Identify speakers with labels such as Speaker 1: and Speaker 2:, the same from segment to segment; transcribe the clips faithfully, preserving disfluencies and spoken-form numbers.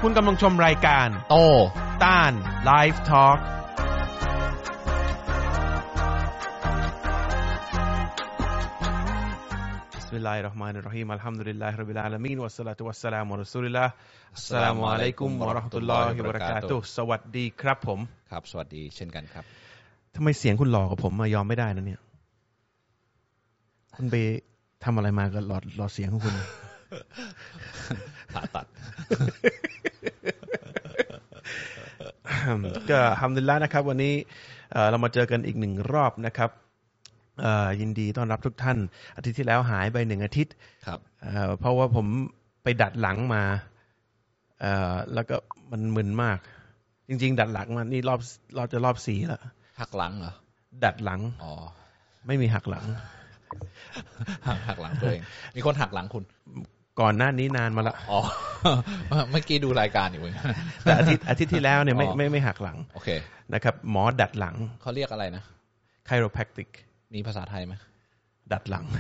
Speaker 1: คุณกำลังชมรายการ
Speaker 2: โต
Speaker 1: ต้านไลฟ์ทอล์กบิสมิลลาฮิรเราะห์มานิรเราะฮีมอัลฮัมดุลิลลาฮิร็อบบิลอาลามีนวัสศอลาตุวัสสลามุอะลารอซูลิลลาฮ์อัสสลามุอะลัยกุมวะเราะห์มะตุลลอฮิวะบะเราะกาตุฮ์สวัสดีครับผม
Speaker 2: ครับสวัสดีเช่นกันครับ
Speaker 1: ทำไมเสียงคุณหล่อกับผมมายอมไม่ได้นะเนี่ยคุณไปทำอะไรมากับหลอดหลอดเสียงของคุณ
Speaker 2: ผ่าตัด
Speaker 1: ก็อัลฮัมดุลิลละห์นะครับวันนี้เรามาเจอกันอีกหนึ่งรอบนะครับยินดีต้อนรับทุกท่านอาทิตย์ที่แล้วหายไปหนึ่งอาทิตย์
Speaker 2: ครับ
Speaker 1: เพราะว่าผมไปดัดหลังมาแล้วก็มันมึนมากจริงๆดัดหลังมานี่รอบเราจะรอบสี่แล้ว
Speaker 2: หักหลังเหรอ
Speaker 1: ดัดหลัง
Speaker 2: อ๋อ
Speaker 1: ไม่มีหักหลัง
Speaker 2: หักหลังตัวเองมีคนหักหลังคุณ
Speaker 1: ก่อนหน้านี้นานมาละ
Speaker 2: อ๋อเมื่อกี้ดูรายการอยู่
Speaker 1: แต่อาทิตย์อาทิตย์ที่แล้วเนี่ยไม่ไม่ไม่หักหลัง
Speaker 2: โอเค
Speaker 1: นะครับหมอดัดหลัง
Speaker 2: เขาเรียกอะไรนะ
Speaker 1: chiropractic
Speaker 2: มีภาษาไทยไหม
Speaker 1: ดัดหลัง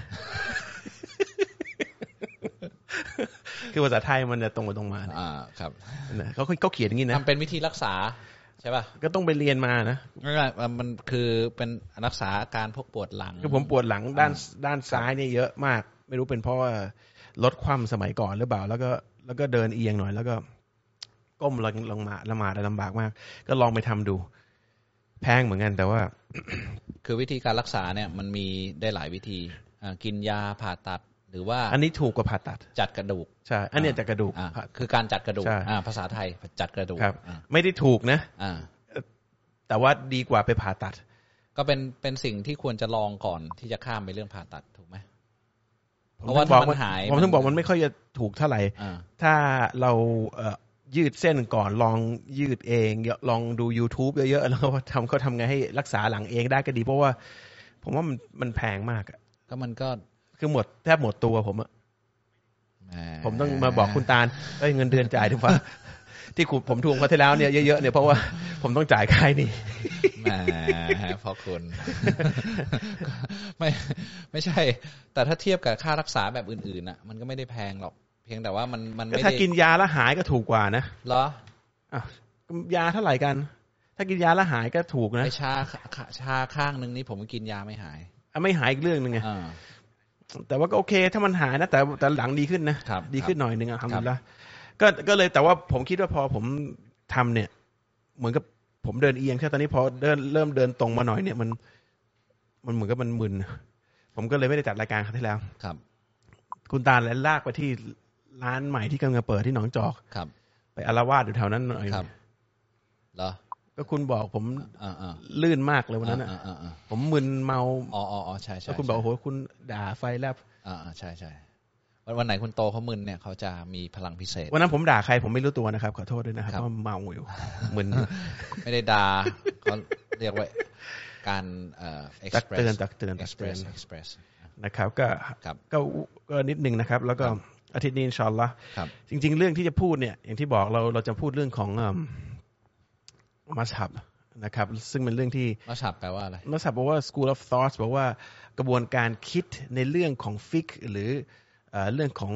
Speaker 1: คือภาษาไทยมันจะตรงไปตรงมา
Speaker 2: อ่าครับ
Speaker 1: เขาเขาเขียนอย่างนี้นะ
Speaker 2: ทำเป็นวิธีรักษาใช่ป่ะ
Speaker 1: ก็ต้องไปเรียนมานะ
Speaker 2: มันคือเป็นรักษาอาการพวกปวดหลัง
Speaker 1: คือผมปวดหลังด้านด้านซ้ายเนี่ยเยอะมากไม่รู้เป็นเพราะว่าลดความสมัยก่อนหรือเปล่าแล้วก็แล้วก็เดินเอียงหน่อยแล้วก็ก้มลงลงมาละหมาดลำบากมากก็ลองไปทำดูแพงเหมือนกันแต่ว่า
Speaker 2: คือวิธีการรักษาเนี่ยมันมีได้หลายวิธีกินยาผ่าตัดหรือว่า
Speaker 1: อันนี้ถูกกว่าผ่าตัด
Speaker 2: จัดกระดูก
Speaker 1: ใช่อันนี้จัดกระดูก
Speaker 2: คือการจัดกระดูกภาษาไทยจัดกระดูก
Speaker 1: ครับไม่ได้ถูกนะแต่ว่าดีกว่าไปผ่าตัด
Speaker 2: ก็เป็นเป็นสิ่งที่ควรจะลองก่อนที่จะข้ามไปเรื่องผ่าตัดถูกไหม
Speaker 1: เพราะว่าถ้ามันหายผมถึงบอกมันไม่ค่อยจะถูกเท่าไหร่ถ้าเรายืดเส้นก่อนลองยืดเองลองดู YouTube เยอะๆแล้วทำเขาทำไงให้รักษาหลังเองได้ก็ดีเพราะว่าผมว่ามันมันแพงมาก
Speaker 2: ก็มันก็
Speaker 1: คือหมดแทบหมดตัวผมอะผมต้องมาบอกคุณตาลเอ้ยเงินเดือนจ่ายถูกป่ะที่ผมทวงเขาที่แล้วเนี่ยเยอะๆเนี่ยเพราะว่าผมต้องจ่ายค่ายนี่
Speaker 2: แหมเพราะคุณไม่ไม่ใช่แต่ถ้าเทียบกับค่ารักษาแบบอื่นๆน่ะมันก็ไม่ได้แพงหรอกเพียงแต่ว่ามันมันไม่ได้
Speaker 1: ถ้ากินยาแล้วหายก็ถูกกว่านะ
Speaker 2: เหรอ
Speaker 1: อ้าวยาเท่าไหร่กันถ้ากินยาแล้วหายก็ถูกนะ
Speaker 2: ไอ้ชาชาข้างนึงนี่ผมกินยาไม่หาย
Speaker 1: อ่ะไม่หายอีกเรื่องนึงไงแต่ว่าก็โอเคถ้ามันหายนะแต่แต่หลังดีขึ้นนะดีขึ้นหน่อยนึงอ่ะทำแล้วก็ก็เลยแต่ว่าผมคิดว่าพอผมทำเนี่ยเหมือนกับผมเดินเอียงแค่ตอนนี้พอเดินเริ่มเดินตรงมาหน่อยเนี่ยมันมันเหมือนกับมันมึนผมก็เลยไม่ได้จัดรายการครั้งที่แล้ว
Speaker 2: ครับ
Speaker 1: คุณตาเลยลากไปที่ร้านใหม่ที่กำลังจะเปิดที่หนองจอก
Speaker 2: ครับ
Speaker 1: ไปอาละวาดอยู่แถวนั้นหน่อย
Speaker 2: ครับเหรอ
Speaker 1: ก็คุณบอกผมลื่นมากเลยวันนั้นผมมึนเมา
Speaker 2: อ๋ออ๋อใช่ใช่
Speaker 1: แล้วคุณบอกโอ้โหคุณด่าไฟแลบ
Speaker 2: อ่าใช่ใช่วันไหนคุณโตเขามึนเนี่ยเขาจะมีพลังพิเศษ
Speaker 1: วันนั้นผมด่าใครผมไม่รู้ตัวนะครับขอโทษด้วยนะครับเพราะเมาอยู่มึน
Speaker 2: ไม่ได้ด่าเขาเรียกว่าการเอ่อ express
Speaker 1: เตือนตักเตือน
Speaker 2: express express
Speaker 1: นะครับก็ก็ก็นิดนึงนะครับแล้วก็อาทิตย์นี้อินชาอัลลอฮ์จริงๆเรื่องที่จะพูดเนี่ยอย่างที่บอกเราเราจะพูดเรื่องของมัซฮับนะครับซึ่งเป็นเรื่องที่
Speaker 2: มัซฮับแปลว่าอะไร
Speaker 1: มัซฮับแปลว่า school of thoughts แปลว่ากระบวนการคิดในเรื่องของฟิกหรือเรื่องของ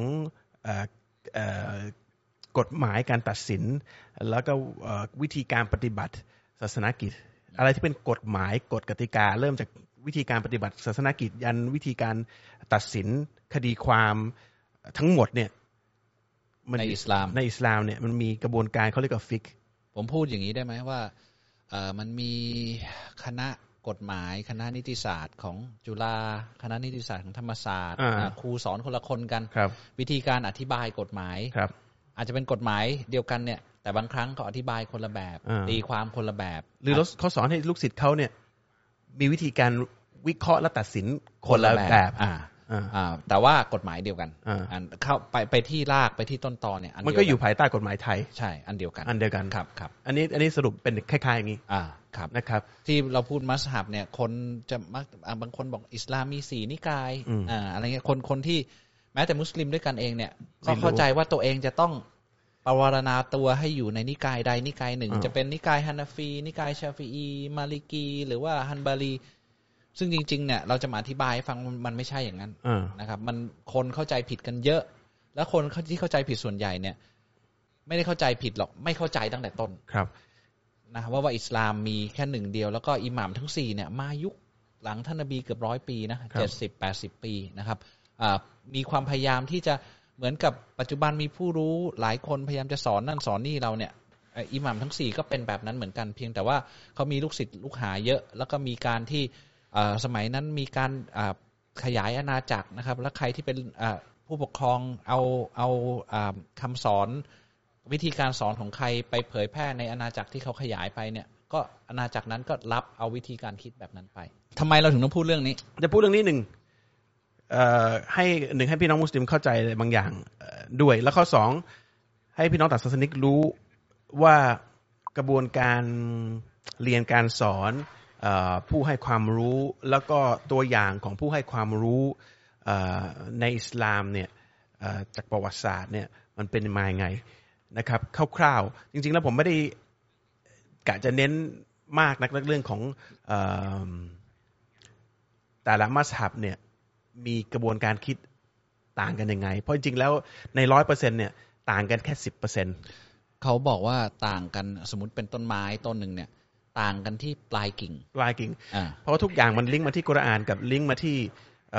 Speaker 1: กฎหมายการตัดสินแล้วก็วิธีการปฏิบัติศาสนกิจอะไรที่เป็นกฎหมายกฎกติกาเริ่มจากวิธีการปฏิบัติศาสนกิจยันวิธีการตัดสินคดีความทั้งหมดเนี่ย
Speaker 2: ในอิสลาม
Speaker 1: ในอิสลามเนี่ยมันมีกระบวนการเขาเรียกว่าฟิก
Speaker 2: ผมพูดอย่างนี้ได้ไหมว่ามันมีคณะกฎหมายคณะนิติศาสตร์ของจุฬาคณะนิติศาสตร์ของธรรมศาสตร์ครูสอนคนละคนกันวิธีการอธิบายกฎหมายอาจจะเป็นกฎหมายเดียวกันเนี่ยแต่บางครั้งก็อธิบายคนละแบบตีความคนละแบบ
Speaker 1: หรือเขาสอนให้ลูกศิษย์เขาเนี่ยมีวิธีการวิเคราะห์และตัดสินคนละแบบ
Speaker 2: แต่ว่ากฎหมายเดียวกันเข้าไปไปที่รากไปที่ต้นตอเนี่ย
Speaker 1: มันก็อยู่ภายใต้กฎหมายไทย
Speaker 2: ใช่อันเดียวกัน
Speaker 1: อันเดียวกัน
Speaker 2: ครับครับ
Speaker 1: อันนี้อันนี้สรุปเป็นคล้ายๆอย่างนี้
Speaker 2: ครับ
Speaker 1: นะครับ
Speaker 2: ที่เราพูดมัซฮับเนี่ยคนจะมักบางคนบอกอิสลามมีสี่นิกายอ่าอะไรเงี้ยคนคนที่แม้แต่มุสลิมด้วยกันเองเนี่ยก็เข้าใจว่าตัวเองจะต้องปวารณาตัวให้อยู่ในนิกายใดนิกายหนึ่งจะเป็นนิกายฮานาฟีนิกายชาฟีอีมาลิกีหรือว่าฮันบาลีซึ่งจริงๆเนี่ยเราจะมาอธิบายให้ฟังมันไม่ใช่อย่างนั้นนะครับมันคนเข้าใจผิดกันเยอะแล้วคนที่เข้าใจผิดส่วนใหญ่เนี่ยไม่ได้เข้าใจผิดหรอกไม่เข้าใจตั้งแต่ต้น
Speaker 1: ครับ
Speaker 2: นะว่าว่าอิสลามมีแค่หนึ่งเดียวแล้วก็อิหม่ามทั้งสี่เนี่ยมายุคหลังท่านนบีเกือบร้อยปีนะเจ็ดสิบแปดสิบปีนะครับมีความพยายามที่จะเหมือนกับปัจจุบันมีผู้รู้หลายคนพยายามจะสอนนั่นสอนนี่เราเนี่ยอิหม่ามทั้งสี่ก็เป็นแบบนั้นเหมือนกันเพียงแต่ว่าเขามีลูกศิษย์ลูกหาเยอะแล้วก็มีการที่สมัยนั้นมีการขยายอาณาจักรนะครับและใครที่เป็นผู้ปกครองเอาเอาคำสอนวิธีการสอนของใครไปเผยแพร่ในอาณาจักรที่เขาขยายไปเนี่ยก็อาณาจักรนั้นก็รับเอาวิธีการคิดแบบนั้นไปทำไมเราถึงต้องพูดเรื่องนี้
Speaker 1: จะพูดเรื่องนี้หนึ่งให้หนึ่งให้พี่น้องมุสลิมเข้าใจบางอย่างด้วยแล้วข้อสองให้พี่น้องศาสนิกรู้ว่ากระบวนการเรียนการสอนผู้ให้ความรู้แล้วก็ตัวอย่างของผู้ให้ความรู้ในอิสลามเนี่ยจากประวัติศาสตร์เนี่ยมันเป็นมาอย่างไงนะครับคร่าวๆจริงๆแล้วผมไม่ได้กะจะเน้นมากนักเรื่องของแต่ละมัซฮับเนี่ยมีกระบวนการคิดต่างกันยังไงเพราะจริงๆแล้วใน ร้อยเปอร์เซ็นต์ เนี่ยต่างกันแค่ สิบเปอร์เซ็นต์
Speaker 2: เขาบอกว่าต่างกันสมมุติเป็นต้นไม้ต้นนึงเนี่ยต่างกันที่ปลายกิ่ง
Speaker 1: ปลายกิ่งเพราะว่าทุกอย่างมันลิงก์มาที่กุรอานกับลิงก์มาที่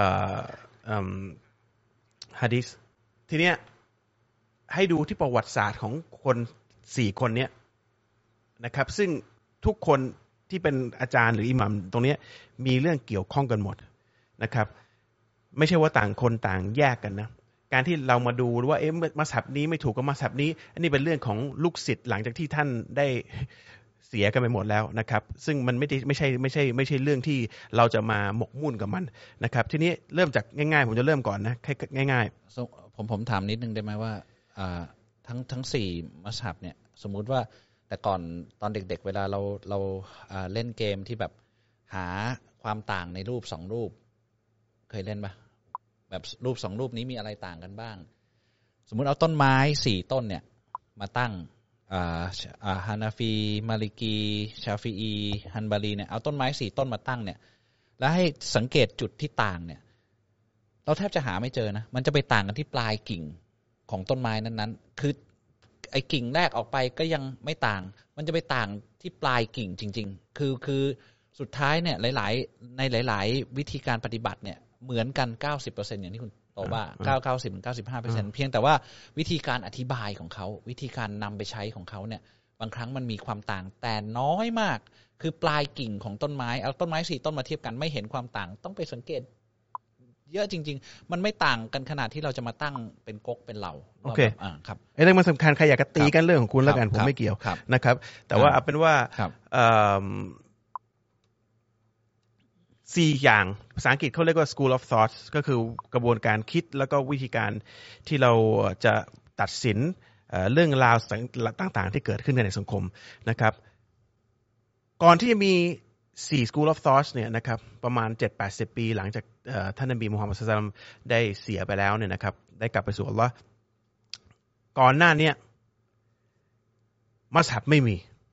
Speaker 1: หะดีษทีเนี้ยให้ดูที่ประวัติศาสตร์ของคนสี่คนเนี้ยนะครับซึ่งทุกคนที่เป็นอาจารย์หรืออิหมัมตรงนี้มีเรื่องเกี่ยวข้องกันหมดนะครับไม่ใช่ว่าต่างคนต่างแยกกันนะการที่เรามาดูว่าเอ๊ะมัซฮับนี้ไม่ถูกกับมัซฮับนี้อันนี้เป็นเรื่องของลูกศิษย์หลังจากที่ท่านได้เสียกันไปหมดแล้วนะครับซึ่งมันไม่ได้ไม่ใช่ไม่ใช่ไม่ใช่เรื่องที่เราจะมาหมกมุ่นกับมันนะครับทีนี้เริ่มจากง่ายๆผมจะเริ่มก่อนนะง่าย
Speaker 2: ๆผมผมถามนิดนึงได้ไหมว่าทั้งทั้งสี่มัซฮับเนี่ยสมมุติว่าแต่ก่อนตอนเด็กๆเวลาเราเราเล่นเกมที่แบบหาความต่างในรูปสองรูปเคยเล่นปะแบบรูปสองรูปนี้มีอะไรต่างกันบ้างสมมุติเอาต้นไม้สี่ต้นเนี่ยมาตั้งอ่าอ่าฮานาฟีมาลิกีชาฟีอีฮันบาลีเนี่ยเอาต้นไม้สี่ต้นมาตั้งเนี่ยแล้วให้สังเกตจุดที่ต่างเนี่ยเราแทบจะหาไม่เจอนะมันจะไปต่างกันที่ปลายกิ่งของต้นไม้นั้นๆคือไอ้กิ่งแรกออกไปก็ยังไม่ต่างมันจะไปต่างที่ปลายกิ่งจริงๆคือคือสุดท้ายเนี่ยหลายๆในหลายๆวิธีการปฏิบัติเนี่ยเหมือนกัน เก้าสิบเปอร์เซ็นต์ อย่างที่คุณโตว่าเก้า เก้าสิบถึงเก้าสิบห้าเปอร์เซ็นต์ เพียงแต่ว่าวิธีการอธิบายของเขาวิธีการนำไปใช้ของเขาเนี่ยบางครั้งมันมีความต่างแต่น้อยมากคือปลายกิ่งของต้นไม้เอาต้นไม้สี่ต้นมาเทียบกันไม่เห็นความต่างต้องไปสังเกตเยอะจริงๆมันไม่ต่างกันขนาดที่เราจะมาตั้งเป็นก๊กเป็นเหล่า
Speaker 1: โอเค
Speaker 2: อ่าครับ
Speaker 1: ไอ้เรื่องมันสำคัญใครอยากจะตีกันเรื่องของคุณแล้วกันผมไม่เกี่ยวนะครับแต่ว่าเอาเป็นว่าสี่อย่างภาษาอังกฤษเขาเรียกว่า school of thought ก็คือกระบวนการคิดแล้วก็วิธีการที่เราจะตัดสินเรื่องราวต่างๆที่เกิดขึ้นในสังคมนะครับก่อนที่จะมีสี่ school of thought เนี่ยนะครับประมาณ เจ็ดถึงแปดสิบ ปีหลังจากท่านนบีมุฮัมมัดศ็อลลัลลอฮุอะลัยฮิวะซัลลัมได้เสียไปแล้วเนี่ยนะครับได้กลับไปสู่อัลเลาะห์ก่อนหน้านี้มัซฮับไม่มี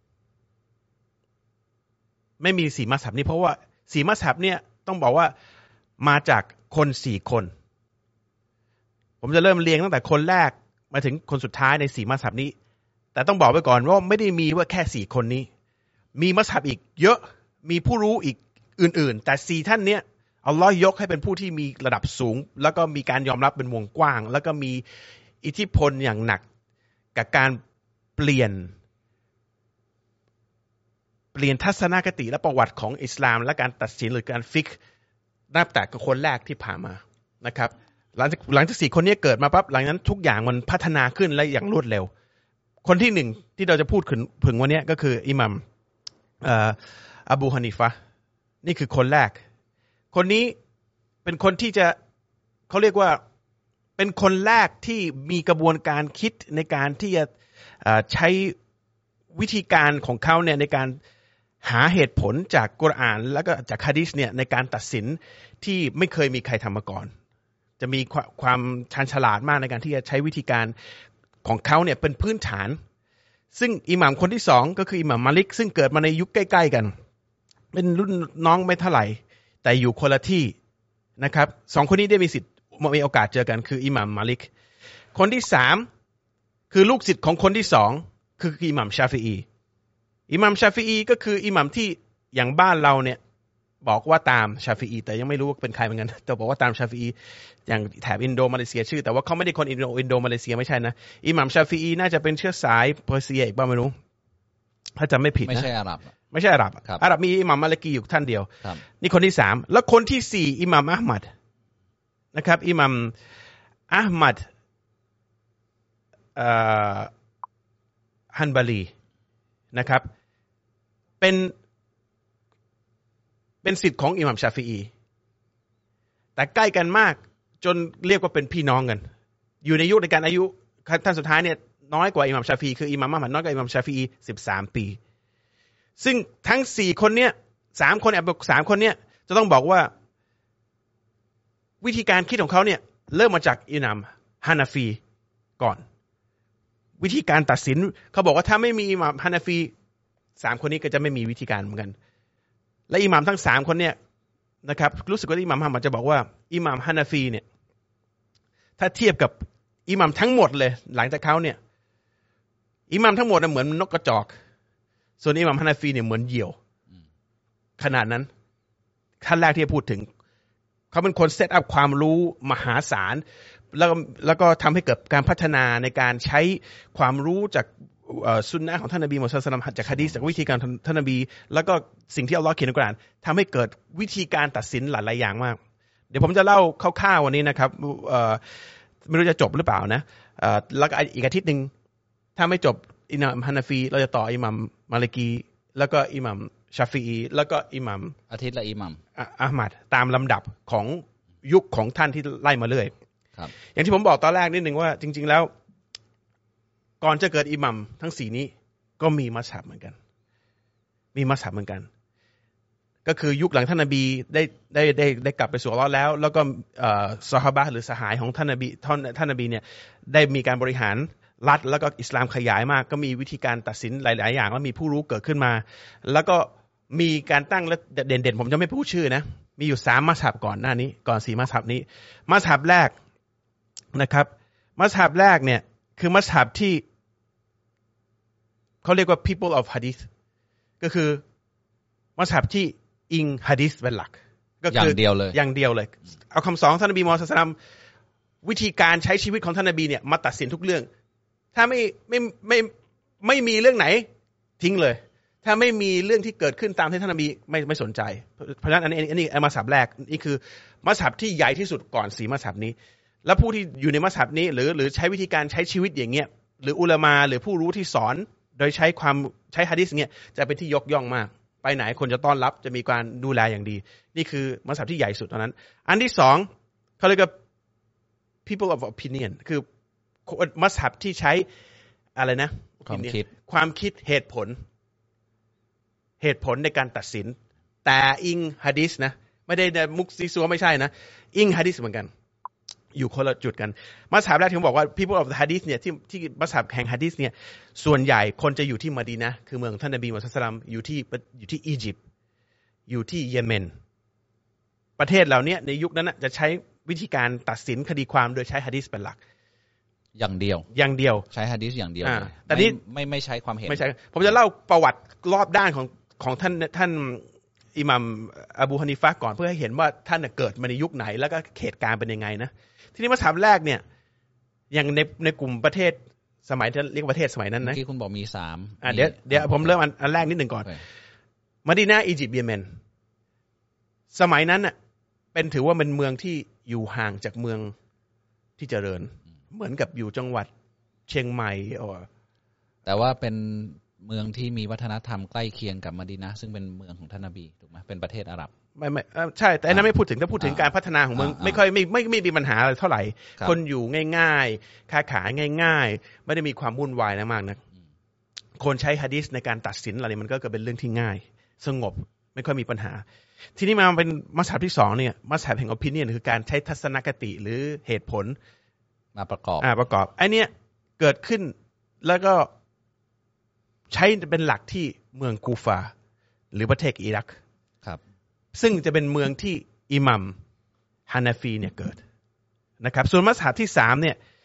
Speaker 1: ไม่มีสี่มัซฮับนี้เพราะว่าสี่มัซฮับเนี่ยต้องบอกว่ามาจากคนสี่คนผมจะเริ่มเรียงตั้งแต่คนแรกมาถึงคนสุดท้ายในสี่มัซฮับนี้แต่ต้องบอกไว้ก่อนว่าไม่ได้มีว่าแค่สี่คนนี้มีมัซฮับอีกเยอะมีผู้รู้อีกอื่นๆแต่สี่ท่านเนี้ยอัลเลาะห์ยกให้เป็นผู้ที่มีระดับสูงแล้วก็มีการยอมรับเป็นวงกว้างแล้วก็มีอิทธิพลอย่างหนักกับการเปลี่ยนเปลี่ยนทัศนคติและประวัติของอิสลามและการตัดสินหรือการฟิกนับแต่กับคนแรกที่ผ่านมานะครับหลังจากหลังจากสี่คนนี้เกิดมาปั๊บหลังนั้นทุกอย่างมันพัฒนาขึ้นและอย่างรวดเร็วคนที่หนึ่งที่เราจะพูดถึงวันนี้ก็คืออิหมัมอบูฮานิฟะห์นี่คือคนแรกคนนี้เป็นคนที่จะเขาเรียกว่าเป็นคนแรกที่มีกระบวนการคิดในการที่จะใช้วิธีการของเขาเนี่ยในการหาเหตุผลจากกุรอานแล้วก็จากหะดีษเนี่ยในการตัดสินที่ไม่เคยมีใครทำมาก่อนจะมีความชาญฉลาดมากในการที่จะใช้วิธีการของเขาเนี่ยเป็นพื้นฐานซึ่งอิหม่ามคนที่สองก็คืออิหม่ามมาลิกซึ่งเกิดมาในยุคใกล้ๆกันเป็นรุ่นน้องไม่เท่าไหร่แต่อยู่คนละที่นะครับสองคนนี้ได้มีสิทธิ์มีโอกาสเจอกันคืออิหม่ามมาลิกคนที่สามคือลูกศิษย์ของคนที่สองคืออิหม่ามชาฟิอีอิหม่ามชาฟิอีก็คืออิหม่ามที่อย่างบ้านเราเนี่ยบอกว่าตามชาฟิอีแต่ยังไม่รู้ว่าเป็นใครเหมือนกันแต่บอกว่าตามชาฟิอีอย่างแถบอินโดมาเลเซียชื่อแต่ว่าเขาไม่ได้คนอินโดอินโดมาเลเซียไม่ใช่นะอิหม่ามชาฟิอีน่าจะเป็นเชื้อสายเปอร์เซียอีกบ้างไม่รู้ถ้าจำไม่ผิดนะ
Speaker 2: ไม่ใช่อาหรับ
Speaker 1: ไม่ใช่อาหรับอาหรับมีอิหม่ามมาลิกีอยู่ท่านเดียวนี่คนที่สามแล้วคนที่สี่อิหม่ามอะห์มัดนะครับอิหม่ามอะห์มัดฮันบาลีนะครับเป็นเป็นศิษย์ของอิหม่ามชาฟิอีแต่ใกล้กันมากจนเรียกว่าเป็นพี่น้องกันอยู่ในยุคในการอายุท่านสุดท้ายเนี่ยน้อยกว่าอิหม่ามชาฟิอีคืออิหม่ามอะห์มัดน้อยกว่าอิหม่ามชาฟิอีสิบสามปีซึ่งทั้งสี่คนเนี้ยสามคนเนี่ยสามคนเนี้ยจะต้องบอกว่าวิธีการคิดของเขาเนี่ยเริ่มมาจากอิหม่ามฮานาฟีก่อนวิธีการตัดสินเขาบอกว่าถ้าไม่มีอิหม่ามฮานาฟีสามคนนี้ก็จะไม่มีวิธีการเหมือนกันและอิหม่ามทั้งสามคนเนี่ยนะครับรู้สึกว่าอิหม่ามฮามัดจะบอกว่าอิหม่ามฮานาฟีเนี่ยถ้าเทียบกับอิหม่ามทั้งหมดเลยหลังจากเขาเนี่ยอิหม่ามทั้งหมดเหมือนนกกระจอกส่วนอิหม่ามฮานาฟีเนี่ยเหมือนเหยี่ยวขนาดนั้นขั้นแรกที่จะพูดถึงเขาเป็นคนเซตอัพความรู้มหาศาลแล้วแล้วก็ทำให้เกิดการพัฒนาในการใช้ความรู้จากซุนนะห์ของท่านนบีมุฮัมมัดศ็อลลัลลอฮุอะลัยฮิวะซัลลัมจากหะดีษจากวิธีการท่านนบีแล้วก็สิ่งที่อัลเลาะห์เขียนในกุรอานทำให้เกิดวิธีการตัดสินหลายๆอย่างมากเดี๋ยวผมจะเล่าคร่าวๆวันนี้นะครับไม่รู้จะจบหรือเปล่านะแล้วก็อีกอาทิตย์นึงถ้าไม่จบอิหม่ามฮานาฟีเราจะต่ออิหม่ามมาลิกีแล้วก็อิหม่ามชาฟิอีแล้วก็อิหม่าม
Speaker 2: อาทิตย์ละอิหม่าม
Speaker 1: อะห์มัดตามลำดับของยุคของท่านที่ไล่มาเรื่อยครับอย่างที่ผมบอกตอนแรกนิดนึงว่าจริงๆแล้วก่อนจะเกิดอิหมัมทั้งสี่นี้ก็มีมัซฮับเหมือนกันมีมัซฮับเหมือนกันก็คือยุคหลังท่านนบีได้ได้ได้ได้กลับไปสู่อัลเลาะห์แล้วแล้วก็เอ่อซอฮาบะห์หรือสหายของท่านนบีท่านท่านนบีเนี่ยได้มีการบริหารรัฐแล้วก็อิสลามขยายมากก็มีวิธีการตัดสินหลายๆอย่างแล้วมีผู้รู้เกิดขึ้นมาแล้วก็มีการตั้งและเด่นๆผมจะไม่พูดชื่อนะมีอยู่สามมัซฮับก่อนหน้านี้ก่อนสี่มัซฮับนี้มัซฮับแรกนะครับมัซฮับแรกเนี่ยคือมัซฮับที่เขาเรียกว่า people of hadith ก็คือมัซฮับที่อิงหะดีษเป็นหลักก็คือ
Speaker 2: อย่างเดียวเลย
Speaker 1: อย่างเดียวเลยเอาคำสอนท่านนบีมุฮัมมัดศ็อลลัลลอฮุอะลัยฮิวะซัลลัมวิธีการใช้ชีวิตของท่านนบีเนี่ยมาตัดสินทุกเรื่องถ้าไม่ไม่ไม่ไม่มีเรื่องไหนทิ้งเลยถ้าไม่มีเรื่องที่เกิดขึ้นตามที่ท่านนบีไม่ไม่สนใจเพราะฉะนั้นอันนี้อันนี้มัซฮับแรกนี่คือมัซฮับที่ใหญ่ที่สุดก่อนสี่มัซฮับนี้แล้วผู้ที่อยู่ในมัซฮับนี้หรือหรือใช้วิธีการใช้ชีวิตอย่างเงี้ยหรืออุลามะหรือผู้รู้ที่สอนโดยใช้ความใช้หะดีษเงี้ยจะเป็นที่ยกย่องมากไปไหนคนจะต้อนรับจะมีการดูแลอย่างดีนี่คือมัซฮับที่ใหญ่สุดเท่านั้นอันที่สองเขาเรียกว่า people of opinion คือมัซฮับที่ใช้อะไรนะ
Speaker 2: ความคิด
Speaker 1: ความคิดเหตุผลเหตุผลในการตัดสินแต่อิงหะดีษนะไม่ได้มุกซีซัวไม่ใช่นะอิงหะดีษเหมือนกันอยู่คนละจุดกันมัซฮับแรกที่ผมบอกว่า people of the hadith เนี่ยที่ที่มัซฮับแห่งหะดีษเนี่ยส่วนใหญ่คนจะอยู่ที่มะดีนะห์คือเมืองท่านนบีมุฮัมมัดศ็อลลัลลอฮุอะลัยฮิวะซัลลัมอยู่ที่อยู่ที่อียิปต์อยู่ที่เยเมนประเทศเหล่านี้ในยุคนั้นจะใช้วิธีการตัดสินคดีความโดยใช้หะดีษเป็นหลัก
Speaker 2: อย่างเดียว
Speaker 1: อย่างเดียว
Speaker 2: ใช้หะดีษอย่างเดียว
Speaker 1: แต่นี้
Speaker 2: ไม่ไม่ใช้ความเห็น
Speaker 1: ไม่ใช่ผมจะเล่าประวัติรอบด้านของของท่านท่านอิหม่ามอบูฮานิฟะห์ก่อนเพื่อให้เห็นว่าท่านเกิดมาในยุคไหนแล้วก็เหตุการณ์เป็นยังไงนะทีนี้มัซฮับแรกเนี่ยอย่างในในกลุ่มประเทศสมัยที่เรียกประเทศสมัยนั้นนะ
Speaker 2: ที่คุณบอกมีสาม
Speaker 1: อ่าเดี๋ยวเดี๋ยวผมเริ่มอันอันแรกนิดหนึ่งก่อนมะดีนะห์อียิปต์เยเมนสมัยนั้นน่ะเป็นถือว่าเป็นเมืองที่อยู่ห่างจากเมืองที่เจริญเหมือนกับอยู่จังหวัดเชียงใหม่อ๋อ
Speaker 2: แต่ว่าเป็นเมืองที่มีวัฒนธรรมใกล้เคียงกับมะดีนะห์ซึ่งเป็นเมืองของท่านนบีถูกไหมเป็นประเทศอาหรับ
Speaker 1: ไม่ไม่ใช่แต่อันนั้นไม่พูดถึงถ้าพูดถึงการพัฒนาของเมืองไม่ค่อยไม่ไม่ไม่มีปัญหาอะไรเท่าไหร่คนอยู่ง่ายๆค้าขายง่ายๆไม่ได้มีความวุ่นวายนะมากนะคนใช้หะดีษในการตัดสินอะไรมันก็เป็นเรื่องที่ง่ายสงบไม่ค่อยมีปัญหาทีนี้มาเป็นมัซฮับที่สองเนี่ยมัซฮับแห่ง opinion คือการใช้ทัศนคติหรือเหตุผล
Speaker 2: มาประกอบ
Speaker 1: อ่าประกอบไอ้นี่เกิดขึ้นแล้วก็ใช้เป็นหลักที่เมืองกูฟาหรือประเทศอิรัก
Speaker 2: ครับ
Speaker 1: ซึ่งจะเป็นเมืองที่อิหมัมฮานาฟีเนี่ยเกิดนะครับส่วนมัซฮับที่สามเนี่ย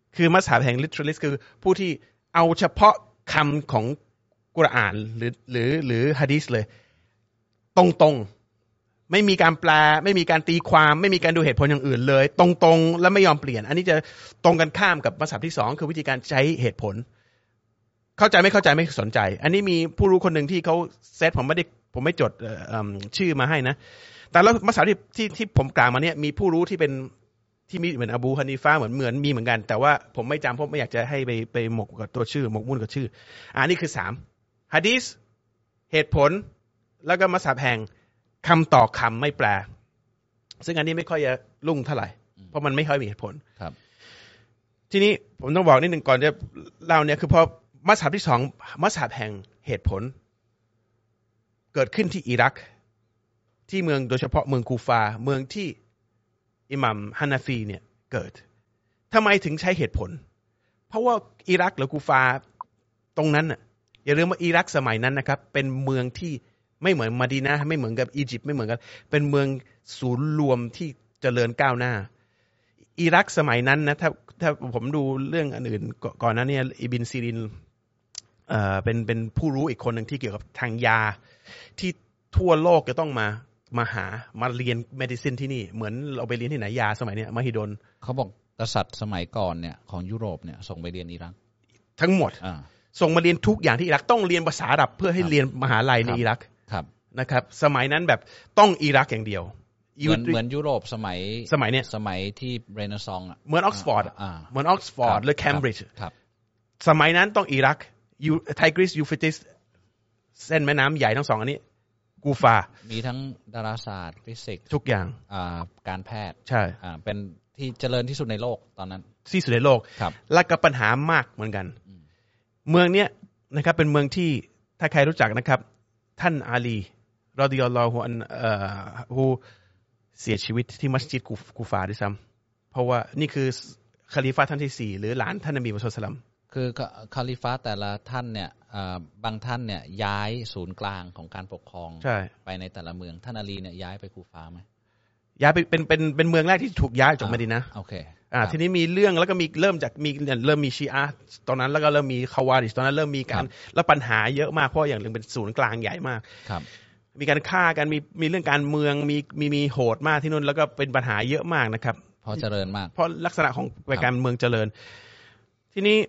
Speaker 1: คือมัสฮับแห่ง literalist คือผู้ที่เอาเฉพาะคำของกุรอานหรือหรือหรือหะดีษเลยตรงๆไม่มีการแปลไม่มีการตีความไม่มีการดูเหตุผลอย่างอื่นเลยตรงๆและไม่ยอมเปลี่ยนอันนี้จะตรงกันข้ามกับมัสฮับที่สองคือวิธีการใช้เหตุผลเข้าใจไม่เข้าใจไม่สนใจอันนี้มีผู้รู้คนหนึ่งที่เขาเซตผมไม่ได้ผมไม่จดชื่อมาให้นะแต่แล้วมัสฮับที่ที่ที่ผมกล่าวมาเนี่ยมีผู้รู้ที่เป็นที่มีเหมือนอบูฮานีฟะเหมือนเหมือนมีเหมือนกันแต่ว่าผมไม่จำเพราะไม่อยากจะให้ไปไปหมกกับตัวชื่อหมกมุ่นกับชื่ออันนี้คือสามหะดีษเหตุผลแล้วก็มัสฮับแห่งคำต่อคำไม่แปลซึ่งอันนี้ไม่ค่อยจะรุ่งเท่าไหร่เพราะมันไม่ค่อยมีเหตุผล
Speaker 2: ครับ
Speaker 1: ทีนี้ผมต้องบอกนิดหนึ่งก่อนจะเล่าเนี่ยคือพอมัสฮับที่สองมัสฮับแห่งเหตุผลเกิดขึ้นที่อิรักที่เมืองโดยเฉพาะเมืองคูฟาเมืองที่อิหมัมฮานาฟีเนี่ยเกิดทำไมถึงใช้เหตุผลเพราะว่าอิรักหรือคูฟาตรงนั้นน่ะอย่าลืมว่าอิรักสมัยนั้นนะครับเป็นเมืองที่ไม่เหมือนมะดีนะห์ไม่เหมือนกับอียิปต์ไม่เหมือนกันเป็นเมืองศูนย์รวมที่เจริญก้าวหน้าอิรักสมัยนั้นนะถ้าถ้าผมดูเรื่องอันอื่นก่อนหน้านี้อิบินซีรินเอ่อเป็นเป็นผู้รู้อีกคนหนึ่งที่เกี่ยวกับทางยาที่ทั่วโลกจะต้องมามาหามาเรียนเมดิซินที่นี่เหมือนเราไปเรียนที่ไหนยาสมัยนี้มหิดล
Speaker 2: เขาบอกกษัตริย์สมัยก่อนเนี่ยของยุโรปเนี่ยส่งไปเรียนอิรัก
Speaker 1: ทั้งหมดส่งมาเรียนทุกอย่างที่อิรักต้องเรียนภาษาอาหรับเพื่อให้เรียนมหาลัยในอิรักนะครับสมัยนั้นแบบต้องอิรักอย่างเดียว
Speaker 2: เหมือนเหมือนยุโรปสมัย
Speaker 1: สมัยเนี้ย
Speaker 2: สมัยที่เรเนซองส์
Speaker 1: เหมือนออกซฟอร์ดเหมือนออกซฟอร์ดหรือเคมบริดจ์
Speaker 2: ครับ
Speaker 1: สมัยนั้นต้องอิรักยูไทกริสยูเฟติสเส้นแม่น้ำใหญ่ทั้งสองอันนี้กูฟา
Speaker 2: มีทั้งดาราศาสตร์ฟิสิกส์
Speaker 1: ทุกอย่าง
Speaker 2: การแพทย์
Speaker 1: ใช่
Speaker 2: เป็นที่เจริญที่สุดในโลกตอนนั้น
Speaker 1: ที่สุดในโลกและก็ปัญหามากเหมือนกันเมืองเนี้ยนะครับเป็นเมืองที่ถ้าใครรู้จักนะครับท่านอาลีรอฎิยัลลอฮุอันเอ่อผู้เสียชีวิตที่มัสยิดกูฟาด้วยซ้ำเพราะว่านี่คือคาลิฟะท่านที่สี่หรือหลานท่านนบีมุฮัมมัดศ็อลลัลลอฮุอะลัยฮิวะซัลลัม
Speaker 2: คือคาลิฟะแต่ละท่านเนี่ยบางท่านเนี่ยย้ายศูนย์กลางของการปกครองไปในแต่ละเมืองท่านอาลีเนี่ยย้ายไปคูฟาไหม
Speaker 1: ย้ายไปเป็นเป็นเป็นเมืองแรกที่ถูกย้ายจากมะดีนะห์
Speaker 2: โอเค
Speaker 1: อ่าทีนี้มีเรื่องแล้วก็มีเริ่มจากมีเริ่มมีชีอะห์ตอนนั้นแล้วก็เริ่มมีคาวาริชตอนนั้นเริ่มมีการแล้วปัญหาเยอะมากเพราะอย่างหนึ่งเป็นศูนย์กลางใหญ่มาก
Speaker 2: ครับ
Speaker 1: มีการฆ่ากันมีมีเรื่องการเมืองมีมีมีโหดมากที่นู่นแล้วก็เป็นปัญหาเยอะมากนะครับ
Speaker 2: เพราะเจริญมาก
Speaker 1: เพราะลักษณะของการเมืองเจริญทีนี้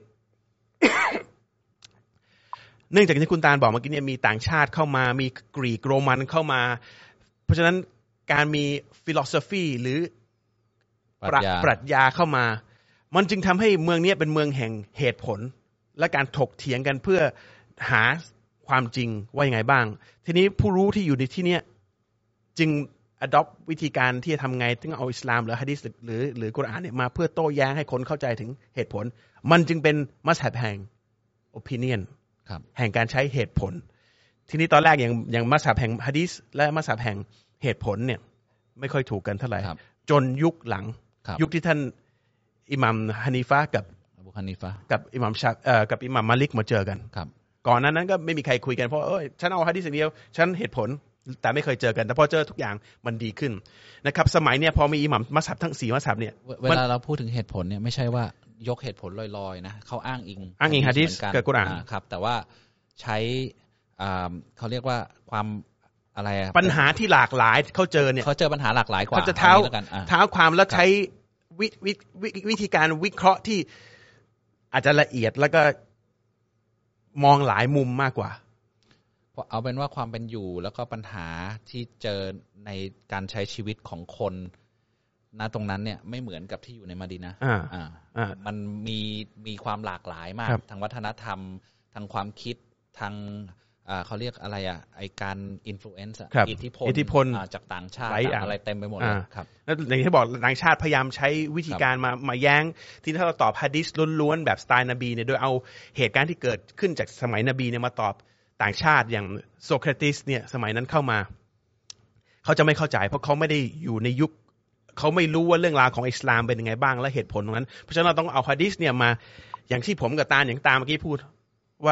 Speaker 1: เนื่องจากที่คุณตาลบอกเมื่อกี้เนี่ยมีต่างชาติเข้ามามีกรีกโรมันเข้ามาเพราะฉะนั้นการมีฟิโลโซฟีหรือปรัชญาเข้ามามันจึงทำให้เมืองนี้เป็นเมืองแห่งเหตุผลและการถกเถียงกันเพื่อหาความจริงว่ายังไงบ้างทีนี้ผู้รู้ที่อยู่ในที่นี้จึง adopt วิธีการที่จะทำไงถึงเอาอิสลามหรือหะดีษหรือหรือกุรอานเนี่ยมาเพื่อโต้แย้งให้คนเข้าใจถึงเหตุผลมันจึงเป็นมัสฮับแห่ง opinion แห่งการใช้เหตุผลทีนี้ตอนแรกอย่างอย่างมัสฮับแห่งหะดีษและมัสฮับแห่งเหตุผลเนี่ยไม่ค่อยถูกกันเท่าไหร่จนยุคหลังยุคที่ท่านอิหม่ามฮานีฟะกับ
Speaker 2: อบูฮานีฟะ
Speaker 1: กับอิหม่ามชาเอ่อกับอิหม่ามมาลิกมาเจอกันก่อนนั้นนั้นก็ไม่มีใครคุยกันเพราะเอ้ยฉันเอาหะดีษอย่างเดียวฉันเหตุผลแต่ไม่เคยเจอกันแต่พอเจอทุกอย่างมันดีขึ้นนะครับสมัยเนี้ยพอมีอิหม่ามมัสฮับทั้งสี่มัสฮับเนี่ย
Speaker 2: เวลาเราพูดถึงเหตุผลเนี่ยไม่ใช่ว่ายกเหตุผลลอยๆนะเขาอ้างอิง
Speaker 1: อ้างอิงหะดีษกับกุรอาน
Speaker 2: ครับแต่ว่าใช้เขาเรียกว่าความอะไร
Speaker 1: ปัญหาที่หลากหลายเขาเจอเนี่ย
Speaker 2: เขาเจอปัญหาหลากหลายกว่า
Speaker 1: เขาจะเท้าเท้าความแล้วใช้วิวิวิธีการวิเคราะห์ที่อาจจะละเอียดแล้วก็มองหลายมุมมากกว่า
Speaker 2: เอาเป็นว่าความเป็นอยู่แล้วก็ปัญหาที่เจอในการใช้ชีวิตของคนณตรงนั้นเนี่ยไม่เหมือนกับที่อยู่ในมะดีนะห์
Speaker 1: อ่าอ่า
Speaker 2: มันมีมีความหลากหลายมากทางวัฒนธรรมทางความคิดทางเขาเรียกอะไรอ่ะไอการอิมโฟเอนซ์อิทธิพล
Speaker 1: อิทธิพล
Speaker 2: จากต่างชาติอะไรเต็มไปหมดเลยครับ
Speaker 1: แล้วอย่างที่บอกต่างชาติพยายามใช้วิธีการมามาแย้งที่ถ้าเราตอบหะดีษล้วนๆแบบสไตล์นบีเนี่ยโดยเอาเหตุการณ์ที่เกิดขึ้นจากสมัยนบีเนี่ยมาตอบต่างชาติอย่างโซเครติสเนี่ยสมัยนั้นเข้ามาเขาจะไม่เข้าใจเพราะเขาไม่ได้อยู่ในยุคเขาไม่รู้ว่าเรื่องราวของอิสลามเป็นยังไงบ้างและเหตุผลตรงนั้นเพราะฉะนั้นเราต้องเอาหะดีษเนี่ยมาอย่างที่ผมกับตาอย่างตาเมื่อกี้พูดว่า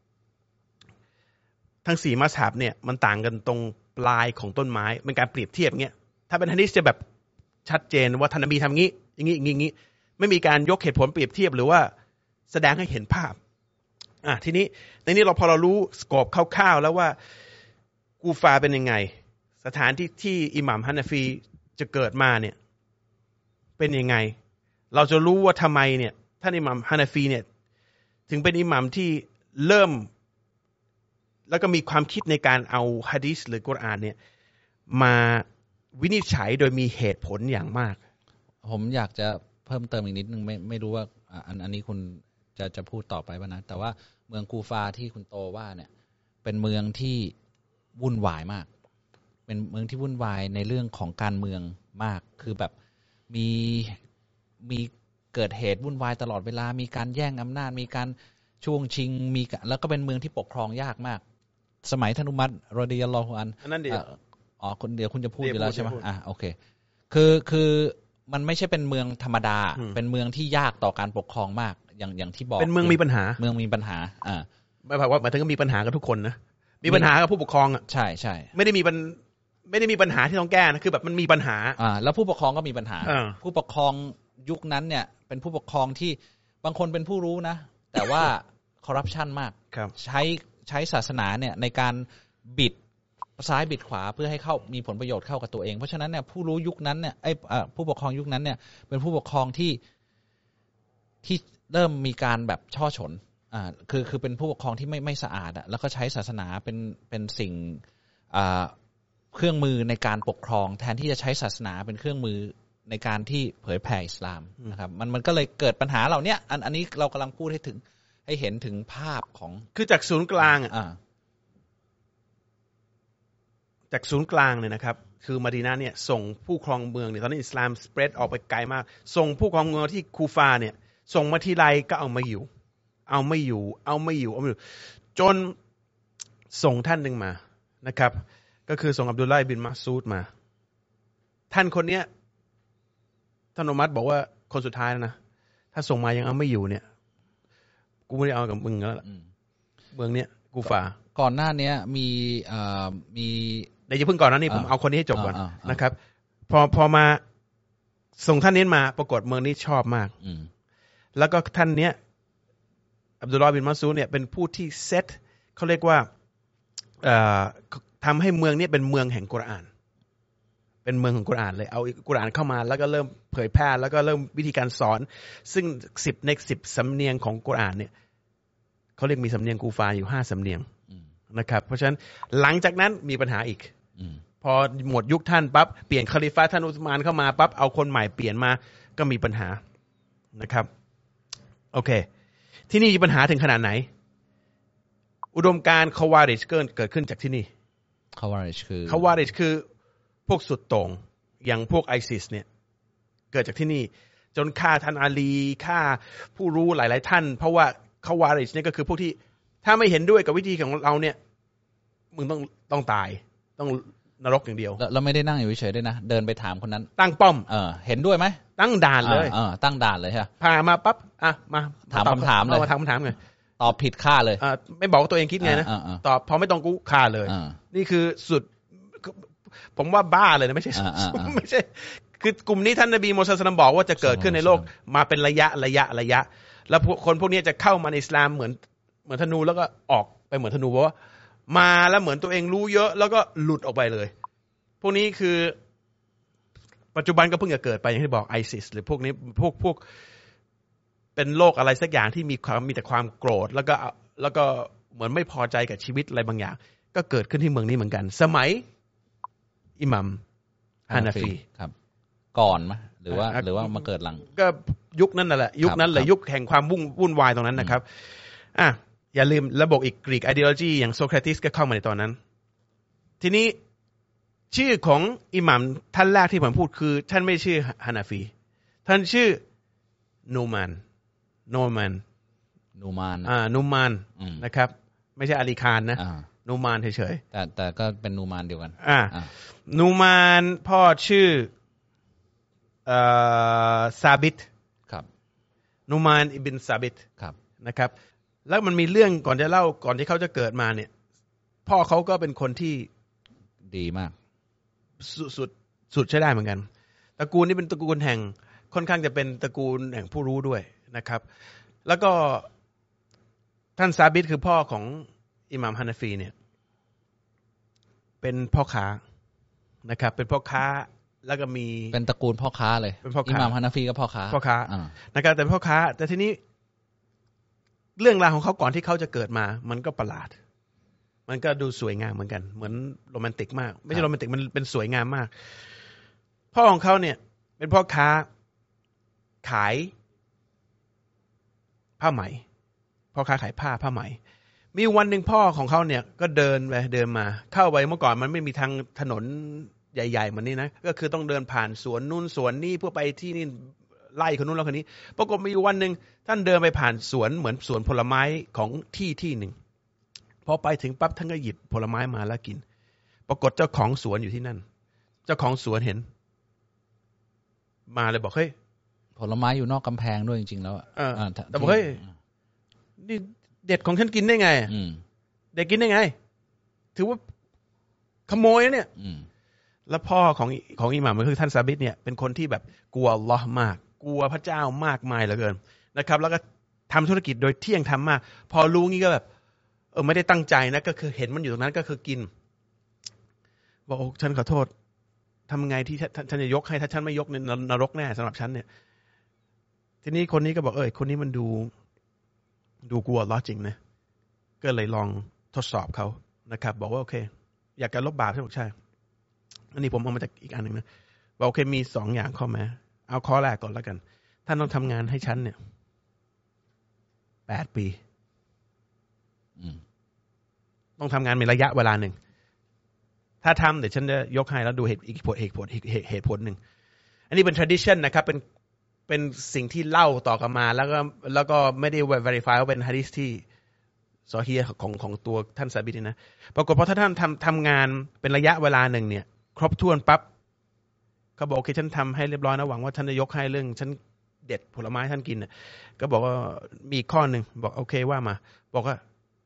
Speaker 1: ทั้งสี่มัสฮับเนี่ยมันต่างกันตรงปลายของต้นไม้เป็นการเปรียบเทียบเงี้ยถ้าเป็นหะดีษจะแบบชัดเจนว่าท่านนบีทำงี้อย่างงี้อย่างงี้ไม่มีการยกเหตุผลเปรียบเทียบหรือว่าแสดงให้เห็นภาพอ่ะทีนี้ในนี้เราพอเรารู้สโคปคร่าวๆแล้วว่ากูฟาเป็นยังไงสถานที่ที่อิหม่ามฮานาฟีจะเกิดมาเนี่ยเป็นยังไงเราจะรู้ว่าทำไมเนี่ยท่านอิหม่ามฮานาฟีเนี่ยถึงเป็นอิหม่ามที่เริ่มแล้วก็มีความคิดในการเอาหะดีษหรือกุรอานเนี่ยมาวินิจฉัยโดยมีเหตุผลอย่างมาก
Speaker 2: ผมอยากจะเพิ่มเติมอีกนิดนึงไม่ไม่รู้ว่าอันอันนี้คุณจะจะพูดต่อไปป่ะนะแต่ว่าเมืองกูฟาที่คุณโตว่าเนี่ยเป็นเมืองที่วุ่นวายมากเป็นเมืองที่วุ่นวายในเรื่องของการเมืองมากคือแบบมีมีเกิดเหตุวุ่นวายตลอดเวลามีการแย่งอำนาจมีการช่วงชิงมีแล้วก็เป็นเมืองที่ปกครองยากมากสมัยท่านอุมัรรอฎิยัลลอฮุอัน
Speaker 1: อันนั้นเดียว
Speaker 2: อ๋อคนเดียวคุณจะพูดอยู่แล้วใช่ไหมอ่ะโอเคคือคือมันไม่ใช่เป็นเมืองธรรมดาเป็นเมืองที่ยากต่อการปกครองมากอย่างอย่างที่บอก
Speaker 1: เป็นเมืองมีปัญหา
Speaker 2: เมืองมีปัญหาอ่า
Speaker 1: ไม่ใช่ว่าหมายถึงมีปัญหากับทุกคนนะมีปัญหากับผู้ปกครองอ่ะ
Speaker 2: ใช่ใช่
Speaker 1: ไม่ได้มีปัญไม่ได้มีปัญหาที่ต้องแก้นะคือแบบมันมีปัญหา
Speaker 2: อ่าแล้วผู้ปกครองก็มีปัญหาผู้ปกครองยุคนั้นเนี่ยเป็นผู้ปกครองที่บางคนเป็นผู้รู้นะแต่ว่าคอร์รัปชันมากใช้ใช้ศาสนาเนี่ยในการบิดซ้ายบิดขวาเพื่อให้เข้ามีผลประโยชน์เข้ากับตัวเองเพราะฉะนั้นเนี่ยผู้รู้ยุคนั้นเนี่ยไอ้ผู้ปกครองยุคนั้นเนี่ยเป็นผู้ปกครองที่ที่เริ่มมีการแบบช่อฉนอ่าคือคือเป็นผู้ปกครองที่ไม่ไม่สะอาดอ่ะแล้วก็ใช้ศาสนาเป็นเป็นสิ่งอ่าเครื่องมือในการปกครองแทนที่จะใช้ศาสนาเป็นเครื่องมือในการที่เผยแผ่อิสลามนะครับมันมันก็เลยเกิดปัญหาเหล่านี้อันอันนี้เรากำลังพูดให้ถึงให้เห็นถึงภาพของ
Speaker 1: คือจากศูนย์กลางอ่ะจากศูนย์กลางเนี่ยนะครับคือมะดีนะห์เนี่ยส่งผู้ครองเมืองเนี่ยตอนนี้อิสลามสเปรดออกไปไกลมากส่งผู้ครองเมืองที่คูฟาเนี่ยส่งมาทีไรก็เอาไม่อยู่เอาไม่อยู่เอาไม่อยู่เอาไม่อยู่จนส่งท่านหนึ่งมานะครับก็คือส่งอับดุลลาห์บินมะซูดมาท่านคนเนี้ยท่านอุมัรบอกว่าคนสุดท้ายนะถ้าส่งมายังเอาไม่อยู่เนี่ยกูไม่ได้เอากับมึงแล้วล่ะเมืองเนี้ยกูฟา
Speaker 2: ก่อนหน้านี้มีเอ่อมี
Speaker 1: เดี๋ยวอย่าเพิ่งก่อนนะนี่ผมเอาคนนี้ให้จบก่อนนะครับพอพอมาส่งท่านนี้มาปรากฏเมืองนี้ชอบมากแล้วก็ท่านเนี้ยอับดุลลาห์บินมะซูดเนี่ยเป็นผู้ที่เซตเขาเรียกว่าเอ่อทำให้เมืองนี้เป็นเมืองแห่งกุรอานเป็นเมืองของกุรอานเลยเอากุรอานเข้ามาแล้วก็เริ่มเผยแพร่แล้วก็เริ่มวิธีการสอนซึ่งสิบในสิบสำเนียงของกุรอานเนี่ยเขาเรียกมีสำเนียงกูฟาอยู่ห้าสำเนียงนะครับเพราะฉะนั้นหลังจากนั้นมีปัญหาอีกพอหมดยุคท่านปั๊บเปลี่ยนคาลิฟะห์ท่านอุสมานเข้ามาปั๊บเอาคนใหม่เปลี่ยนมาก็มีปัญหานะครับโอเคที่นี่มีปัญหาถึงขนาดไหนอุดมการณ์คาวาริชเกิดขึ้นจากที่นี่
Speaker 2: คาวาริชคือ
Speaker 1: คาวาริชคือพวกสุดโต่งอย่างพวกไอซิสเนี่ยเกิดจากที่นี่จนฆ่าท่านอาลีฆ่าผู้รู้หลายๆท่านเพราะว่าคาวาริชเนี่ยก็คือพวกที่ถ้าไม่เห็นด้วยกับวิธีของเราเนี่ยมึงต้องต้องตายต้องนรกอย่างเดียว
Speaker 2: เราไม่ได้นั่งอยู่เฉยๆด้วยนะเดินไปถามคนนั้น
Speaker 1: ตั้งป้อม
Speaker 2: เออเห็นด้วยไหม
Speaker 1: ตั้งด่านเลย
Speaker 2: เออตั้งด่านเลยใช่
Speaker 1: พามาปั๊บอ่ะมา
Speaker 2: ถามคำถามเลย
Speaker 1: มาถามคำถามไง
Speaker 2: ตอบผิดฆ่าเลย
Speaker 1: อ่าไม่บอกว่าตัวเองคิดไงนะตอบพอไม่ต้องกูฆ่าเลยนี่คือสุดผมว่าบ้าเลยนะไม่ใช่ไม่ใช่คือกลุ่มนี้ท่านนบีมูฮัมมัดศ็อลลัลลอฮุอะลัยฮิวะซัลลัมบอกว่าจะเกิดขึ้นในโลกมาเป็นระยะระยะระยะแล้วคนพวกนี้จะเข้ามาในอิสลามเหมือนเหมือนธนูแล้วก็ออกไปเหมือนธนูเพราะว่ามาแล้วเหมือนตัวเองรู้เยอะแล้วก็หลุดออกไปเลยพวกนี้คือปัจจุบันก็เพิ่งจะเกิดไปอย่างที่บอกไอซิสหรือพวกนี้พวกพวกเป็นโรคอะไรสักอย่างที่มีความมีแต่ความโกรธแล้วก็แล้วก็เหมือนไม่พอใจกับชีวิตอะไรบางอย่างก็เกิดขึ้นที่เมืองนี้เหมือนกันสมัยอิหมัมฮานาฟี
Speaker 2: ครับก่อนมั้ยหรือว่าหรือว่ามาเกิดหลัง
Speaker 1: ก็ยุคนั้นนั่นแหละยุคนั้นแหละยุคแห่งความวุ่นวุ่นวายตรงนั้นนะครับอ่ะอย่าลืมระบบอีกกรีกไอเดียโลจีอย่างโซเครติสก็เข้ามาในตอนนั้นทีนี้ชื่อของอิหมัมท่านแรกที่ผมพูดคือท่านไม่ชื่อฮานาฟีท่านชื่อนูมานนูมาน
Speaker 2: นูมาน
Speaker 1: อ่านูมานนะครับไม่ใช่อาลีคานนะนูมานเฉย
Speaker 2: ๆแต่แต่ก็เป็นนูมานเดียวกัน
Speaker 1: อ่านูมานพ่อชื่อเอ่อซาบิต
Speaker 2: ครับ
Speaker 1: นูมานอิบินซาบิต
Speaker 2: ครับ
Speaker 1: นะครับแล้วมันมีเรื่องก่อนจะเล่าก่อนที่เขาจะเกิดมาเนี่ยพ่อเขาก็เป็นคนที่
Speaker 2: ดีมาก
Speaker 1: สุดสุดสุดใช้ได้เหมือนกันตระกูลนี้เป็นตระกูลแห่งค่อนข้างจะเป็นตระกูลแห่งผู้รู้ด้วยนะครับแล้วก็ท่านซาบิตคือพ่อของอิหม่ามฮานาฟีเนี่ยเป็นพ่อค้านะครับเป็นพ่อค้าแล้วก็มี
Speaker 2: เป็นตระกูลพ่อค้าเลยอิหม่ามฮานาฟีก็พ่อค้า
Speaker 1: พ่อค้านะครับแต่พ่อค้าแต่ทีนี้เรื่องราวของเขาก่อนที่เขาจะเกิดมามันก็ประหลาดมันก็ดูสวยงามเหมือนกันเหมือนโรแมนติกมากไม่ใช่โรแมนติกมันเป็นสวยงามมากพ่อของเขาเนี่ยเป็นพ่อค้าขายผ้าไหมพ่อค้าขายผ้าผ้าไหมมีวันหนึ่งพ่อของเขาเนี่ยก็เดินไปเดินมาเข้าไปเมื่อก่อนมันไม่มีทางถนนใหญ่ๆเหมือนนี้นะก็คือต้องเดินผ่านสวนนู่นสวนนี่เพื่อไปที่นี่ไล่คนนู้นแล้วคนนี้ปรากฏมีวันหนึ่งท่านเดินไปผ่านสวนเหมือนสวนผลไม้ของที่ที่หนึ่งพอไปถึงปั๊บท่านก็หยิบผลไม้มาแล้วกินปรากฏเจ้าของสวนอยู่ที่นั่นเจ้าของสวนเห็นมาเลยบอกเฮ้ย
Speaker 2: ผลไม้อยู่นอกกำแพงด้วยจริงๆแล้ว
Speaker 1: เออแต่บอกเฮ้ยนี่เด็ดของฉันกินได้ไงเด็กกินได้ไงถือว่าขโมยนะเนี่ยแล้วพ่อของของอิหม่ามก็คือท่านซาบิตเนี่ยเป็นคนที่แบบกลัวอัลเลาะห์มากกลัวพระเจ้ามากมายเหลือเกินนะครับแล้วก็ทำธุรกิจโดยเที่ยงธรรมมากพอรู้งี้ก็แบบเออไม่ได้ตั้งใจนะก็คือเห็นมันอยู่ตรงนั้นก็คือกินบอกฉันขอโทษทำไงที่ฉันจะยกให้ถ้าฉันไม่ยกในนรกแน่สำหรับฉันเนี่ยทีนี้คนนี้ก็บอกเออคนนี้มันดูดูกลัวอัลเลาะห์จริงนะก็เลยลองทดสอบเขานะครับบอกว่าโอเคอยากจะลบบาปใช่ไหมใช่อันนี้ผมเอามาจากอีกอันหนึ่งนะบอกโอเคมีสองอย่างข้อแม้เอาข้อแรกก่อนแล้วกันท่านต้องทำงานให้ฉันเนี่ยแปดปีต้องทำงานเป็นระยะเวลาหนึ่งถ้าทำเดี๋ยวฉันจะยกให้แล้วดูเหตุอีกผลเหตุผลเหตุผลหนึ่งอันนี้เป็น tradition นะครับเป็นเป็นสิ่งที่เล่าต่อกันมาแล้วก็แล้วก็ไม่ได้ verify ว่าเป็นหะดีษที่ซอฮีฮ์ของของตัวท่านซาบิตนะปรากฏพอท่านทำทำงานเป็นระยะเวลาหนึ่งเนี่ยครบถ้วนปั๊บเขาบอกโอเคฉันทำให้เรียบร้อยนะหวังว่าท่านจะยกให้เรื่องฉันเด็ดผลไม้ท่านกินน่ะก็บอกว่ามีข้อหนึ่งบอกโอเคว่ามาบอกว่า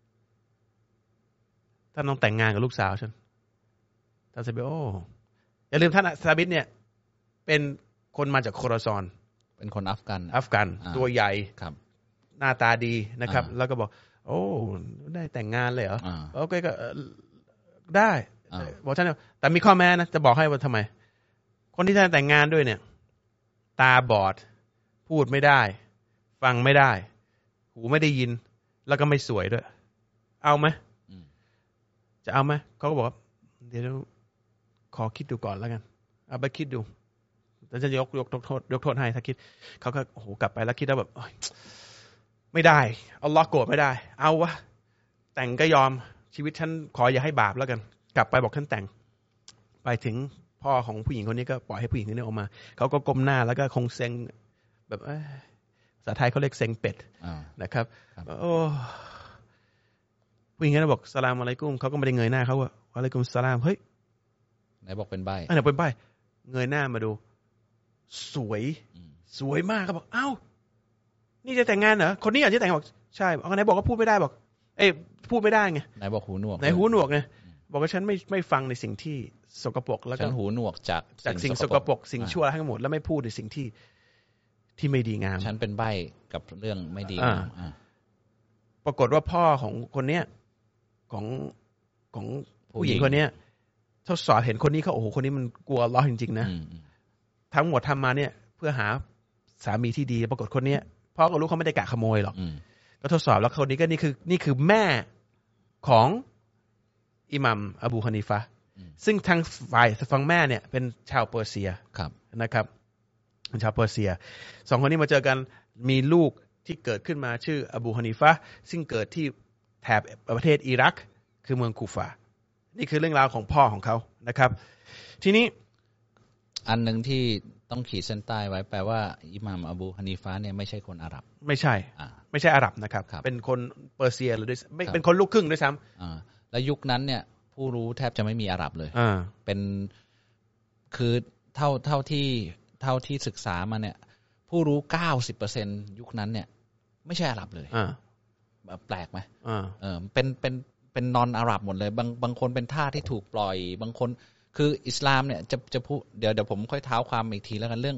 Speaker 1: ท่านต้องแต่งงานกับลูกสาวฉันท่านซาบิตโอ้อย่าลืมท่านซาบิตเนี่ยเป็นคนมาจากโคราซอน
Speaker 2: เป็นคนอัฟกัน
Speaker 1: อัฟกันตัวใหญ่
Speaker 2: ครับ
Speaker 1: หน้าตาดีนะครับแล้วก็บอกโอ้ได้แต่งงานเลยเหรอโอเคก็ได้บอกท่านแต่มีข้อแม้นะจะบอกให้ว่าทำไมคนที่ท่านแต่งงานด้วยเนี่ยตาบอดพูดไม่ได้ฟังไม่ได้หูไม่ได้ยินแล้วก็ไม่สวยด้วยเอาไหมจะเอาไหมเขาก็บอกว่าเดี๋ยวขอคิดดูก่อนแล้วกันเอาไปคิดดูแล้วจะยกยกโทษยกโทษให้ถ้าคิดเขาก็โอ้โหกลับไปแล้วคิดแล้วแบบไม่ได้เอาล็อกโกรธไม่ได้เอาวะแต่งก็ยอมชีวิตฉันขออย่าให้บาปแล้วกันกลับไปบอกฉันแต่งไปถึงพ่อของผู้หญิงคนนี้ก็ปล่อยให้ผู้หญิงคนนี้ออกมาเขาก็ก้มหน้าแล้วก็คงเซ็งแบบภาษาไทยเขาเรียกเซ็งเป็ดนะครับโอ้ผู้หญิงนั้นบอกสลามอะลัยกุมเขาก็ไม่ได้เงยหน้าเขาว่าอะลัยกุมสลามเฮ้ย
Speaker 2: ไหนบอกเป็นใบ
Speaker 1: ไหนเป็นใบเงยหน้ามาดูสวยสวยมากเขาบอกเอ้านี่จะแต่งงานเหรอคนนี้อยากจะแต่งบอกใช่เอาไหนบอกว่าพูดไม่ได้บอกเอ้ยพูดไม่ได้ไง
Speaker 2: ไหนบอกหูหนวก
Speaker 1: ไหนหูหนวกไงบอกว่าฉันไม่ไม่ฟังในสิ่งที่สกปรกแล้วก็
Speaker 2: ฉันหูหนวกจาก
Speaker 1: จากสิ่งสกปรกสิ่งชั่วทั้งหมดแล้วไม่พูดในสิ่งที่ที่ไม่ดีงาม
Speaker 2: ฉันเป็นใบกับเรื่องไม่ดี
Speaker 1: ปรากฏว่าพ่อของคนเนี้ยของของผู้หญิงคนเนี้ยทดสอบเห็นคนนี้เขาโอ้โหคนนี้มันกลัวอัลเลาะห์จริงๆนะทั้งหมดทำมาเนี่ยเพื่อหาสามีที่ดีปรากฏคนเนี้ยพ่อก็รู้เขาไม่ได้กะขโมยหรอกก็ทดสอบแล้วคนนี้ก็นี่คือนี่คือแม่ของอิหมัมอบูฮานิฟะห์ซึ่งทางฝ่ายฝั่งแม่เนี่ยเป็นชาวเปอร์เซียนะครับเป็นชาวเปอร์เซียสองคนนี้มาเจอกันมีลูกที่เกิดขึ้นมาชื่ออบูฮานิฟะห์ซึ่งเกิดที่แถบประเทศอิรักคือเมืองคูฟานี่คือเรื่องราวของพ่อของเขานะครับทีนี้
Speaker 2: อันหนึ่งที่ต้องขีดเส้นใต้ไว้แปลว่าอิหม่ามอบูฮานิฟะห์เนี่ยไม่ใช่คนอาหรับ
Speaker 1: ไม่ใช่ไม่ใช่อาหรับนะครับเป็นคนเปอร์เซียหรือด้วยเป็นคนลูกครึ่งด้วยซ้
Speaker 2: ำและยุคนั้นเนี่ยผู้รู้แทบจะไม่มีอาหรับเลยเป็นคือเท่าเท่าที่เท่าที่ศึกษามาเนี่ยผู้รู้ เก้าสิบเปอร์เซ็นต์ ยุคนั้นเนี่ยไม่ใช่อาหรับเลยแปลกไหมเออเป็นเป็นเป็นนอนอาหรับหมดเลยบางบางคนเป็นทาสที่ถูกปล่อยบางคนคืออิสลามเนี่ยจะจะพูดเดี๋ยวเดี๋ยวผมค่อยเท้าความอีกทีแล้วกันเรื่อง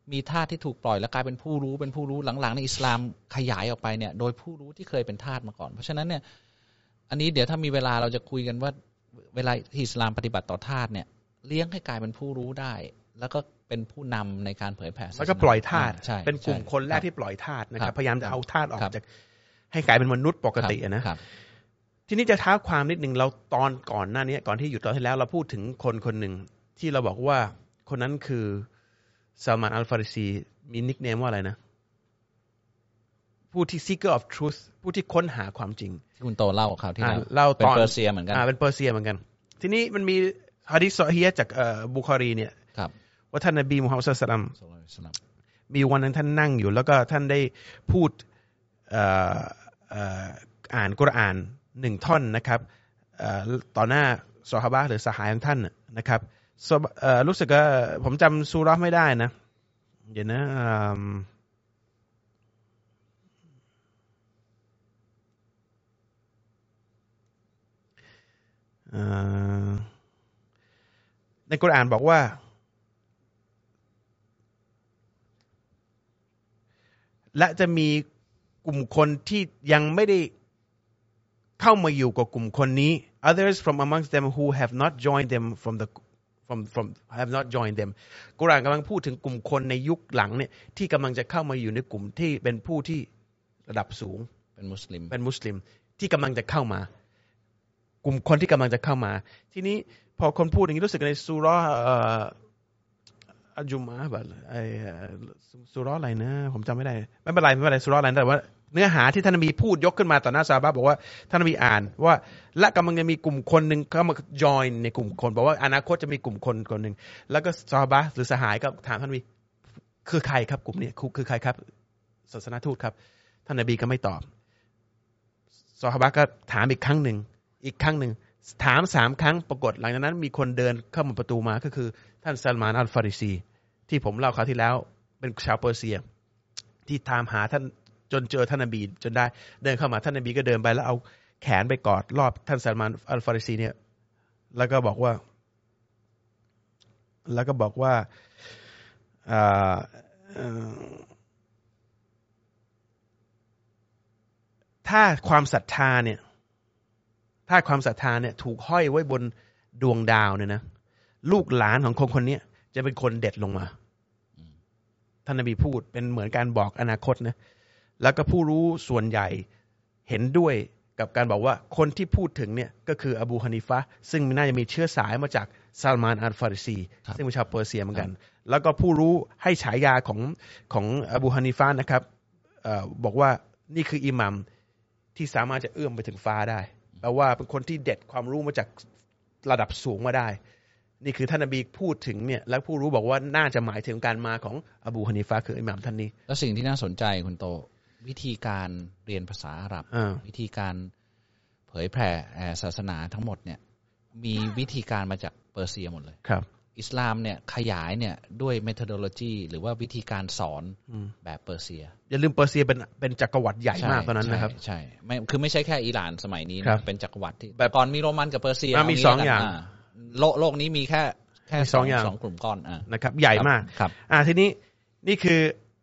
Speaker 2: มีทาสที่ถูกปล่อยแล้วกลายเป็นผู้รู้เป็นผู้รู้หลังๆในอิสลามขยายออกไปเนี่ยโดยผู้รู้ที่เคยเป็นทาสมาก่อนเพราะฉะนั้นเนี่ยอันนี้เดี๋ยวถ้ามีเวลาเราจะคุยกันว่าเวลาที่อิสลามปฏิบัติต่อทาสเนี่ยเลี้ยงให้กลายเป็นผู้รู้ได้แล้วก็เป็นผู้นำในการเผยแผ่ศาสนา
Speaker 1: แล้วก็ปล่อยทาสเป็นกลุ่มคนแรกที่ปล่อยทาสนะครับพยายามจะเอาทาสออกจากให้กลายเป็นมนุษย์ปกตินะทีนี้จะท้าความนิดนึงเราตอนก่อนหน้านี้ก่อนที่หยุดตอนที่แล้วเราพูดถึงคนคนหนึ่งที่เราบอกว่าคนนั้นคือซัลมานอัลฟาริซีมีนิคเนมว่าอะไรนะผู้ที่ seeker of truth ผู้ที่ค้นหาความจริง
Speaker 2: ที่คุณโตเล่าข่าวที่
Speaker 1: เล่า
Speaker 2: เป็นเปอร์เซียเหมือนกัน
Speaker 1: อ่าเป็นเปอร์เซียเหมือนกันทีนี้มันมีหะดีษซอฮีฮ์จากเอ่อบุคอรีเนี่ยว่าท่านนบีมุฮัมมัดศ็อลลัลลอฮุอะลัยฮิวะซัลลัมมีวันนึงท่านนั่งอยู่แล้วก็ท่านได้พูดเอ่อเอ่ออ่านกุรอานหนึ่งท่อนนะครับเอ่อต่อหน้าซอฮาบะห์หรือสหายของท่านนะครับเอ่อรู้สึกว่าผมจำซูเราะห์ไม่ได้นะเดี๋ยวนะในกุรอานบอกว่าและจะมีกลุ่มคนที่ยังไม่ได้เข้ามาอยู่กับกลุ่มคนนี้ others from amongst them who have not joined them from the from from have not joined them กุรอานกำลังพูดถึงกลุ่มคนในยุคหลังเนี่ยที่กำลังจะเข้ามาอยู่ในกลุ่มที่เป็นผู้ที่ระดับสูง
Speaker 2: เป็นมุสลิม
Speaker 1: เป็นมุสลิมที่กำลังจะเข้ามากลุ่มคนที่กำลังจะเข้ามาทีนี้พอคนพูดอย่างนี้รู้สึกในซูเราะห์อัลจุมอะห์แบบไอ้ซูเราะห์อะไรนะผมจำไม่ได้ไม่เป็นไรไม่เป็นไรซูเราะห์อะไรแต่ว่าเนื้อหาที่ท่านนบีพูดยกขึ้นมาต่อหน้าซอฮาบะห์บอกว่าท่านนบีอ่านว่าและกำลังจะมีกลุ่มคนนึงเข้ามาจอยในกลุ่มคนบอกว่าอนาคตจะมีกลุ่มคนคนนึงแล้วก็ซอฮาบะห์หรือสหายก็ถามท่านนบีคือใครครับกลุ่มนี้คือใครครับศาสนทูตครับท่านนบีก็ไม่ตอบซอฮาบะห์ก็ถามอีกครั้งนึงอีกครั้งนึงถามสามครั้งปรากฏหลังจากนั้นมีคนเดินเข้ามาประตูมาก็คือท่านซัลมานอัลฟาริซีที่ผมเล่าคราวที่แล้วเป็นชาวเปอร์เซียที่ตามหาท่านจนเจอท่านนบีจนได้เดินเข้ามาท่านนบีก็เดินไปแล้วเอาแขนไปกอดรอบท่านซัลมานอัลฟาริซีเนี่ยแล้วก็บอกว่าแล้วก็บอกว่าถ้าความศรัทธาเนี่ยถ้าความศรัทธาเนี่ยถูกห้อยไว้บนดวงดาวเนี่ยนะลูกหลานของคนคนนี้จะเป็นคนเด็ดลงมาท่านนบีพูดเป็นเหมือนการบอกอนาคตนะแล้วก็ผู้รู้ส่วนใหญ่เห็นด้วยกับการบอกว่าคนที่พูดถึงเนี่ยก็คืออบูฮานิฟะห์ซึ่งน่าจะมีเชื้อสายมาจากซัลมานอัลฟาริซีซึ่งเป็นชาวเปอร์เซียเหมือนกันแล้วก็ผู้รู้ให้ฉายาของของอบูฮานิฟะห์นะครับเอ่อบอกว่านี่คืออิหมัมที่สามารถจะเอื้อมไปถึงฟ้าได้แปลว่าเป็นคนที่เด็ดความรู้มาจากระดับสูงมาได้นี่คือท่านนบีพูดถึงเนี่ยแล้วผู้รู้บอกว่าน่าจะหมายถึงการมาของอบูฮานิฟะห์คืออิหม่ามท่านนี้
Speaker 2: แล้วสิ่งที่น่าสนใจคุณโตวิธีการเรียนภาษาอาหรับวิธีการเผยแผ่ศาสนาทั้งหมดเนี่ยมีวิธีการมาจากเปอร์เซียหมดเลย
Speaker 1: ครับ
Speaker 2: อิสลามเนี่ยขยายเนี่ยด้วย methodology หรือว่าวิธีการสอนแบบเปอร์เซีย
Speaker 1: อย่าลืมเปอร์เซียเป็นเป็นจักรวรรดิใหญ่มากตอนนั้นนะครับ
Speaker 2: ใช่ไม่คือไม่ใช่แค่อิหร่านสมัยนี้นะเป็นจักรวรรดิที่ก่อนมีโรมันกับเปอร์เซีย
Speaker 1: มีสองอย่าง
Speaker 2: โลกโลกนี้มีแค่แค่สองอย่างสองกลุ่มก้อน
Speaker 1: นะครับใหญ่มาก
Speaker 2: ครับ
Speaker 1: อ่าทีนี้นี่คือ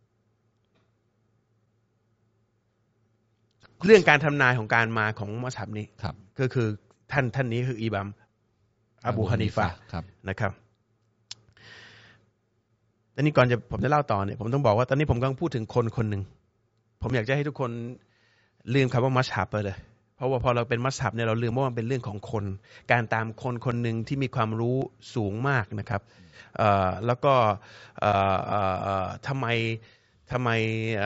Speaker 1: เรื่องการทำนายของการมาของมัซฮับนี้ก็คือท่านท่านนี้คืออิหม่ามอบูฮานิฟะห์นะครับตอนนี้ก่อนจะผมจะเล่าต่อเนี่ยผมต้องบอกว่าตอนนี้ผมกำลังพูดถึงคนคนหนึ่งผมอยากจะให้ทุกคนลืมคำว่ามัซฮับไปเลยเพราะว่าพอเราเป็นมัซฮับเนี่ยเราลืมว่ามันเป็นเรื่องของคนการตามคนคนหนึ่งที่มีความรู้สูงมากนะครับแล้วก็ทำไมทำไม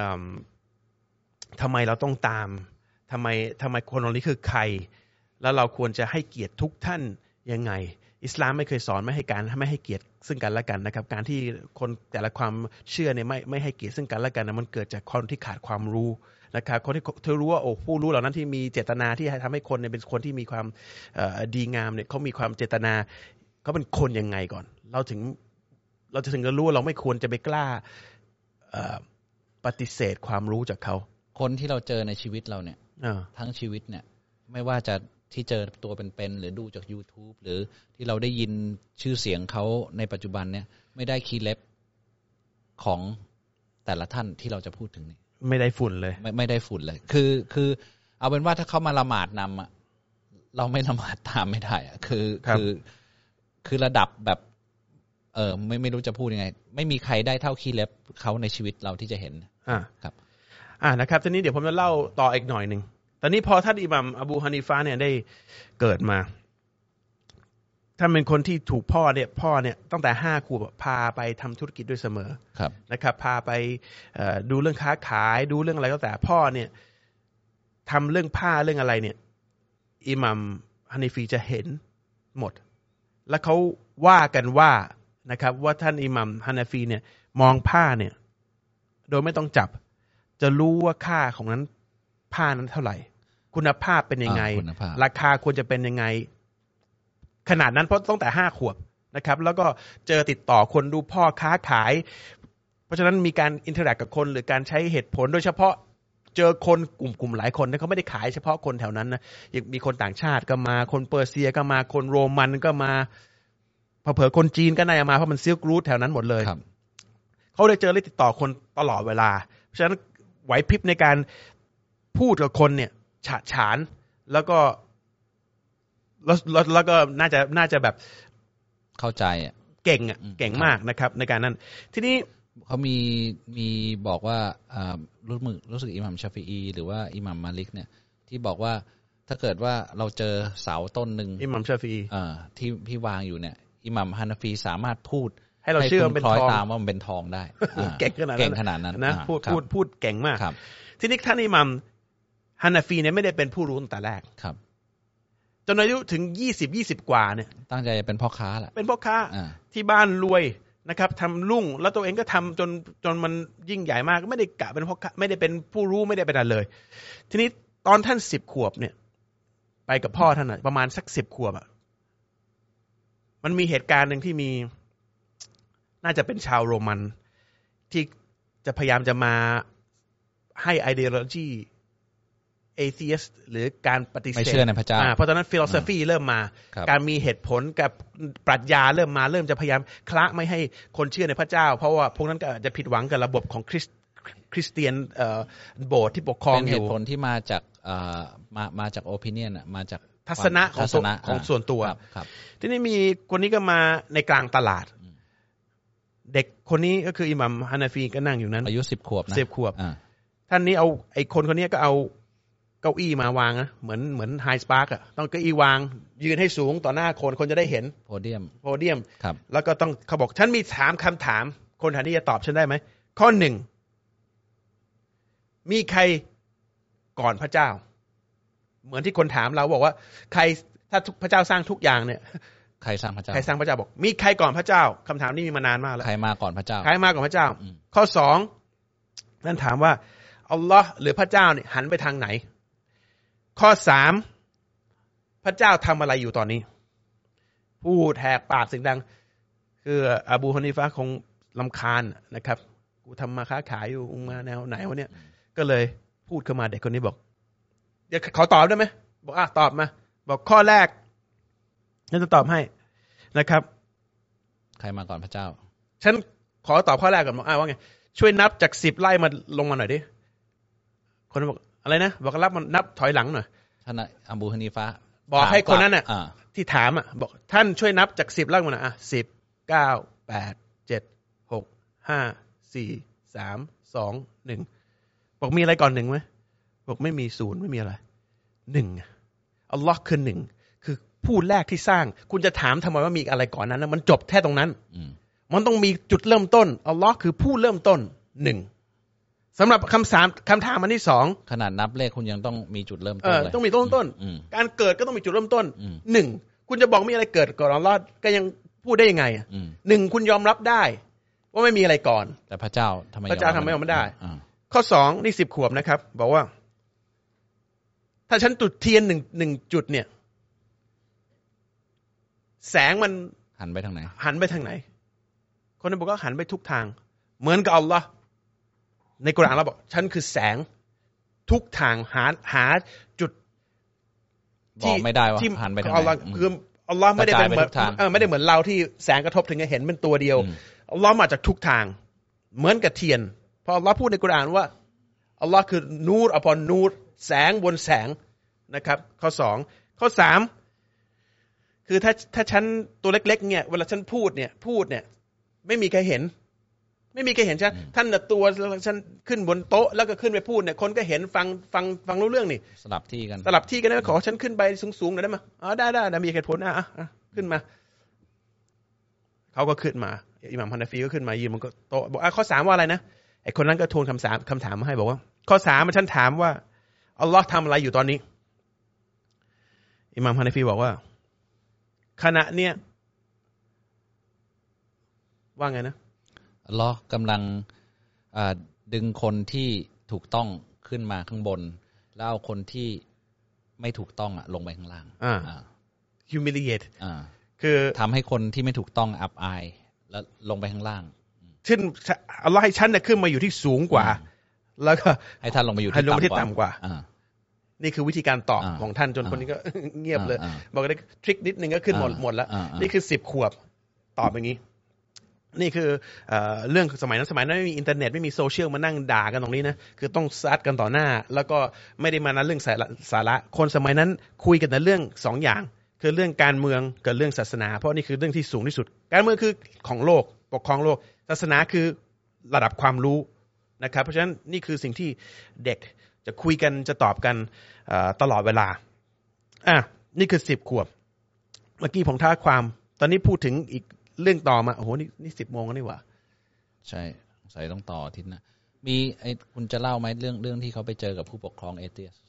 Speaker 1: ทำไมเราต้องตามทำไมทำไมคนเหล่านี้คือใครแล้วเราควรจะให้เกียรติทุกท่านยังไงอิสลามไม่เคยสอนไม่ให้การไม่ให้เกียรติซึ่งกันและกันนะครับการที่คนแต่ละความเชื่อเนี่ยไม่ไม่ให้เกียรติซึ่งกันและกันนะมันเกิดจากคนที่ขาดความรู้นะครับคนที่เธอรู้ว่าโอ้ผู้รู้เหล่านั้นที่มีเจตนาที่ทำให้คนเนี่ยเป็นคนที่มีความดีงามเนี่ยเขามีความเจตนาเขาเป็นคนยังไงก่อนเราถึงเราจะถึงจะรู้ว่าเราไม่ควรจะไปกล้าปฏิเสธความรู้จากเขา
Speaker 2: คนที่เราเจอในชีวิตเราเนี่ยทั้งชีวิตเนี่ยไม่ว่าจะที่เจอตัวเป็นๆหรือดูจาก YouTube หรือที่เราได้ยินชื่อเสียงเขาในปัจจุบันเนี่ยไม่ได้คีย์เล็บของแต่ละท่านที่เราจะพูดถึงนี่
Speaker 1: ไม่ได้ฝุ่นเลย
Speaker 2: ไม่ไม่ได้ฝุ่นเลยคือคือเอาเป็นว่าถ้าเขามาละหมาดนำอ่ะเราไม่ละหมาดตามไม่ได้อ่ะคือคือคือระดับแบบเออไม่ไม่รู้จะพูดยังไงไม่มีใครได้เท่าคีเล็บเขาในชีวิตเราที่จะเห็น
Speaker 1: อ่า
Speaker 2: ครับ
Speaker 1: อ่านะครับทีนี้เดี๋ยวผมจะเล่าต่ออีกหน่อยนึงตอนนี้พอท่านอิหม่ามอบูฮานิฟะห์เนี่ยได้เกิดมาท่านเป็นคนที่ถูกพ่อเนี่ยพ่อเนี่ยตั้งแต่ห้าขวบพาไปทำธุรกิจด้วยเสมอนะครับพาไปดูเรื่องค้าขายดูเรื่องอะไรก็แต่พ่อเนี่ยทำเรื่องผ้าเรื่องอะไรเนี่ยอิหม่ามฮานิฟีจะเห็นหมดแล้วเขาว่ากันว่านะครับว่าท่านอิหม่ามฮานิฟีเนี่ยมองผ้าเนี่ยโดยไม่ต้องจับจะรู้ว่าค่าของนั้นผ้านั้นเท่าไหร่คุณภาพเป็นยังไงราคาควรจะเป็นยังไงขนาดนั้นเพราะตั้งแต่ห้าขวบนะครับแล้วก็เจอติดต่อคนดูพ่อค้าขายเพราะฉะนั้นมีการอินเทอร์แอคกับคนหรือการใช้เหตุผลโดยเฉพาะเจอคนกลุ่มกลุ่มหลายคนนะเขาไม่ได้ขายเฉพาะคนแถวนั้นนะยังมีคนต่างชาติก็มาคนเปอร์เซียก็มาคนโรมันก็มาเผลอๆคนจีนก็น่าจะมาเพราะมันซิลค์รูทแถวนั้นหมดเลยเขาเลยเจอเลยติดต่อคนตลอดเวลาเพราะฉะนั้นไหวพริบในการพูดกับคนเนี่ยฉะฉานแล้วก็แล้วแล้วก็น่าจะน่าจะแบบ
Speaker 2: เข้าใจอ่ะ
Speaker 1: เก่งอ่ะเก่งมากนะครับในการนั้นทีนี้
Speaker 2: เขามีมีบอกว่าอ่ารู้มึกรู้สึกอิหม่ามชาฟิอีหรือว่าอิหม่ามมาลิกเนี่ยที่บอกว่าถ้าเกิดว่าเราเจอเสาต้นนึง
Speaker 1: อิหม่ามชาฟิอี
Speaker 2: อ่าที่ที่วางอยู่เนี่ยอิหม่ามฮานาฟีสามารถพูด
Speaker 1: ให้เราเชื่อมันเป็นทอง
Speaker 2: ตามว่ามันเป็นทองได้
Speaker 1: เก่งขนาดนั้น
Speaker 2: เก่งขนาดนั้น
Speaker 1: นะพูดพูดพูดเก่งมากทีนี้ท่านอิหม่ามฮานาฟีเนี่ยไม่ได้เป็นผู้รู้ตั้งแต่แรก
Speaker 2: ครับ
Speaker 1: จนอายุถึงยี่สิบ ยี่สิบกว่าเนี่ย
Speaker 2: ตั้งใจเป็นพ่อค้าแหละ
Speaker 1: เป็นพ่อค้าที่บ้านรวยนะครับทำรุ่งแล้วตัวเองก็ทำจนจนมันยิ่งใหญ่มากไม่ได้กะเป็นพ่อค้าไม่ได้เป็นผู้รู้ไม่ได้เป็นอะไรเลยทีนี้ตอนท่านสิบขวบเนี่ยไปกับพ่อท่านประมาณสักสิบขวบอ่ะมันมีเหตุการณ์หนึ่งที่มีน่าจะเป็นชาวโรมันที่จะพยายามจะมาให้ไอเดียโลจีatheist หรือการปฏิเสธ
Speaker 2: ไม่เชื่อในพระเจ้า
Speaker 1: เพราะตอนนั้น philosophy เริ่มมาการมีเหตุผลกับปรัชญาเริ่มมาเริ่มจะพยายามคละไม่ให้คนเชื่อในพระเจ้าเพราะว่าพวกนั้นก็จะผิดหวังกับระบบของคริสคริสเตียนโบสถ์ที่ปกครองอยู่
Speaker 2: เป็นเหตุผลที่มาจากมามาจาก opinion อ่ะมาจาก
Speaker 1: ทัศนะของของส่วนตัวทีนี้มีคนนี้ก็มาในกลางตลาดเด็กคนนี้ก็คืออิหม่ามฮานาฟีก็นั่งอยู่นั้น
Speaker 2: อายุสิบขวบนะ
Speaker 1: สิบขวบท่านนี้เอาไอ้คนคนนี้ก็เอาเก้าอี้มาวางนะเหมือนเหมือนไฮสปาร์กอ่ะต้องเก้าอี้วางยืนให้สูงต่อหน้าคนคนจะได้เห็น
Speaker 2: โพเดียม
Speaker 1: โพเดียม
Speaker 2: ครับ
Speaker 1: แล้วก็ต้องเขาบอกฉันมีถามคำถามคนแถวนี้จะตอบฉันได้ไหมข้อหนึ่งมีใครก่อนพระเจ้าเหมือนที่คนถามเราบอกว่าใครถ้าพระเจ้าสร้างทุกอย่างเนี่ย
Speaker 2: ใครสร้างพระเจ้า
Speaker 1: ใครสร้างพระเจ้าบอกมีใครก่อนพระเจ้าคำถามนี้มีมานานมากแล้ว
Speaker 2: ใครมาก่อนพระเจ้า
Speaker 1: ใครมาก่อนพระเจ้าข้อสองนั่นถามว่าอัลลอฮ์หรือพระเจ้าเนี่ยหันไปทางไหนข้อสามพระเจ้าทำอะไรอยู่ตอนนี้พูดแหกปากเสียงดังคืออบูฮานิฟะห์คงรำคาญนะครับกูทำมาค้าขายอยู่มาแนวไหนวะเนี่ยก็เลยพูดขึ้นมาเด็กคนนี้บอกเดี๋ยวขอตอบได้ไหมบอกอ่ะตอบมาบอกข้อแรกฉันจะตอบให้นะครับ
Speaker 2: ใครมาก่อนพระเจ้า
Speaker 1: ฉันขอตอบข้อแรกก่อนบอกอ่ะว่าไงช่วยนับจากสิบไล่มาลงมาหน่อยดิคนบอกอะไรนะบอกรับมันนับถอยหลังหน่อย
Speaker 2: ท่านอบูฮานิฟะห์
Speaker 1: บอกให้คนนั้นน่ะที่ถามอ่ะบอกท่านช่วยนับจากสิบไล่มาหน่อยอ่ะสิบเก้าแปดเจ็ดหกห้าสี่สามสองหนึ่งบอกมีอะไรก่อนหนึ่งไหมบอกไม่มีศูนย์ไม่มีอะไรหนึ่งอัลลอฮ์คือหนึ่งคือผู้แรกที่สร้างคุณจะถามทำไมว่ามีอะไรก่อนนั้นนะมันจบแค่ตรงนั้นมันต้องมีจุดเริ่มต้นอัลลอฮ์คือผู้เริ่มต้นหนึ่งสำหรับคำถามคำถามอันที่สอง
Speaker 2: ขนาดนับเลขคุณยังต้องมีจุดเริ่มต้นเลย
Speaker 1: ต้องมีต้นต้นการเกิดก็ต้องมีจุดเริ่มต้นหนึ่งคุณจะบอกมีอะไรเกิดก่อนอัลลอฮ์ก็ยังพูดได้ยังไงหนึ่งคุณยอมรับได้ว่าไม่มีอะไรก่อน
Speaker 2: แต่พระเจ้าทำไม
Speaker 1: พระเจ้าทำไมไม่ได้ข้อสองนี่สิบขวบนะครับบอกว่าถ้าฉันจุดเทียนหนึ่งหนึ่งจุดเนี่ยแสงมัน
Speaker 2: หันไปทางไหน
Speaker 1: หันไปทางไหนคนนั้นบอกว่าหันไปทุกทางเหมือนกับอัลลอฮ์ในกุรอานเราบอกฉันคือแสงทุกทางหาหาจุด
Speaker 2: บอกไม่ได้ว่าหันไปทางไหน
Speaker 1: คืออัลลอฮ์ไม่ได้เป็นเหมือนเออไม่ได้เหมือนเราที่แสงกระทบถึงจะเห็นเป็นตัวเดียวอัลลอฮ์มาจากทุกทางเหมือนกับเทียนพออัลลอฮ์พูดในกุรอานว่าอัลลอฮ์คือนูร upon นูรแสงบนแสงนะครับข้อสองข้อสามคือถ้าถ้าฉันตัวเล็กๆเนี่ยเวลาฉันพูดเนี่ยพูดเนี่ยไม่มีใครเห็นไม่มีใครเห็นฉันท่านน่ะตัวฉันขึ้นบนโต๊ะแล้วก็ขึ้นไปพูดเนี่ยคนก็เห็นฟังฟังฟังรู้เรื่องนี่
Speaker 2: สลับที่กัน
Speaker 1: สลับที่กันนะขอฉันขึ้นไปสูงๆหน่อยได้มั้ยอ๋อได้ๆได้มีเหตุผลอ่ะอ่ะขึ้นมาเขาก็ขึ้นมาอิหม่ามฮานาฟีก็ขึ้นมายืนบนโต๊ะบอกอ่ะข้อสามว่าอะไรนะไอ้คนนั้นก็ทวนคำถามคำถามมาให้บอกว่าข้อสามมันฉันถามว่าอัลลอฮ์ทำอะไรอยู่ตอนนี้อิหม่ามฮานาฟีบอกว่าขณะเนี้ยว่าไงนะ
Speaker 2: อัลลอฮ์กำลังดึงคนที่ถูกต้องขึ้นมาข้างบนแล้วเอาคนที่ไม่ถูกต้องอ่ะลงไปข้างล่าง
Speaker 1: อ่า humiliate
Speaker 2: อ่า
Speaker 1: คือ
Speaker 2: ทำให้คนที่ไม่ถูกต้องอับอายแล้วลงไปข้างล่าง
Speaker 1: ซึ่งอัลลอฮ์ให้ฉันน่ะขึ้นมาอยู่ที่สูงกว่าแล้วก็
Speaker 2: ให้ท่านลงมาอยู่
Speaker 1: ที่ต่ำกว่านี่คือวิธีการตอบของท่านจนคนนี้ก็เงียบเลยบอกได้ทริคนิดนึงก็ขึ้นหมดหมดแล้วนี่คือสิบขวบตอบอย่างนี้นี่คือเรื่องสมัยนั้นสมัยนั้นไม่มีอินเทอร์เน็ตไม่มีโซเชียลมานั่งด่ากันตรงนี้นะคือต้องซัดกันต่อหน้าแล้วก็ไม่ได้มานั้นเรื่องสาระคนสมัยนั้นคุยกันแต่เรื่องสองอย่างคือเรื่องการเมืองกับเรื่องศาสนาเพราะนี่คือเรื่องที่สูงที่สุดการเมืองคือของโลกปกครองโลกศาสนาคือระดับความรู้นะครับเพราะฉะนั้นนี่คือสิ่งที่เด็กจะคุยกันจะตอบกันตลอดเวลาอ่ะนี่คือสิบขวบเมื่อกี้ผมท้าความตอนนี้พูดถึงอีกเรื่องต่อมาโอ้โหนี่นี่สิบโมงแล้วนี่หว่า
Speaker 2: ใช่ใส่ต้องต่ออาทิตย์นะมีไอ้คุณจะเล่าไหมเรื่องเรื่องที่เขาไปเจอกับผู้ปกครองเอเธียส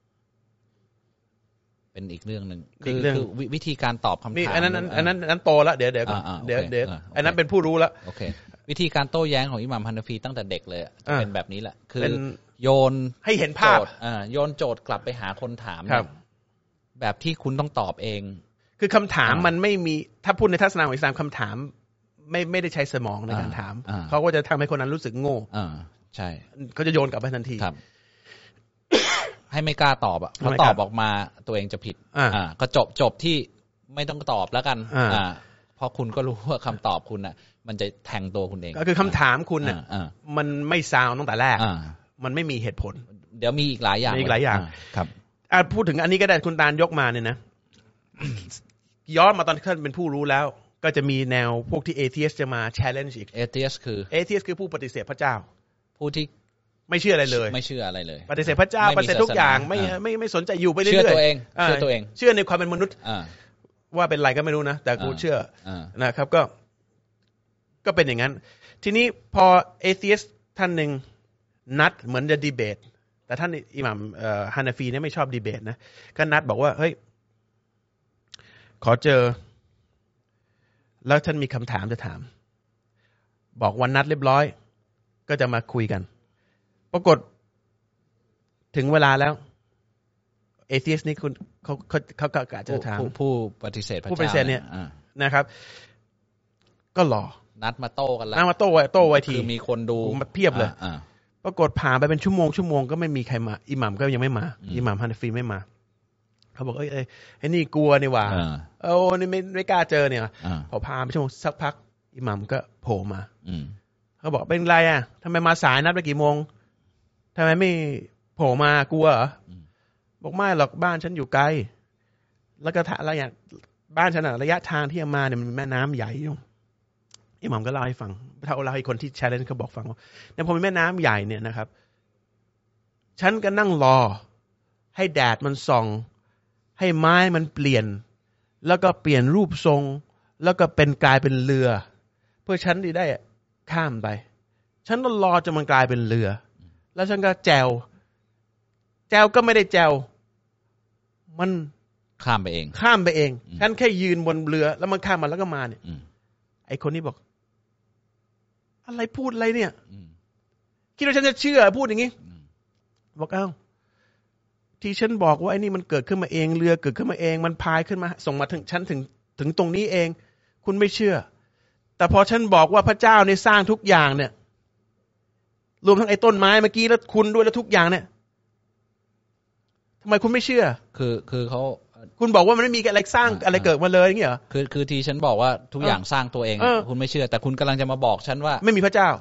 Speaker 2: เป็นอีกเรื่องหนึ่งคือคือวิธีการตอบคำถาม
Speaker 1: อันนั้นอันนั้นอันนั้นโตแล้วเดี๋ยวเดี๋ยวเดี๋ยวเดี๋ยวอันนั้นเป็นผู้รู้แล้ว
Speaker 2: โอเควิธีการโต้แย้งของอิหม่ามฮานาฟีตั้งแต่เด็กเลยจะเป็นแบบนี้แหละคือโยน
Speaker 1: ให้เห็นภาพ
Speaker 2: อ่าโยนโจทย์กลับไปหาคนถามแบบที่คุณต้องตอบเอง
Speaker 1: คือคำถามมันไม่มีถ้าพูดในทัศนะของอิสลามคำถามไม่ไม่ได้ใช้สมองในการถามเขาก็จะทำให้คนนั้นรู้สึกโง่
Speaker 2: อ่าใช่
Speaker 1: เขาจะโยนกลับไปทันที
Speaker 2: ครับให้ไม่กล้าตอบอ่ะพอตอบออกมาตัวเองจะผิดอ่าก็จบจบที่ไม่ต้องตอบแล้วกันอ่าเพราะคุณก็รู้ว่าคำตอบคุณอ่ะมันจะแทงตัวคุณเอง
Speaker 1: ก็คือคำถามคุณเนี่ยมันไม่ซาวตั้งแต่แรกมันไม่มีเหตุผล
Speaker 2: เดี๋ยวมีอีกหลายอย่าง
Speaker 1: มีอีกหลายอย่าง
Speaker 2: ครับ
Speaker 1: พูดถึงอันนี้ก็ได้คุณตาลยกมาเนี่ยนะย้อนมาตอนที่ท่านเป็นผู้รู้แล้วก็จะมีแนวพวกที่เอเธียสจะมา challenge อีก
Speaker 2: เอเธียสคือ
Speaker 1: เอเธียสคือผู้ปฏิเสธพระเจ้า
Speaker 2: ผู้ที่
Speaker 1: ไม่เชื่ออะไรเลย
Speaker 2: ไม่เชื่ออะไรเลย
Speaker 1: ปฏิเสธพระเจ้าปฏิเสธทุกอย่างไม่ไม่ไม่สนใจอยู่ไปเรื่อยๆ
Speaker 2: เชื่อตัวเองเชื่อตัวเอง
Speaker 1: เชื่อในความเป็นมนุษย์ว่าเป็นไรก็ไม่รู้นะแต่กูเชื่อนะครับก็ก็เป็นอย่างนั้นทีนี้พอเอเธียสท่านหนึ่งนัดเหมือนจะดีเบตแต่ท่านอิหม่ามฮานาฟีเนี่ยไม่ชอบดีเบตนะก็นัดบอกว่าเฮ้ยขอเจอแล้วท่านมีคำถามจะถามบอกวันนัดเรียบร้อยก็จะมาคุยกันปรากฏถึงเวลาแล้วเอเธียสนี่คุณเขาเขาเขากะจะถาม
Speaker 2: ผู้ปฏิเสธพระเจ้า
Speaker 1: ผู้ปฏิเสธเนี่ยนะครับก็รอ
Speaker 2: นัดมาโต้กันแล้ว
Speaker 1: นัดมาโต้ไว้โต้ไว้ที
Speaker 2: คือมีคนดู
Speaker 1: มาเพียบเลยปรากฏผ่านไปเป็นชั่วโมงชั่วโมงก็ไม่มีใครมาอิหม่ามก็ยังไม่มาอิหม่ามฮานาฟีไม่มาเขาบอกเอ้ยไอ้นี่กลัวนี่หว่าโอ้นี่ไม่ไม่กล้าเจอเนี่ยพอพาไปชั่วโมงสักพักอิหม่ามก็โผล่มาเขาบอกเป็นไรอ่ะทำไมมาสายนัดไปกี่โมงทำไมไม่โผล่มากลัวเหรอบอกไม่หรอกบ้านฉันอยู่ไกลแล้วก็ระยะบ้านฉันอะระยะทางที่จะมาเนี่ยมันแม่น้ำใหญ่อยู่อิหม่ามก็เล่าให้ฟังถ้าเล่าให้คนที่แชร์เลนเขาบอกฟังว่าเนี่ยพอมีแม่น้ำใหญ่เนี่ยนะครับฉันก็นั่งรอให้แดดมันส่องให้ไม้มันเปลี่ยนแล้วก็เปลี่ยนรูปทรงแล้วก็เป็นกลายเป็นเรือเพื่อฉันได้ข้ามไปฉันต้องรอจนมันกลายเป็นเรือแล้วฉันก็แจวแจวก็ไม่ได้แจวมัน
Speaker 2: ข้ามไปเอง
Speaker 1: ข้ามไปเองฉันแค่ยืนบนเรือแล้วมันข้ามมาแล้วก็มาเนี่ยไอ้คนนี้บอกอะไรพูดอะไรเนี่ยคิดว่าฉันจะเชื่อพูดอย่างนี้บอกเอ้าที่ฉันบอกว่าไอ้นี่มันเกิดขึ้นมาเองเรือเกิดขึ้นมาเองมันพายขึ้นมาส่งมาถึงฉันถึงถึงตรงนี้เองคุณไม่เชื่อแต่พอฉันบอกว่าพระเจ้าเนี่ยสร้างทุกอย่างเนี่ยรวมทั้งไอ้ต้นไม้เมื่อกี้แล้วคุณด้วยแล้วทุกอย่างเนี่ยทำไมคุณไม่เชื่อ
Speaker 2: คือคือเขา
Speaker 1: คุณบอกว่ามันไม่มีอะไรสร้างอะไรเกิดมาเลยอย่างเงี้ยเหรอ
Speaker 2: คือคือที่ฉันบอกว่าทุกอย่างสร้างตัวเองคุณไม่เชื่อแต่คุณกำลังจะมาบอกฉันว่า
Speaker 1: ไม่มีพระเจ้า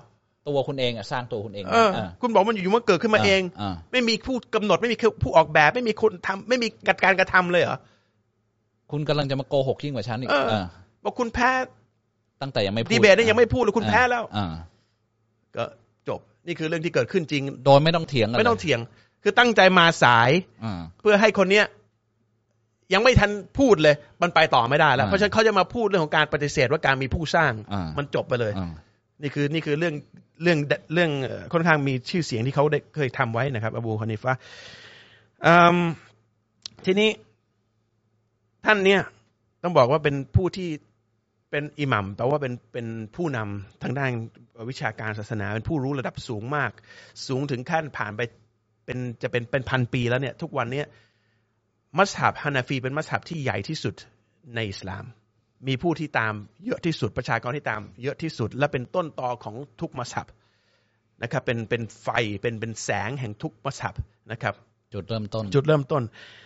Speaker 2: ตัวคุณเองอ่ะสร้างตัวคุณเอง
Speaker 1: เออคุณบอกมันอยู่ๆมันเกิดขึ้นมาเองไม่มีผู้กำหนดไม่มีผู้ออกแบบไม่มีคนทำไม่มีการกระทำเลยเหรอ
Speaker 2: คุณกำลังจะมาโกหกยิ่งกว่าฉันอีก
Speaker 1: บอกคุณแพ้
Speaker 2: ตั้งแต่ยังไม่พูด
Speaker 1: ดีเบตนี่ยังไม่พูดเลยคุณแพ้แล้วก็จบนี่คือเรื่องที่เกิดขึ้นจริง
Speaker 2: โดยไม่ต้องเถียง
Speaker 1: ไม่ต้องเถียงคือตั้งใจมาสายเพื่อให้คนเนี้ยยังไม่ทันพูดเลยมันไปต่อไม่ได้แล้วเพราะฉะนั้นเขาจะมาพูดเรื่องของการปฏิเสธว่าการมีผู้สร้างมันจบไปเลยนี่คือนี่คือเรื่องเรื่องเรื่องค่อนข้างมีชื่อเสียงที่เขาได้เคยทำไว้นะครับอบูฮานิฟะห์ทีนี้ท่านเนี่ยต้องบอกว่าเป็นผู้ที่เป็นอิหมัมแปลว่าเป็นเป็นผู้นำทางด้านวิชาการศาสนาเป็นผู้รู้ระดับสูงมากสูงถึงขั้นผ่านไปเป็นจะเป็นเป็นพันปีแล้วเนี่ยทุกวันนี้มัซฮับฮานาฟีเป็นมัซฮับที่ใหญ่ที่สุดในอิสลามมีผู้ที่ตามเยอะที่สุดประชากรที่ตามเยอะที่สุดและเป็นต้นตอของทุกมัซฮับนะครับเป็นเป็นไฟเป็นเป็นแสงแห่งทุกมัซฮับนะครับ
Speaker 2: จุดเริ่มต้น
Speaker 1: จุดเริ่มต้น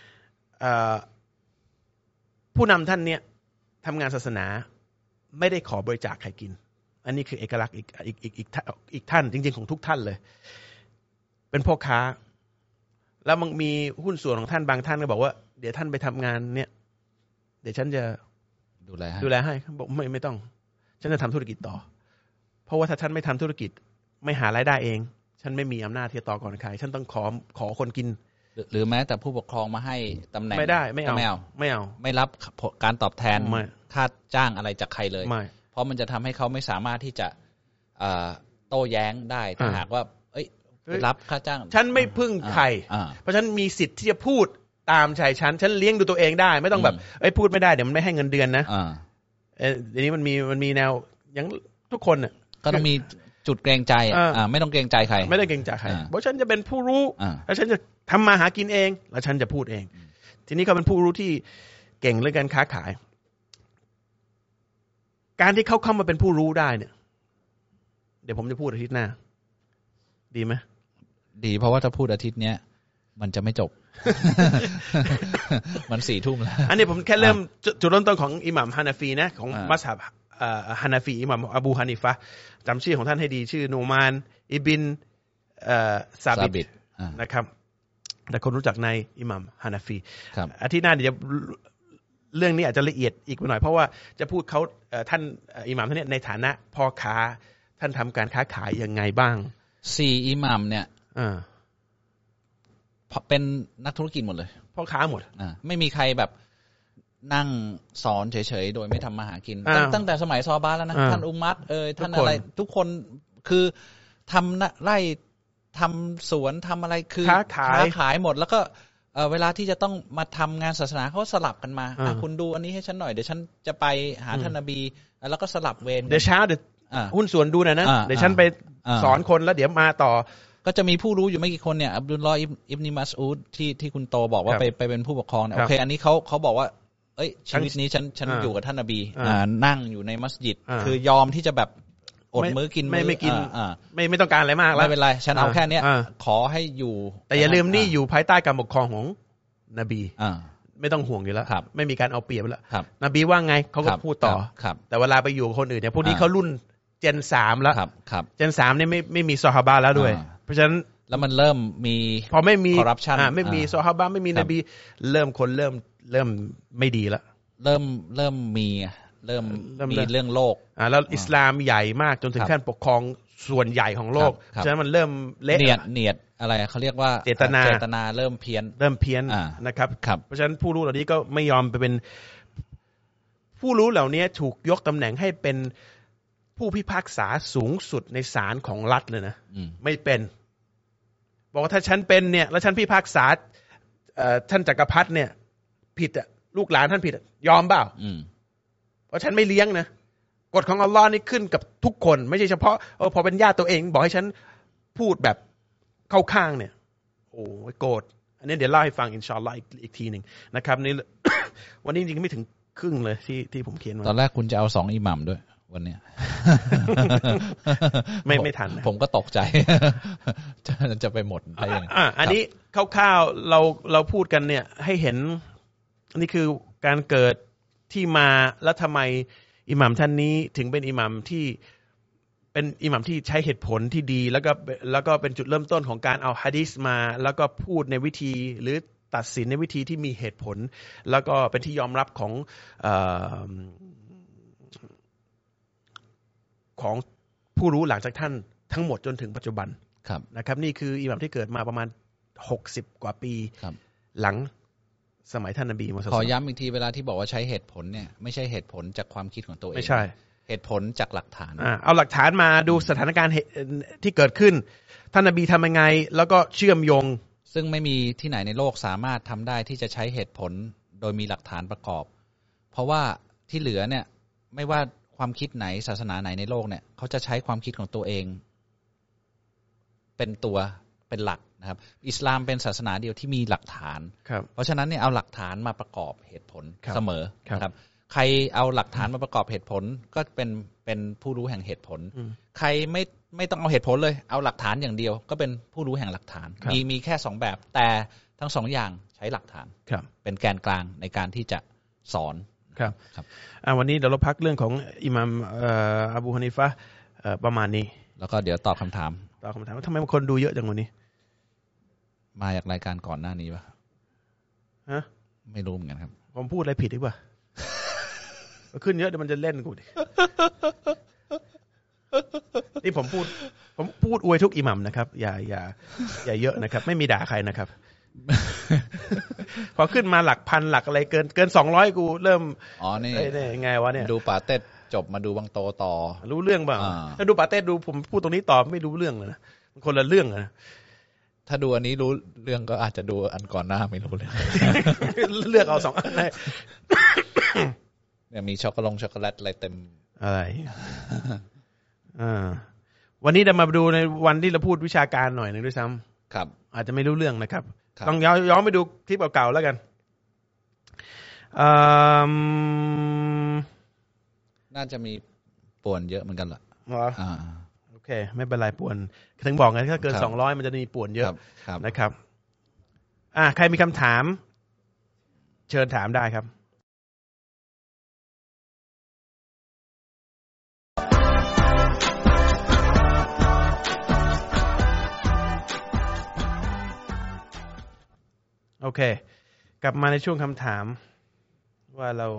Speaker 1: ผู้นำท่านเนี่ยทำงานศาสนาไม่ได้ขอบริจาคใครกินอันนี้คือเอกลักษณ์อีกอีกอีกอีกอีกท่านจริงๆของทุกท่านเลยเป็นพ่อค้าแล้วมันมีหุ้นส่วนของท่านบางท่านก็บอกว่าเดี๋ยวท่านไปทำงานเนี่ยเดี๋ยวฉันจะ
Speaker 2: ดูแลให้
Speaker 1: ดูแลให้บอกไม่ไม่ต้องฉันจะทำธุรกิจต่อเพราะว่าถ้าท่านไม่ทำธุรกิจไม่หารายได้เองฉันไม่มีอำนาจที่จะต่อก่อนใครฉันต้องขอขอคนกิน
Speaker 2: หรือแม้แต่ผู้ปกครองมาให้ตำแหน่ง
Speaker 1: ไม่ได้ไม่เอา
Speaker 2: ไม่เอา
Speaker 1: ไม่เอา
Speaker 2: ไม่รับการตอบแทนค่าจ้างอะไรจากใครเลยเพราะมันจะทำให้เขาไม่สามารถที่จะโต้แย้งได้ถ้าหากว่าเอ้ยรับค่าจ้าง
Speaker 1: ฉันไม่พึ่งใครเพราะฉันมีสิทธิ์ที่จะพูดตามใจฉันฉันเลี้ยงดูตัวเองได้ไม่ต้องแบบเอ้ยพูดไม่ได้เดี๋ยวมันไม่ให้เงินเดือนนะเออทีนี้มันมีมันมีแนวอย่างทุกคนน่ะ
Speaker 2: ก็ต้องมีจุดเกรงใจอ่าไม่ต้องเกรงใจใคร
Speaker 1: ไม่ได้เกรงใจใครเพราะฉันจะเป็นผู้รู้แล้วฉันจะทำมาหากินเองแล้วฉันจะพูดเองทีนี้เขาเป็นผู้รู้ที่เก่งเรื่องการค้าขายการที่เขาเข้ามาเป็นผู้รู้ได้เนี่ยเดี๋ยวผมจะพูดอาทิตย์หน้าดีไหม
Speaker 2: ดีเพราะว่าถ้าพูดอาทิตย์เนี้ยมันจะไม่จบ มันสี่ทุ่มแล้ว
Speaker 1: อันนี้ผมแค่เริ่มจุดเริ่มต้นของอิหม่ามฮานาฟีนะของมัซฮับฮานาฟีอิหม่ามอบูฮานิฟะห์จำชื่อของท่านให้ดีชื่อนูมานอิบินซาบิดนะครับแต่คนรู้จักในอิหม่ามฮานาฟีอาทิตย์หน้าเดี๋ยวเรื่องนี้อาจจะละเอียดอีกหน่อยเพราะว่าจะพูดเขาท่านอิหม่ามท่านนี้ในฐานะพ่อค้าท่านทำการค้าขายยังไงบ้าง
Speaker 2: สี่อิหม่ามเนี่ยเป็นนักธุรกิจหมดเลย
Speaker 1: พ่อค้าหมด
Speaker 2: ไม่มีใครแบบนั่งสอนเฉยๆโดยไม่ทำมาหากินตั้งแต่สมัยซอฮาบะห์แล้วนะท่านอุมัรเอ่ยท่านอะไรทุกคนคือทำไร่ทำสวนทำอะไรคือ
Speaker 1: ค้าขาย
Speaker 2: ค้าขายหมดแล้วก็เวลาที่จะต้องมาทำงานศาสนาเขาสลับกันมาคุณดูอันนี้ให้ฉันหน่อยเดี๋ยวฉันจะไปหาท่านนบีแล้วก็สลับเวร
Speaker 1: เดี๋ยวเช้าเดี๋ยวหุ้นส่วนดูหน่อยนะเดี๋ยวฉันไปสอนคนแล้วเดี๋ยวมาต่อ
Speaker 2: ก็จะมีผู้รู้อยู่ไม่กี่คนเนี่ยอับดุลลอฮ์อิบนิมัสอูดที่ที่คุณโตบอกว่าไปไปเป็นผู้ปกครองเนี่ยโอเคอันนี้เขาเขาบอกว่าเอ้ยชีวิตนี้ฉันฉันอยู่กับท่านนบีนั่งอยู่ในมัสยิดคือยอมที่จะแบบอดมื้อกิน
Speaker 1: ไม่ไม่กินไม่ไม่ต้องการอะไรมากแล้ว
Speaker 2: ไม่เป็นไรฉันเอาแค่เนี้ยขอให้อยู่
Speaker 1: แต่อย่าลืมนี่อยู่ภายใต้การปกครองของนบีไม่ต้องห่วงอยู่แล้วไม่มีการเอาเปรียบแล้วนบีว่าไงเขาก็พูดต่อแต่เวลาไปอยู่กับคนอื่นเนี่ยพวกนี้เขารุ่นเจนสามแล้วเจนสามเนี่ยไม่ไม่มีซอฮาบะห์แล้วด้วยเพราะฉะนั้น
Speaker 2: แล้วมันเริ่มมี
Speaker 1: พอไม่มี
Speaker 2: คอร์รัปชัน
Speaker 1: ไม่มีซอฮาบะห์ไม่มีนบีเริ่มคนเริ่มเริ่มไม่ดีแล้ว
Speaker 2: เริ่มเริ่มมีเริ่มมีเรื่องโลก
Speaker 1: อ่าแล้วอิสลามใหญ่มากจนถึงขั้นปกครองส่วนใหญ่ของโลกฉะนั้นมันเริ่มเละ
Speaker 2: เนียดเนียดอะไรเขาเรียกว่า
Speaker 1: เจตนา
Speaker 2: เจตนาเริ่มเพี้ยน
Speaker 1: เริ่มเพี้ยนนะครับเพราะฉะนั้นผู้รู้เหล่านี้ก็ไม่ยอมไปเป็นผู้รู้เหล่านี้ถูกยกตำแหน่งให้เป็นผู้พิพากษาสูงสุดในศาลของรัฐเลยนะไม่เป็นบอกว่าถ้าฉันเป็นเนี่ยแล้วฉันพิพากษาท่านจักรพรรดิเนี่ยผิดอ่ะลูกหลานท่านผิดยอมเปล่าเพราะฉันไม่เลี้ยงนะกฎของอัลลอฮ์นี่ขึ้นกับทุกคนไม่ใช่เฉพาะเออพอเป็นญาติตัวเองบอกให้ฉันพูดแบบเข้าข้างเนี่ยโอ้ยโกรธอันนี้เดี๋ยวเล่าให้ฟังอินชาอัลลอฮ์อีกอีกทีหนึ่งนะครับนี่ วันนี้จริงๆไม่ถึงครึ่งเลยที่ที่ผมเขียนมา
Speaker 2: ตอนแรกคุณจะเอาสองอิหมัมด้วยวันนี้
Speaker 1: ไม่ไม่ทัน
Speaker 2: ผมก็ตกใจจะจะไปหมดอะไรอย่าง
Speaker 1: อ่าอันนี้คร่าวๆเราเราพูดกันเนี่ยให้เห็นนี่คือการเกิดที่มาแล้วทำไมอิหมัมท่านนี้ถึงเป็นอิหมัมที่เป็นเป็นอิหมัมที่ใช้เหตุผลที่ดีแล้วก็แล้วก็เป็นจุดเริ่มต้นของการเอาหะดีษมาแล้วก็พูดในวิธีหรือตัดสินในวิธีที่มีเหตุผลแล้วก็เป็นที่ยอมรับของเอ่อของผู้รู้หลังจากท่านทั้งหมดจนถึงปัจจุบันนะครับนี่คืออิหมัมที่เกิดมาประมาณหกสิบกว่าปีหลังสมัยท่านนบีมุฮัมมัด
Speaker 2: ขอย้ำอีกทีเวลาที่บอกว่าใช้เหตุผลเนี่ยไม่ใช่เหตุผลจากความคิดของตัวเอง
Speaker 1: ไม่ใช่
Speaker 2: เหตุผลจากหลักฐาน
Speaker 1: อ่าเอาหลักฐานมาดูสถานการณ์ที่เกิดขึ้นท่านนบีทำยังไงแล้วก็เชื่อมโยง
Speaker 2: ซึ่งไม่มีที่ไหนในโลกสามารถทำได้ที่จะใช้เหตุผลโดยมีหลักฐานประกอบเพราะว่าที่เหลือเนี่ยไม่ว่าความคิดไหนศาสนาไหนในโลกเนี่ยเขาจะใช้ความคิดของตัวเองเป็นตัวเป็นหลักนะครับอิสลามเป็นศาสนาเดียวที่มีหลักฐานเพราะฉะนั้นเนี่ยเอาหลักฐานมาประกอบเหตุผลเสมอครับใครเอาหลักฐานมาประกอบเหตุผลก็เป็นเป็นผู้รู้แห่งเหตุผลใครไม่ไม่ต้องเอาเหตุผลเลยเอาหลักฐานอย่างเดียวก็เป็นผู้รู้แห่งหลักฐานมีมีแค่สองแบบแต่ทั้งสองอย่างใช้หลักฐานเป็นแกนกลางในการที่จะสอน
Speaker 1: ครับครับวันนี้เดี๋ยวเราพักเรื่องของอิหม่ามอบูฮานิฟะห์ประมาณนี้
Speaker 2: แล้วก็เดี๋ยวตอบคำถาม
Speaker 1: ตอบคำถามว่าทำไมคนดูเยอะจังวันนี้
Speaker 2: มาจากรายการก่อนหน้านี้ป่ะ
Speaker 1: ฮะ
Speaker 2: ไม่รู้เหมือนกันครับ
Speaker 1: ผมพูดอะไรผิดหรือเปล่าขึ้นเยอะเดี๋ยวมันจะเล่นกูดินี่ผมพูดผมพูดอวยทุกอิหมัมนะครับอย่าอย่าอย่าเยอะนะครับไม่มีด่าใครนะครับพอขึ้นมาหลักพันหลักอะไรเกินเกินสองร้อยกูเริ่ม
Speaker 2: อ๋อนี่
Speaker 1: ไงวะเนี่ย
Speaker 2: ดูปาเต้จบมาดูบางโตต่อ
Speaker 1: รู้เรื่องบ้างถ้าดูปาเต้ดูผมพูดตรงนี้ต่อไม่รู้เรื่องเลยนะมันคนละเรื่องนะ
Speaker 2: ถ้าดูอันนี้รู้เรื่องก็อาจจะดูอันก่อนหน้าไม่รู้เรื่อง
Speaker 1: เลือกเอาสองอันได้
Speaker 2: เนี่ยมีช็อกโกแลตช็อกโกแลตอะไรเต็ม
Speaker 1: อะไรอ่าวันนี้จะมาดูในวันที่เราพูดวิชาการหน่อยนึงด้วยซ้
Speaker 2: ำครับ
Speaker 1: อาจจะไม่รู้เรื่องนะครับต้องย้อนไปดูคลิปเก่าๆแล้วกัน
Speaker 2: น่าจะมีป่วนเยอะเหมือนกันแหละ
Speaker 1: อ่าโอเคไม่เป็นไรป่วนถึงบอกไงถ้าเกินสองร้อยมันจะมีป่วนเยอะนะครับอ่าใครมีคำถามเชิญถามได้ครับโอเคกลับมาในช่วงคำถามว่าเรา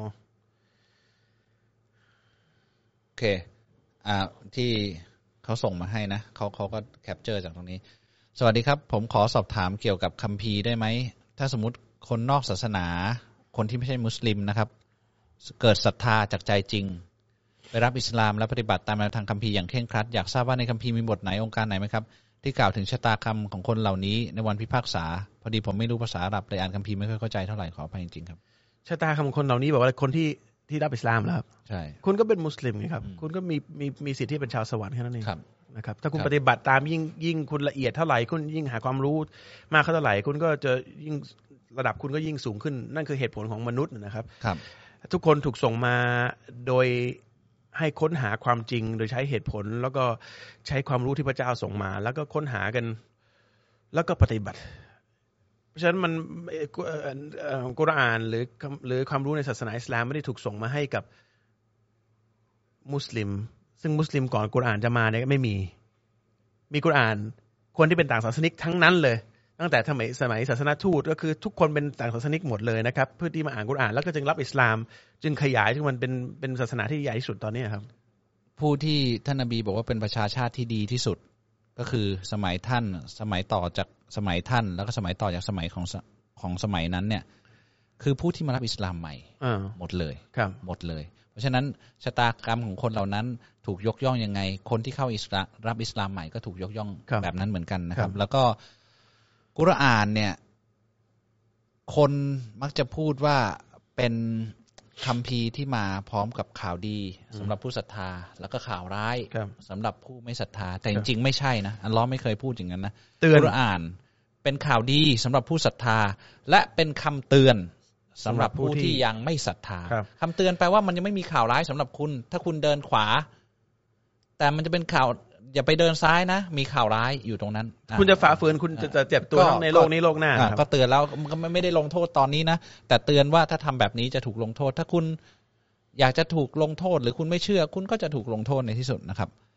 Speaker 2: โอเคอ่าที่เขาส่งมาให้นะเขาเขาก็แคปเจอร์จากตรงนี้สวัสดีครับผมขอสอบถามเกี่ยวกับคัมภีร์ได้ไหมถ้าสมมุติคนนอกศาสนาคนที่ไม่ใช่มุสลิมนะครับเกิดศรัทธาจากใจจริงไปรับอิสลามและปฏิบัติตามแนวทางคัมภีร์อย่างเคร่งครัดอยากทราบว่าในคัมภีร์มีบทไหนองค์การไหนไหมครับที่กล่าวถึงชะตากรรมของคนเหล่านี้ในวันพิพากษาพอดีผมไม่รู้ภาษาอาหรับเลยอ่านคัมภีร์ไม่ค่อยเข้าใจเท่าไหร่ขออภัยจริงๆครับ
Speaker 1: ชะตากรรมของคนเหล่านี้บอกว่าคนที่ที่รับอิสลามแล้วครับ
Speaker 2: ใช่
Speaker 1: คุณก็เป็นมุสลิมไงครับคุณก็มีมีมีสิทธิ์ที่เป็นชาวสวรรค์แค่นั้นเองนะครับถ้าคุณปฏิบัติตามยิ่งยิ่งคุณละเอียดเท่าไหร่คุณยิ่งหาความรู้มากเท่าไหร่คุณก็จะยิ่งระดับคุณก็ยิ่งสูงขึ้นนั่นคือเหตุผลของมนุษย์นะครับทุกคนถูกส่งมาโดยให้ค้นหาความจริงโดยใช้เหตุผลแล้วก็ใช้ความรู้ที่พระเจ้าส่งมาแล้วก็ค้นหากันแล้วก็ปฏิบัติเพราะฉะนั้นมันกุรอานหรือหรือความรู้ในศาสนาอิสลามไม่ได้ถูกส่งมาให้กับมุสลิมซึ่งมุสลิมก่อนกุรอานจะมาเนี่ยไม่มีมีกุรอานคนที่เป็นต่างศาสนิกทั้งนั้นเลยตั้งแต่สมัยสมัยศาสนทูตก็คือทุกคนเป็นต่างศาสนิกหมดเลยนะครับเพื่อที่มาอ่านกุรอานแล้วก็จึงรับอิสลามจึงขยายถึงมันเป็นเป็นศาสนาที่ใหญ่ที่สุดตอนนี้ครับ
Speaker 2: ผู้ที่ท่านนบีบอกว่าเป็นประชาชาติที่ดีที่สุดก็คือสมัยท่านสมัยต่อจากสมัยท่านแล้วก็สมัยต่อจากสมัยของของสมัยนั้นเนี่ยคือผู้ที่มารับอิสลามใหม่หมดเลยหมดเลยเพราะฉะนั้นชะตากรรมของคนเหล่านั้นถูกยกย่องยังไงคนที่เข้าอิสลามรับอิสลามใหม่ก็ถูกยกย่องแบบนั้นเหมือนกันนะครับแล้วก็กุรอานเนี่ยคนมักจะพูดว่าเป็นคัมภีร์ที่มาพร้อมกับข่าวดีสำหรับผู้ศรัทธาแล้วก็ข่าวร้ายสำหรับผู้ไม่ศรัทธาแต่จริงๆไม่ใช่นะอัลเลาะห์ไม่เคยพูดอย่างนั้นนะกุรอานเป็นข่าวดีสำหรับผู้ศรัทธาและเป็นคำเตือนสำหรับผู้ที่ยังไม่ศรัทธาคำเตือนแปลว่ามันยังไม่มีข่าวร้ายสำหรับคุณถ้าคุณเดินขวาแต่มันจะเป็นข่าวอย่าไปเดินซ้ายนะมีข่าวร้ายอยู่ตรงนั้น
Speaker 1: คุณจะฝ่าฝืนคุณจะเจ็บตัวทั้งในโลกนี้โลกหน้า
Speaker 2: ก็เตือนแล้วมันไม่ได้ลงโทษตอนนี้นะแต่เตือนว่าถ้าทำแบบนี้จะถูกลงโทษถ้าคุณอยากจะถูกลงโทษหรือคุณไม่เชื่อคุณก็จะถูกลงโทษในที่สุดนะครับ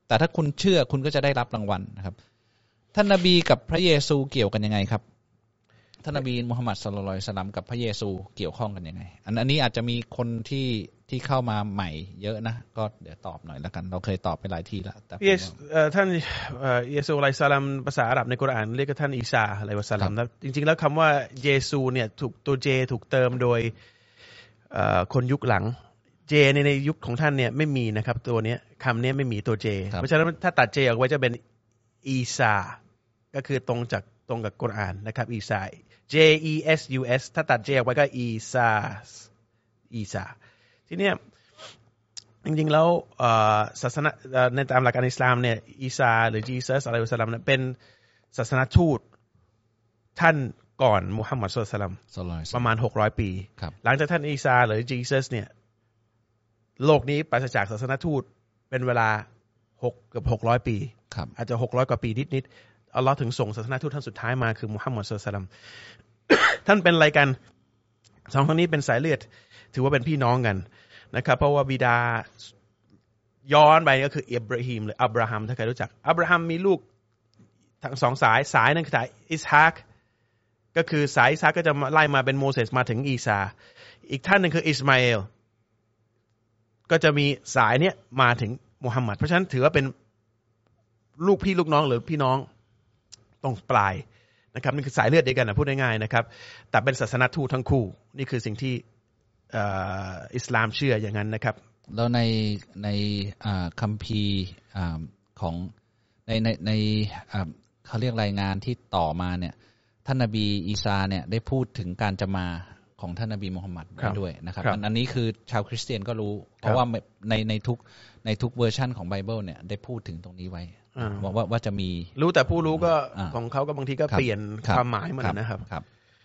Speaker 2: แต่ถ้าคุณเชื่อคุณก็จะได้รับรางวัลนะครับท่านนบีกับพระเยซูเกี่ยวกันยังไงครับท่านนบีมุฮัมมัดศ็อลลัลลอฮุอะลัยฮิวะซัลลัมกับพระเยซูเกี่ยวข้องกันยังไงอันอันนี้อาจจะมีคนที่ที่เข้ามาใหม่เยอะนะก็เดี๋ยวตอบหน่อยแล้วกันเราเคยตอบไปหลายทีแล้วแต่
Speaker 1: ท่านเยซูอะลัยฮิสสลามภาษาอาหรับในกุรอานเรียกท่านอีซาอะลัยฮิวะซัลลัมนะจริงๆแล้วคำว่าเยซูเนี่ยถูกตัวเจถูกเติมโดยคนยุคหลังเจในในยุคของท่านเนี่ยไม่มีนะครับตัวนี้คำนี้ไม่มีตัวเจเพราะฉะนั้นถ้าตัดเจออกไว้จะเป็นอีซาก็คือตรงจากตรงกับกุรอานนะครับอีซา J E S U S ถ้าตัดเจออกไว้ก็อีซาอีซาทีเนี้ยจริงๆแล้วศาสนาในตามหลักการอิสลามเนี่ยอีซาหรือจีซัสอะลัยฮิวะซัลลัมเนี่ยเป็นศาสนทูตท่านก่อนมุฮัมมัดศ็อลลัลลอฮุอะลัยฮิวะซัลลัมประมาณหกร้อยปีหลังจากท่านอีซาหรือจีซัสเนี่ยโลกนี้ปราศจากศาสนทูตเป็นเวลาหกเกือบหกร้อยปีอาจจะหกร้อยกว่าปีนิดๆอัลเลาะห์ถึงส่งศาสนทูตท่านสุดท้ายมาคือมุฮัมมัดศ็อลลัลลอฮุอะลัยฮิวะซัลลัม ท่านเป็นอะไรกันสองคนนี้เป็นสายเลือดถือว่าเป็นพี่น้องกันนะครับเพราะว่าบิดาย้อนไปก็คืออิบราฮิมหรืออับราฮัมถ้าใครรู้จักอับราฮัมมีลูกทั้งสองสายสายนึงคือสายอิสฮากก็คือสายอิสฮากก็จะไล่มาเป็นโมเสสมาถึงอีซาอีกท่านนึงคืออิสมาเอลก็จะมีสายเนี้ยมาถึงมุฮัมมัดเพราะฉะนั้นถือว่าเป็นลูกพี่ลูกน้องหรือพี่น้องตรงปลายนะครับนี่คือสายเลือดเดียวกันนะพูดง่ายๆนะครับแต่เป็นศาสนทูตทั้งคู่นี่คือสิ่งที่อิสลามเชื่ออย่างนั้นนะครับ
Speaker 2: แล้วในในคัมภีร์ของในในในเขาเรียกรายงานที่ต่อมาเนี่ยท่านนบีอีสาเนี่ยได้พูดถึงการจะมาของท่านนบีมุฮัมมัดด้วยนะครับอันนี้คือชาวคริสเตียนก็รู้เพราะว่าในในทุกในทุกเวอร์ชันของไบเบิลเนี่ยได้พูดถึงตรงนี้ไว้บอกว่าว่าจะมี
Speaker 1: รู้แต่ผู้รู้ก็ของเขาก็บางทีก็เปลี่ยนความหมายมันนะครับ
Speaker 2: ครับ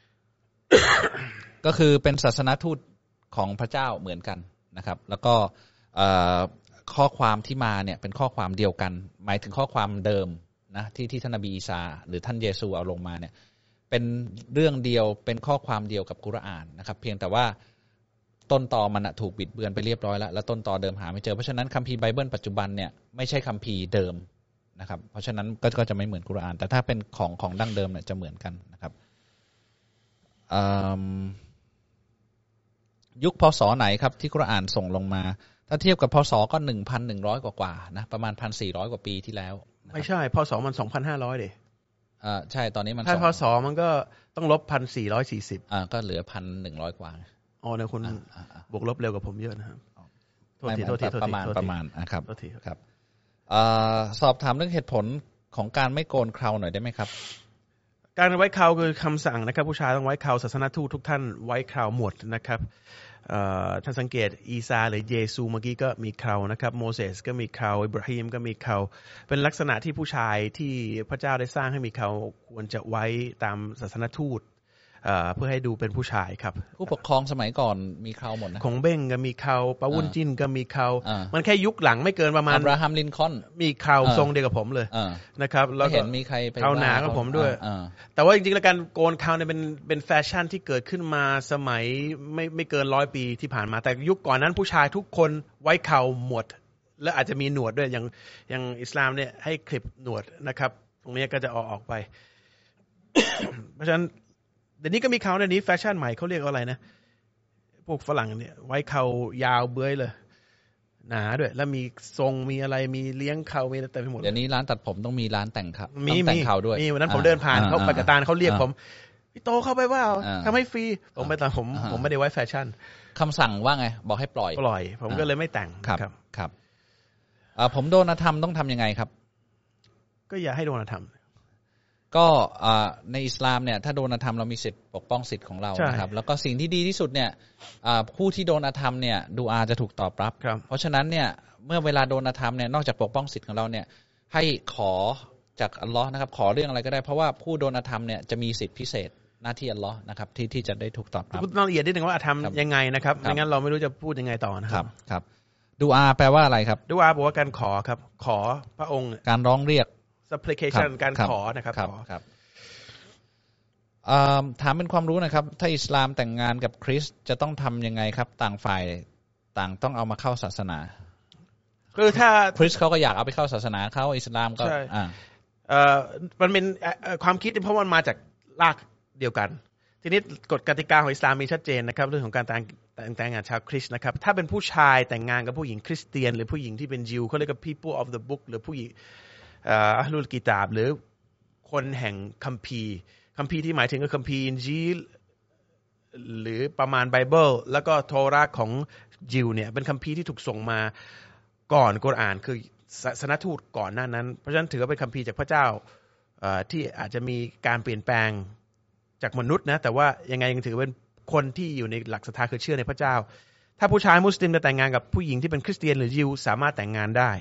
Speaker 2: ก็คือเป็นศาสนทูตของพระเจ้าเหมือนกันนะครับแล้วก็ข้อความที่มาเนี่ยเป็นข้อความเดียวกันหมายถึงข้อความเดิมนะที่ที่ท่านนบีอีสาหรือท่านเยซูเอาลงมาเนี่ยเป็นเรื่องเดียวเป็นข้อความเดียวกับกุรอานนะครับเพียงแต่ว่าต้นตอมันถูกบิดเบือนไปเรียบร้อยแล้วแล้วต้นตอเดิมหาไม่เจอเพราะฉะนั้นคัมภีร์ไบเบิลปัจจุบันเนี่ยไม่ใช่คัมภีร์เดิมนะครับเพราะฉะนั้นก็ก็จะไม่เหมือนกุรอานแต่ถ้าเป็นของของดั้งเดิมเนี่ยจะเหมือนกันนะครับยุคพศไหนครับที่กุรอานส่งลงมาถ้าเทียบกับพศก็ หนึ่งพันหนึ่งร้อย กว่าๆนะประมาณ หนึ่งพันสี่ร้อย กว่าปีที่แล้ว
Speaker 1: ไม่ใช่พศมัน สองพันห้าร้อย ดิ
Speaker 2: อ่าใช่ตอนนี้มัน
Speaker 1: ถ้าพศมันก็ต้องลบ หนึ่งพันสี่ร้อยสี่สิบ
Speaker 2: อ่าก็เหลือ หนึ่งพันหนึ่งร้อย กว่า
Speaker 1: อ๋อเนี่ยคุณบวกลบเร็วกว่าผมเยอะนะครับโทษทีโทษที
Speaker 2: ประมาณประมาณอ่ะครับ
Speaker 1: โทษที
Speaker 2: ครับอ่าสอบถามเรื่องเหตุผลของการไม่โกนเคราหน่อยได้ไหมครับ
Speaker 1: การไว้เคราคือคำสั่งนะครับผู้ชายต้องไว้เคราศาสนทูตทุกท่านไว้เคราหมดนะครับท่านสังเกตอีซาหรือเยซูเมื่อกี้ก็มีเครานะครับโมเสสก็มีเคราอิบราฮิมก็มีเคราเป็นลักษณะที่ผู้ชายที่พระเจ้าได้สร้างให้มีเคราควรจะไว้ตามศาสนทูตเพื่อให้ดูเป็นผู้ชายครับ
Speaker 2: ผู้ปกครองสมัยก่อนมีเคราหมดนะ
Speaker 1: ของเบ้งก็มีเคราปาวุ้นจิ้นก็มีเครามันแค่ยุคหลังไม่เกินประมาณ
Speaker 2: อับราฮัมลินคอล์น
Speaker 1: มีเคราทรงเดียวกับผมเลยนะครับ
Speaker 2: แล้วเห็นมีใคร
Speaker 1: ไปเคราหนากับผมด้วยแต่ว่าจริงๆแล้วการโกนเคราเนี่ยเป็นเป็นแฟชั่นที่เกิดขึ้นมาสมัยไม่ไม่เกินร้อยปีที่ผ่านมาแต่ยุคก่อนนั้นผู้ชายทุกคนไว้เคราหมดและอาจจะมีหนวดด้วยอย่างอย่างอิสลามเนี่ยให้คลิปหนวดนะครับตรงนี้ก็จะออกออกไป เพราะฉะนั้นเดี๋ยวนี้ก็มีเขาในนี้แฟชั่นใหม่เขาเรียกว่าอะไรนะพวกฝรั่งเนี่ยไว้เขายาวเบื้อยเลยหนาด้วยแล้วมีทรงมีอะไรมีเลี้ยงเขามีแต่ไปหมด
Speaker 2: เดี๋ยวนี้ร้านตัดผมต้องมีร้านแต่งครับต้องแต่งเขาด้วย
Speaker 1: มีวันนั้นผมเดินผ่านเขาปกติเขาเรียกผมพี่โตเข้าไปว่าทำให้ฟรีผมไปตอนผมผมไม่ได้ไว้แฟชั่น
Speaker 2: คำสั่งว่าไงบอกให้ปล่อย
Speaker 1: ปล่อยผมก็เลยไม่แต่ง
Speaker 2: ครับครับผมโดนธรรมต้องทำยังไงครับ
Speaker 1: ก็อย่าให้โดนธรรม
Speaker 2: ก็ในอิสลามเนี่ยถ้าโดนธรรมเรามีสิทธิ์ปกป้องสิทธิ์ของเรานะครับแล้วก็สิ่งที่ดีที่สุดเนี่ยผู้ที่โดนธรรมเนี่ยดุอาจะถูกตอบรับเพราะฉะนั้นเนี่ยเมื่อเวลาโดนธรรมเนี่ยนอกจากปกป้องสิทธิ์ของเราเนี่ยให้ขอจากอัลลอฮ์นะครับขอเรื่องอะไรก็ได้เพราะว่าผู้โดนธรรมเนี่ยจะมีสิทธิพิเศษหน้าที่อัลลอฮ์นะครับที่ที่จะได้ถูกตอบรับ
Speaker 1: ต้องละเอียดนิดนึงว่าธรรมยังไงนะครับไม่งั้นเราไม่รู้จะพูดยังไงต่อนะครับ
Speaker 2: ครับดุอาแปลว่าอะไรครับ
Speaker 1: ดุอาแปลว่าการขอครับขอพระองค์
Speaker 2: การร้องเรียก
Speaker 1: supplication การขอนะครับ
Speaker 2: ขอครับถามเป็นความรู้นะครับถ้าอิสลามแต่งงานกับคริสต์จะต้องทำยังไงครับต่างฝ่ายต่างต้องเอามาเข้าศาสนา
Speaker 1: คือถ้า
Speaker 2: คริสเขาก็อยากเอาไปเข้าศาสนาเขาอิสลามก็อ่า
Speaker 1: เอ่อมันเป็นความคิดเพราะมันมาจากรากเดียวกันทีนี้กฎกติกาของอิสลามมีชัดเจนนะครับเรื่องของการแต่งแต่งงานชาวคริสต์นะครับถ้าเป็นผู้ชายแต่งงานกับผู้หญิงคริสเตียนหรือผู้หญิงที่เป็นยิวเขาเรียกว่า people of the book หรือผู้หญิงอัลลุลกิตาบหรือคนแห่งคัมภีร์คัมภีร์ที่หมายถึงก็คัมภีร์อินจีลหรือประมาณไบเบิลแล้วก็โทราของยิวเนี่ยเป็นคัมภีร์ที่ถูกส่งมาก่อนกุรอานคือศาสนทูตก่อนหน้านั้นเพราะฉะนั้นถือว่าเป็นคัมภีร์จากพระเจ้าที่อาจจะมีการเปลี่ยนแปลงจากมนุษย์นะแต่ว่ายังไงยังถือเป็นคนที่อยู่ในหลักศรัทธาคือเชื่อในพระเจ้าถ้าผู้ชายมุสลิมจะแต่งงานกับผู้หญิงที่เป็นคริสเตียนหรือยิวสามารถแต่งงานได้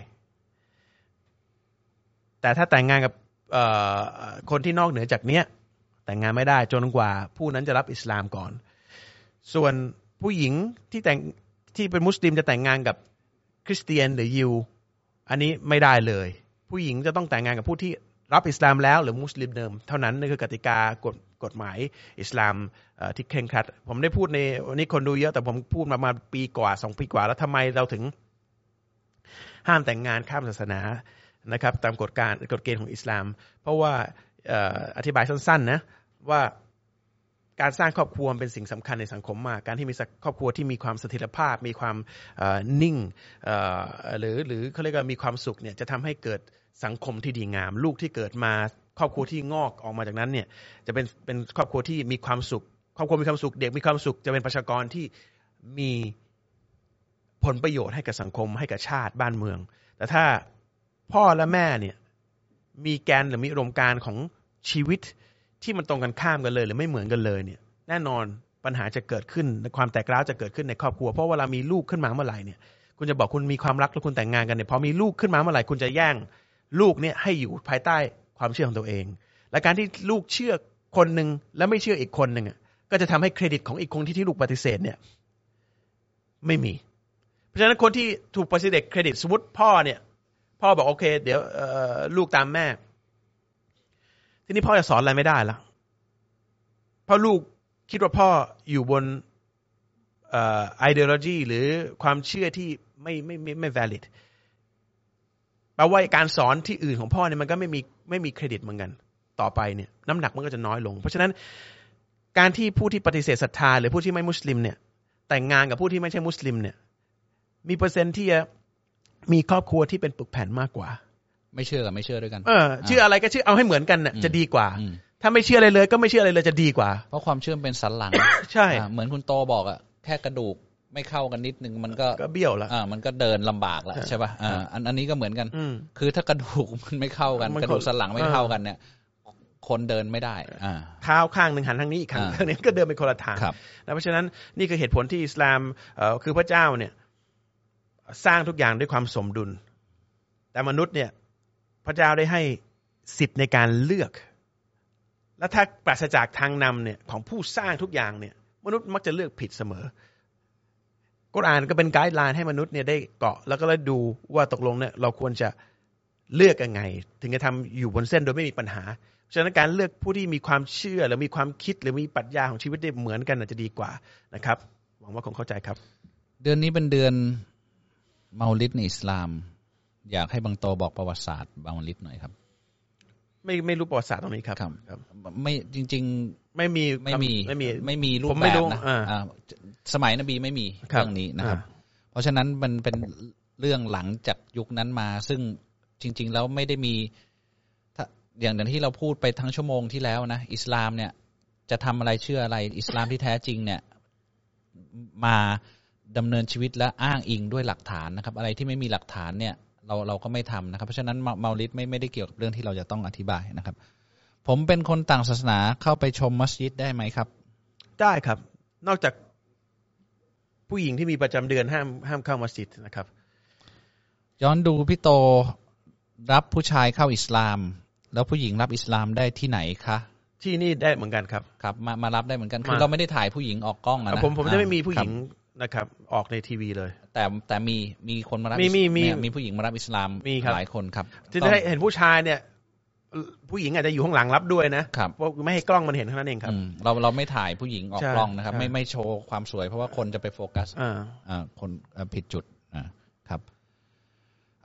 Speaker 1: แต่ถ้าแต่งงานกับคนที่นอกเหนือจากเนี้ยแต่งงานไม่ได้จนกว่าผู้นั้นจะรับอิสลามก่อนส่วนผู้หญิงที่แต่งที่เป็นมุสลิมจะแต่งงานกับคริสเตียนหรือยิวอันนี้ไม่ได้เลยผู้หญิงจะต้องแต่งงานกับผู้ที่รับอิสลามแล้วหรือมุสลิมเดิมเท่านั้นนี่คือกติกากฎกฎหมายอิสลามที่เคร่งครัดผมได้พูดในวันนี้คนดูเยอะแต่ผมพูดมามาปีกว่าสองปีกว่าแล้วทำไมเราถึงห้ามแต่งงานข้ามศาสนานะครับตามกฎการกฎเกณฑ์ของอิสลามเพราะว่าอธิบายสั้นๆนะว่าการสร้างครอบครัวเป็นสิ่งสำคัญในสังคมมากการที่มีครอบครัวที่มีความเสถียรภาพมีความนิ่งหรือหรือเขาเรียกว่ามีความสุขเนี่ยจะทำให้เกิดสังคมที่ดีงามลูกที่เกิดมาครอบครัวที่งอกออกมาจากนั้นเนี่ยจะเป็นเป็นครอบครัวที่มีความสุขครอบครัวมีความสุขเด็กมีความสุขจะเป็นประชากรที่มีผลประโยชน์ให้กับสังคมให้กับชาติบ้านเมืองแต่ถ้าพ่อและแม่เนี่ยมีแกนหรือมีอารมณ์การของชีวิตที่มันตรงกันข้ามกันเลยหรือไม่เหมือนกันเลยเนี่ยแน่นอนปัญหาจะเกิดขึ้นความแตกร้าวจะเกิดขึ้นในครอบครัวเพราะเวลามีลูกขึ้นมาเมื่อไหร่เนี่ยคุณจะบอกคุณมีความรักแล้วคุณแต่งงานกันเนี่ยพอมีลูกขึ้นมาเมื่อไหร่คุณจะแย่งลูกเนี่ยให้อยู่ภายใต้ความเชื่อของตัวเองและการที่ลูกเชื่อคนนึงและไม่เชื่ออีกคนนึงอ่ะก็จะทำให้เครดิตของอีกคนที่ที่ลูกปฏิเสธเนี่ยไม่มีเพราะฉะนั้นคนที่ถูกปฏิเสธเครดิตสมมติพ่อเนี่ยพ่อบอกโอเคเดี๋ยวลูกตามแม่ทีนี้พ่อจะสอนอะไรไม่ได้ละเพราะลูกคิดว่าพ่ออยู่บนเอ่อ ideology หรือความเชื่อที่ไม่ไม่ไม่ไม่ valid แปลว่าการสอนที่อื่นของพ่อเนี่ยมันก็ไม่มีไม่มีเครดิตเหมือนกันต่อไปเนี่ยน้ำหนักมันก็จะน้อยลงเพราะฉะนั้นการที่ผู้ที่ปฏิเสธศรัทธาหรือผู้ที่ไม่มุสลิมเนี่ยแต่งงานกับผู้ที่ไม่ใช่มุสลิมเนี่ยมีเปอร์เซ็นต์ที่จะมีครอบครัวที่เป็นปึกแผ่นมากกว่า
Speaker 2: ไม่เชื่อกับไม่เชื่อด้วยกัน
Speaker 1: เออเชื่ออะไรก็เชื่อเอาให้เหมือนกันน่ะจะดีกว่าถ้าไม่เชื่ออะไรเลยก็ไม่เชื่ออะไรเลยจะดีกว่า
Speaker 2: เพราะความเชื่อเป็นสันหลัง
Speaker 1: ใช่
Speaker 2: เหมือนคุณโตบอกอ่ะแค่กระดูกไม่เข้ากันนิดนึงมันก็
Speaker 1: ก็เบี้ยวแล้ว
Speaker 2: อ่ามันก็เดินลำบากแล้วใช่ป่ะอ่าอันอันนี้ก็เหมือนกันคือถ้ากระดูกมันไม่เข้ากันกระดูกสันหลังไม่เข้ากันเนี่ยคนเดินไม่ได้อ่า
Speaker 1: เท้าข้างนึงหันทางนี้อีกข้างนึงก็เดินไปคนละทางเพราะฉะนั้นนี่คือเหตุผลที่อิสลามเอ่อคือพระเจ้าเนี่ยสร้างทุกอย่างด้วยความสมดุลแต่มนุษย์เนี่ยพระเจ้าได้ให้สิทธิ์ในการเลือกและถ้าปราศจากทางนำเนี่ยของผู้สร้างทุกอย่างเนี่ยมนุษย์มักจะเลือกผิดเสมอกุรอานก็เป็นไกด์ไลน์ให้มนุษย์เนี่ยได้เกาะแล้วก็ได้ดูว่าตกลงเนี่ยเราควรจะเลือกยังไงถึงจะทำอยู่บนเส้นโดยไม่มีปัญหาฉะนั้นการเลือกผู้ที่มีความเชื่อหรือมีความคิดหรือมีปรัชญาของชีวิตได้เหมือนกันอาจจะดีกว่านะครับหวังว่าคงเข้าใจครับ
Speaker 2: เดือนนี้เป็นเดือนเมาลิดในอิสลามอยากให้บางโตบอกประวัติศาสตร์บางลิดหน่อยครับ
Speaker 1: ไม่ไม่รู้ประวัติศาสตร์ตรงนี้ครับ
Speaker 2: ครับไม่จริง
Speaker 1: ๆไม่มี
Speaker 2: ไม่มี
Speaker 1: ไม่มี
Speaker 2: ไม่มีรูปแบบนะสมัยนบีไม่มีเรื่องนี้นะครับเพราะฉะนั้นมันเป็นเรื่องหลังจากยุคนั้นมาซึ่งจริงๆแล้วไม่ได้มีอย่างที่เราพูดไปทั้งชั่วโมงที่แล้วนะอิสลามเนี่ยจะทำอะไรเชื่ออะไรอิสลามที่แท้จริงเนี่ยมาดำเนินชีวิตและอ้างอิงด้วยหลักฐานนะครับอะไรที่ไม่มีหลักฐานเนี่ยเราเราก็ไม่ทำนะครับเพราะฉะนั้นเมาลิดไม่ไม่ได้เกี่ยวกับเรื่องที่เราจะต้องอธิบายนะครับผมเป็นคนต่างศาสนาเข้าไปชมมัสยิดได้ไหมครับ
Speaker 1: ได้ครับนอกจากผู้หญิงที่มีประจำเดือนห้ามห้ามเข้ามัสยิดนะครับ
Speaker 2: ย้อนดูพี่โตรับผู้ชายเข้าอิสลามแล้วผู้หญิงรับอิสลามได้ที่ไหนคะ
Speaker 1: ที่นี่ได้เหมือนกันครับ
Speaker 2: ครับมามารับได้เหมือนกันคือเราไม่ได้ถ่ายผู้หญิงออกกล้องนะ
Speaker 1: ผมผมจะไม่มีผู้หญิงนะครับออกในทีวีเลย
Speaker 2: แต่แต่มีมีคนมารับ
Speaker 1: มีมีมี
Speaker 2: มีผู้หญิงมารับอิสลามหลายคนครับ
Speaker 1: จะได้เห็นผู้ชายเนี่ยผู้หญิงอาจจะอยู่ข้างหลังรับด้วยนะครับเพราะไม่ให้กล้องมันเห็นเท่านั้นเองครับ
Speaker 2: เราเราไม่ถ่ายผู้หญิงออกกล้องนะครับไม่ไม่โชว์ความสวยเพราะว่าคนจะไปโฟกัสอ่าคนผิดจุดอ่าครับ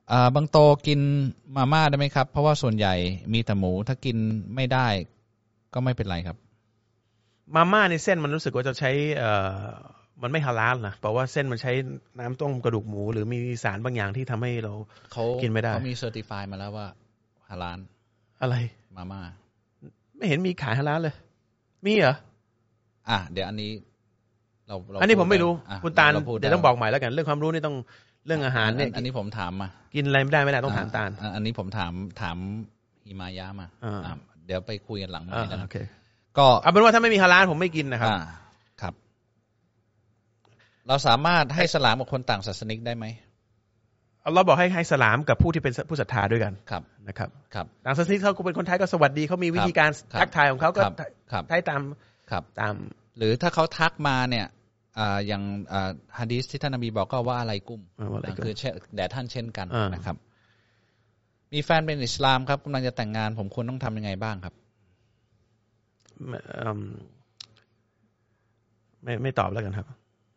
Speaker 2: อ่าบางโตกินมาม่าได้ไหมครับเพราะว่าส่วนใหญ่มีแต่หมูถ้ากินไม่ได้ก็ไม่เป็นไรครับ
Speaker 1: มาม่าในเส้นมันรู้สึกว่าจะใช้เอ่อมันไม่ฮาลาลนะเพราะว่าเส้นมันใช้น้ำต้มกระดูกหมูหรือมีสารบางอย่างที่ทำให้เรากินไม่ได้
Speaker 2: เขามีเซอร์ติฟายมาแล้วว่าฮาลาล
Speaker 1: อะไร
Speaker 2: มาม่า
Speaker 1: ไม่เห็นมีขายฮาลาลเลยมีเหรอ
Speaker 2: อ่ะเดี๋ยวอันนี้เรา
Speaker 1: อันนี้ผมไม่รู้คุณตาลเดี๋ยวต้องบอกใหม่แล้วกันเรื่องความรู้นี่ต้องเรื่องอาหารเนี่ย
Speaker 2: อันนี้ผมถามมา
Speaker 1: กินอะไรไม่ได้ไม่ได้ต้องถามตาล
Speaker 2: อันนี้ผมถามถามฮิมายะมาเดี๋ยวไปคุยกันหลังไมค์นะ
Speaker 1: ก็เอาเป็นว่าถ้าไม่มีฮาลาลผมไม่กินนะครับ
Speaker 2: ครับเราสามารถให้สลามกับคนต่างศาสนิกได้ไหม
Speaker 1: เราบอกให้ให้สลามกับผู้ที่เป็นผู้ศรัทธาด้วยกัน
Speaker 2: ครับ
Speaker 1: นะครับ
Speaker 2: ครับ
Speaker 1: ต่างศาสนิกเขาก็เป็นคนไทยก็สวัสดีเขามีวิธีการทักทายของเขาก็ใช้ตามตาม
Speaker 2: หรือถ้าเขาทักมาเนี่ยอย่างฮะดีษที่ท่านนบีบอกก็ว่าอะไรกุ้มคือแด่ท่านเช่นกันนะครับมีแฟนเป็นอิสลามครับกำลังจะแต่งงานผมควรต้องทำยังไงบ้างครับ
Speaker 1: ไม่ไม่ตอบแล้วกันครับ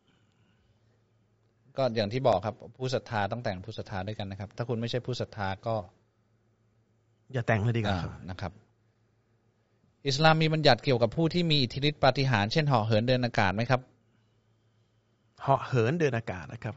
Speaker 2: ก็อย่างที่บอกครับผู้ศรัทธาต้องแต่งผู้ศรัทธาด้วยกันนะครับถ้าคุณไม่ใช่ผู้ศรัทธาก็
Speaker 1: อย่าแต่งเลยดีกว่า
Speaker 2: นะครับอิสลามมีบัญญัติเกี่ยวกับผู้ที่มีอิทธิฤทธิปาฏิหาริย์เช่นเหาะเหินเดินอากาศไหมครับ
Speaker 1: เหาะเหินเดินอากาศนะครับ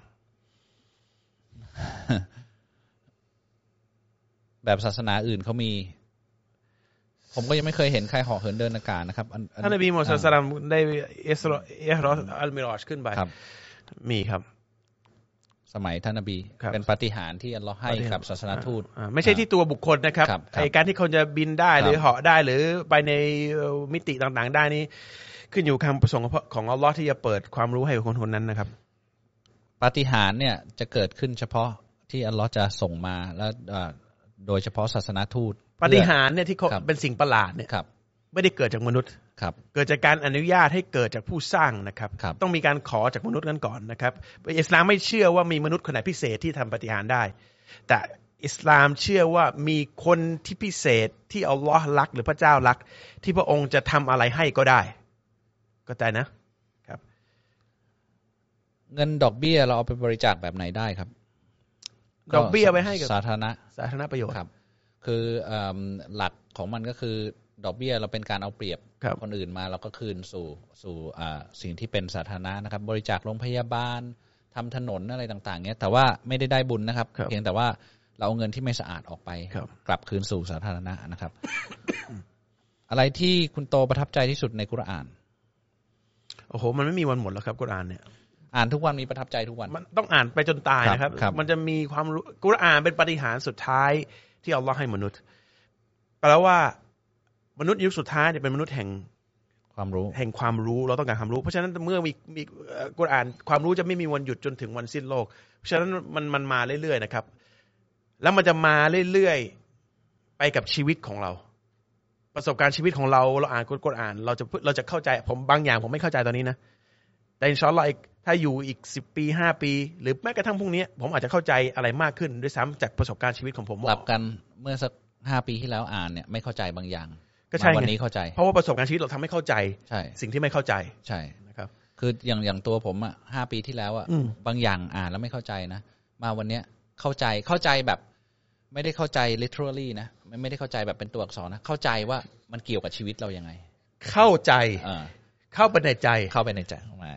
Speaker 2: แบบศาสนาอื่นเขามีผมก็ยังไม่เคยเห็นใครเหาะเหินเดินอากาศนะครับ
Speaker 1: ท่านนบีมูฮัมมัดศ็อลลัลลอฮุอะลัยฮิวะซัลลัมได้อิสรออิรออัลมิรอจขึ้นไปมีครับ
Speaker 2: สมัยท่านนบีเป็นปาฏิหาริย์ที่อัลเลาะห์ให้กับศาสนทูต
Speaker 1: ไม่ใช่ที่ตัวบุคคลนะครับไอ้การที่คนจะบินได้หรือเหาะได้หรือไปในมิติต่างๆได้นี่ขึ้นอยู่กับคำประสงค์ของอัลเลาะห์ที่จะเปิดความรู้ให้กับคนคนนั้นนะครับ
Speaker 2: ปาฏิหาริย์เนี่ยจะเกิดขึ้นเฉพาะที่อัลเลาะห์จะส่งมาแล้วโดยเฉพาะศาสนทูต
Speaker 1: ปาฏิหาริย์เนี่ยที่เป็นสิ่งประหลาดเนี่ยไม่ได้เกิดจากมนุษย์เกิดจากการอนุญาตให้เกิดจากผู้สร้างนะครับต้องมีการขอจากมนุษย์กันก่อนนะครับอิสลามไม่เชื่อว่ามีมนุษย์คนไหนพิเศษที่ทำปาฏิหาริย์ได้แต่อิสลามเชื่อว่ามีคนที่พิเศษที่อัลลอฮ์รักหรือพระเจ้ารักที่พระองค์จะทำอะไรให้ก็ได้ก็ได้นะครับ
Speaker 2: เงินดอกเบี้ยเราเอาไปบริจาคแบบไหนได้ครับ
Speaker 1: ดอกเบี้ยไปให้กับ
Speaker 2: สาธารณะ
Speaker 1: สาธารณประโยชน์
Speaker 2: ครับคือหลักของมันก็คือดอกเบี้ยเราเป็นการเอาเปรียบคนอื่นมาเราก็คืนสู่สู่สิ่งที่เป็นสาธารณะนะครับบริจาคโรงพยาบาลทำถนนอะไรต่างๆเนี้ยแต่ว่าไม่ได้ได้บุญนะครับเพียงแต่ว่าเราเอาเงินที่ไม่สะอาดออกไปกลับคืนสู่สาธารณะนะครับ อะไรที่คุณโตประทับใจที่สุดในกุรอาน
Speaker 1: โอ้โหมันไม่มีวันหมดแล้วครับกุรอานเนี่ย
Speaker 2: อ่านทุกวันมีประทับใจทุกวัน
Speaker 1: มันต้องอ่านไปจนตายนะครับมันจะมีความรู้กุรอานเป็นปาฏิหาริย์สุดท้ายที่อัลเลาะห์ให้มนุษย์แปลว่ามนุษย์ยุคสุดท้ายเนี่ยเป็นมนุษย์แห่ง
Speaker 2: ความรู้
Speaker 1: แห่งความรู้เราต้องการความรู้เพราะฉะนั้นเมื่อมีมีกุรอานความรู้จะไม่มีวันหยุดจนถึงวันสิ้นโลกเพราะฉะนั้นมันมันมาเรื่อยๆนะครับแล้วมันจะมาเรื่อยๆไปกับชีวิตของเราประสบการณ์ชีวิตของเราเราอ่านกุรอานเราจะเราจะเข้าใจผมบางอย่างผมไม่เข้าใจตอนนี้นะแต่อินชาอัลลอฮ์อีกถ้าอยู่อีกสิบปีห้าปีหรือแม้กระทั่งพรุ่งนี้ผมอาจจะเข้าใจอะไรมากขึ้นด้วยซ้ำจากประสบการณ์ชีวิตของผม
Speaker 2: กลับกันเมื่อสักห้าปีที่แล้วอ่านเนี่ยไม่เข้าใจบางอย่าง
Speaker 1: ก็ใช่
Speaker 2: วันนี้เข้าใจ
Speaker 1: เพราะว่าประสบการณ์ชีวิตเราทำให้เข้าใจ
Speaker 2: ใช่
Speaker 1: สิ่งที่ไม่เข้าใจ
Speaker 2: ใช่นะครับคืออย่างอย่างตัวผมอ่ะห้าปีที่แล้วอ่ะบางอย่างอ่านแล้วไม่เข้าใจนะมาวันเนี้ยเข้าใจเข้าใจแบบไม่ได้เข้าใจ literally นะไม่ไม่ได้เข้าใจแบบเป็นตัวอักษรนะเข้าใจว่ามันเกี่ยวกับชีวิตเรายังไง
Speaker 1: เข้าใจเข้าไปในใจ
Speaker 2: เข้าไปในใจมา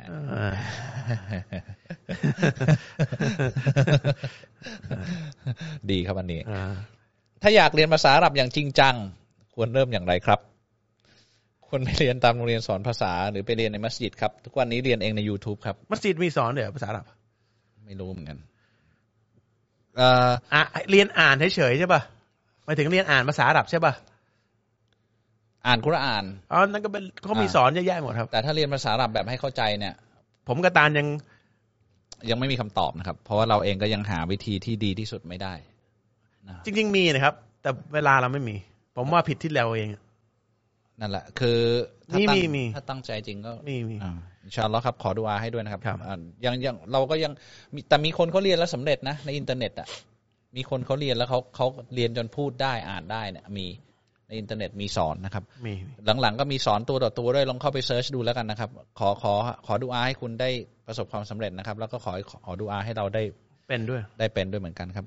Speaker 2: ดีครับอันนี้ถ้าอยากเรียนภาษาอาหรับอย่างจริงจังควรเริ่มอย่างไรครับควรไปเรียนตามโรงเรียนสอนภาษาหรือไปเรียนในมัสยิดครับทุกวันนี้เรียนเองใน YouTube ครับ
Speaker 1: มัสยิดมีสอนด้วยภาษาอาหรับ
Speaker 2: ไม่รู้เหมือนกัน
Speaker 1: เอ่ออ่ะเรียนอ่านเฉยๆใช่ป่ะหมายถึงเรียนอ่านภาษาอาหรับใช่ป่ะ
Speaker 2: อ่านกุรอาน
Speaker 1: อ๋อนั่นก็เป็นเขามีสอนเยอะแยะหมดครับ
Speaker 2: แต่ถ้าเรียนภาษาอาหรับแบบให้เข้าใจเนี่ย
Speaker 1: ผมกับตาลยัง
Speaker 2: ยังไม่มีคำตอบนะครับเพราะว่าเราเองก็ยังหาวิธีที่ดีที่สุดไม่ได้
Speaker 1: นะจริงๆมีนะครับแต่เวลาเราไม่มีผมว่าผิดที่เราเอง
Speaker 2: นั่นแหละคือ
Speaker 1: ถ้าตั้ง
Speaker 2: ถ้าตั้งใจจริงก็
Speaker 1: มีมี
Speaker 2: อินชาอัลลอฮ์ครับขอดุอาให้ด้วยนะครับยังยังเราก็ยังแต่มีคนเขาเรียนแล้วสำเร็จนะในอินเทอร์เน็ตอ่ะมีคนเขาเรียนแล้วเขาเขาเรียนจนพูดได้อ่านได้เนี่ยมีในอินเทอร์เน็ตมีสอนนะครับ
Speaker 1: มี
Speaker 2: หลังๆก็มีสอนตัวต่อตัวด้วยลองเข้าไปเซิร์ชดูแล้วกันนะครับขอขอขอดุอาให้คุณได้ประสบความสำเร็จนะครับแล้วก็ขอขอดุอาให้เราได้
Speaker 1: เป็นด้วย
Speaker 2: ได้เป็นด้วยเหมือนกันครับ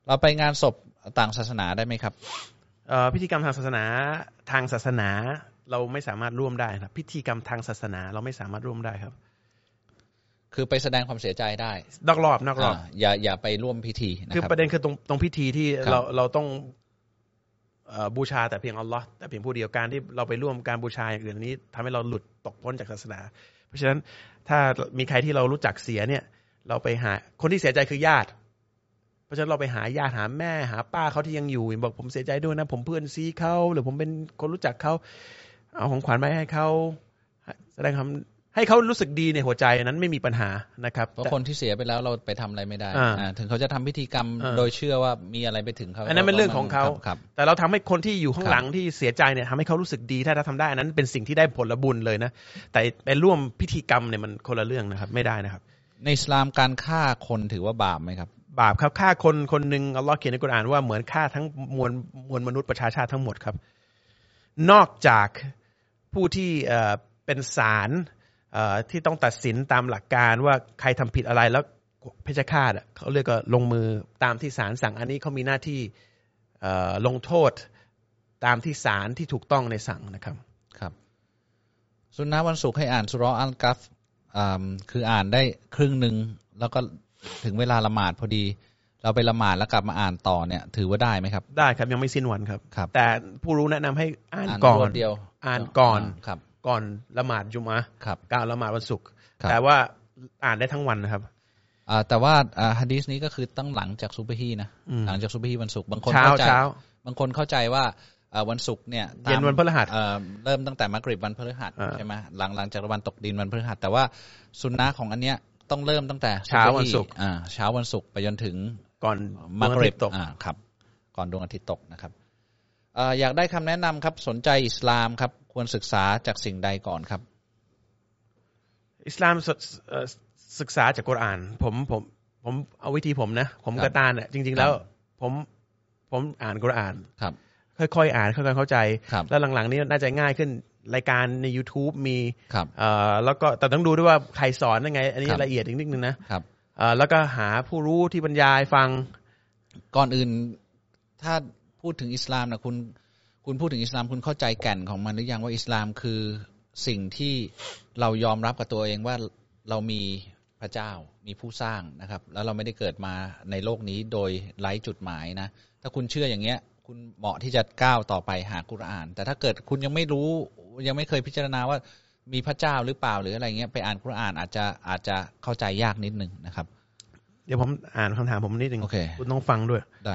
Speaker 2: เราไปงานศพต่างศาสนาได้ไหมครับ
Speaker 1: พิธีกรรมทางศาสนาทางศาสนาเราไม่สามารถร่วมได้ครับพิธีกรรมทางศาสนาเราไม่สามารถร่วมได้ครับ
Speaker 2: คือไปแสดงความเสียใจได้
Speaker 1: นอกรอบนอกรอบ
Speaker 2: อย่าอย่าไปร่วมพิธี
Speaker 1: คือประเด็นคือตรงตรงพิธีที่เราเราต้องบูชาแต่เพียงอัลลอฮ์แต่เพียงผู้เดียวการที่เราไปร่วมการบูชาอย่างอื่นนี้ทำให้เราหลุดตกพ้นจากศาสนาเพราะฉะนั้นถ้ามีใครที่เรารู้จักเสียเนี่ยเราไปหาคนที่เสียใจคือญาติเพราะฉะนั้นเราไปหาญาติหาแม่หาป้าเขาที่ยังอยู่บอกผมเสียใจด้วยนะผมเพื่อนซีเขาหรือผมเป็นคนรู้จักเขาเอาของขวัญมาให้เขาแสดงความให้เขารู้สึกดีในหัวใจนั้นไม่มีปัญหานะครับ
Speaker 2: เพราะคนที่เสียไปแล้วเราไปทำอะไรไม่ได้ถึงเขาจะทำพิธีกรรมโดยเชื่อว่ามีอะไรไปถึงเขา
Speaker 1: อันนั้นเป็นเรื่องของเขาแต่เราทำให้คนที่อยู่ข้างหลังที่เสียใจเนี่ยทำให้เขารู้สึกดีถ้าเราทำได้อันนั้นเป็นสิ่งที่ได้ผลบุญเลยนะแต่ไปร่วมพิธีกรรมเนี่ยมันคนละเรื่องนะครับไม่ได้นะครับ
Speaker 2: ในอิสลามการฆ่าคนถือว่าบาปไหมครับ
Speaker 1: บาปครับฆ่าคนคนหนึ่งอัลลอฮ์เขียนในกุรอานว่าเหมือนฆ่าทั้งมวลมวลมนุษย์ประชาชาติทั้งหมดครับนอกจากผู้ที่เป็นศาลที่ต้องตัดสินตามหลักการว่าใครทำผิดอะไรแล้วเพชฌฆาตเขาเรียกว่าลงมือตามที่ศาลสั่งอันนี้เขามีหน้าที่ลงโทษตามที่ศาลที่ถูกต้องในสั่งนะครับ
Speaker 2: ครับสุนนะวันศุกร์ให้อ่านสุเราะห์อัลกัฟคืออ่านได้ครึ่งนึงแล้วก็ถึงเวลาละหมาดพอดีเราไปละหมาดแล้วกลับมาอ่านต่อเนี่ยถือว่าได้ไหมครับ
Speaker 1: ได้ครับยังไม่สิ้นวันครับ
Speaker 2: ครับ
Speaker 1: แต่ผู้รู้แนะนำให้อ่านก่อน
Speaker 2: เดียว
Speaker 1: อ่านก่อน
Speaker 2: ครับ
Speaker 1: ก่อนละหมาดจุมอะห์การละหมาดวันศุกร์แต่ว่าอ่านได้ทั้งวันนะครับ
Speaker 2: แต่ว่าหะดีษนี้ก็คือตั้งหลังจากซุบฮีนะหลังจากซุบฮีวันศุกร์บางคน
Speaker 1: เข้าใจ
Speaker 2: บางคนเข้าใจว่าวันศุกร์เนี่ย
Speaker 1: เย็นวันพฤหัส
Speaker 2: เริ่มตั้งแต่มักริบวันพฤหัสใช่ไหมหลังหลังจากวันตกดินวันพฤหัสแต่ว่าสุนนะของอันเนี้ยต้องเริ่มตั้งแต่
Speaker 1: เช้าวันศุกร์
Speaker 2: เช้าวันศุกร์ไปจนถึง
Speaker 1: ก่อน
Speaker 2: มักริบตกครับก่อนดวงอาทิตย์ตกนะครับอยากได้คำแนะนำครับสนใจอิสลามครับควรศึกษาจากสิ่งใดก่อนครับ
Speaker 1: อิสลามศึกษาจากกุรอานผมผมผมเอาวิธีผมนะผมกระตานเนี่ยจริงๆแล้วผมผมอ่านกุรอานค่อยๆอ่านค่อยๆเข้าใจแล้วหลังๆนี้น่าจะง่ายขึ้นรายการใน YouTube มีแล้วก็แต่ต้องดูด้วยว่าใครสอนยังไงอันนี้ละเอียดอีกนิดนึงนะแล้วก็หาผู้รู้ที่บรรยายฟัง
Speaker 2: ก่อนอื่นถ้าพูดถึงอิสลามนะคุณคุณพูดถึงอิสลามคุณเข้าใจแก่นของมันหรือยังว่าอิสลามคือสิ่งที่เรายอมรับกับตัวเองว่าเรามีพระเจ้ามีผู้สร้างนะครับแล้วเราไม่ได้เกิดมาในโลกนี้โดยไร้จุดหมายนะถ้าคุณเชื่ออย่างเงี้ยคุณเหมาะที่จะก้าวต่อไปหากุรอานแต่ถ้าเกิดคุณยังไม่รู้ยังไม่เคยพิจารณาว่ามีพระเจ้าหรือเปล่าหรืออะไรเงี้ยไปอ่านกุรอานอาจจะอาจจะเข้าใจยากนิดนึงนะครับ
Speaker 1: เดี๋ยวผมอ่านคำถามผมนิดนึง
Speaker 2: okay.
Speaker 1: คุณต้องฟังด้วย
Speaker 2: ได้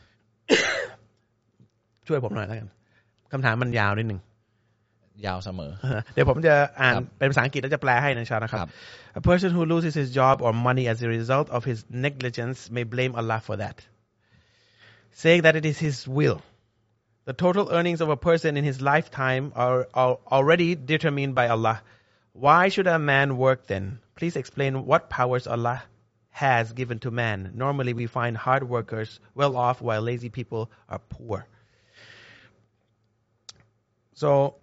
Speaker 1: ช่วยผมหน่อยแล้วกันคำถามมันยาวนิดนึง
Speaker 2: ยาวเสมอ
Speaker 1: เดี๋ยวผมจะอ่านเป็นภาษาอังกฤษแล้วจะแปลให้นะครับ A person who loses his job or money as a result of his negligence may blame Allah for that, saying that it is His will. The total earnings of a person in his lifetime are, are already determined by Allah. Why should a man work then? Please explain what powers Allah has given to man. Normally we find hard workers well off while lazy people are poor. So,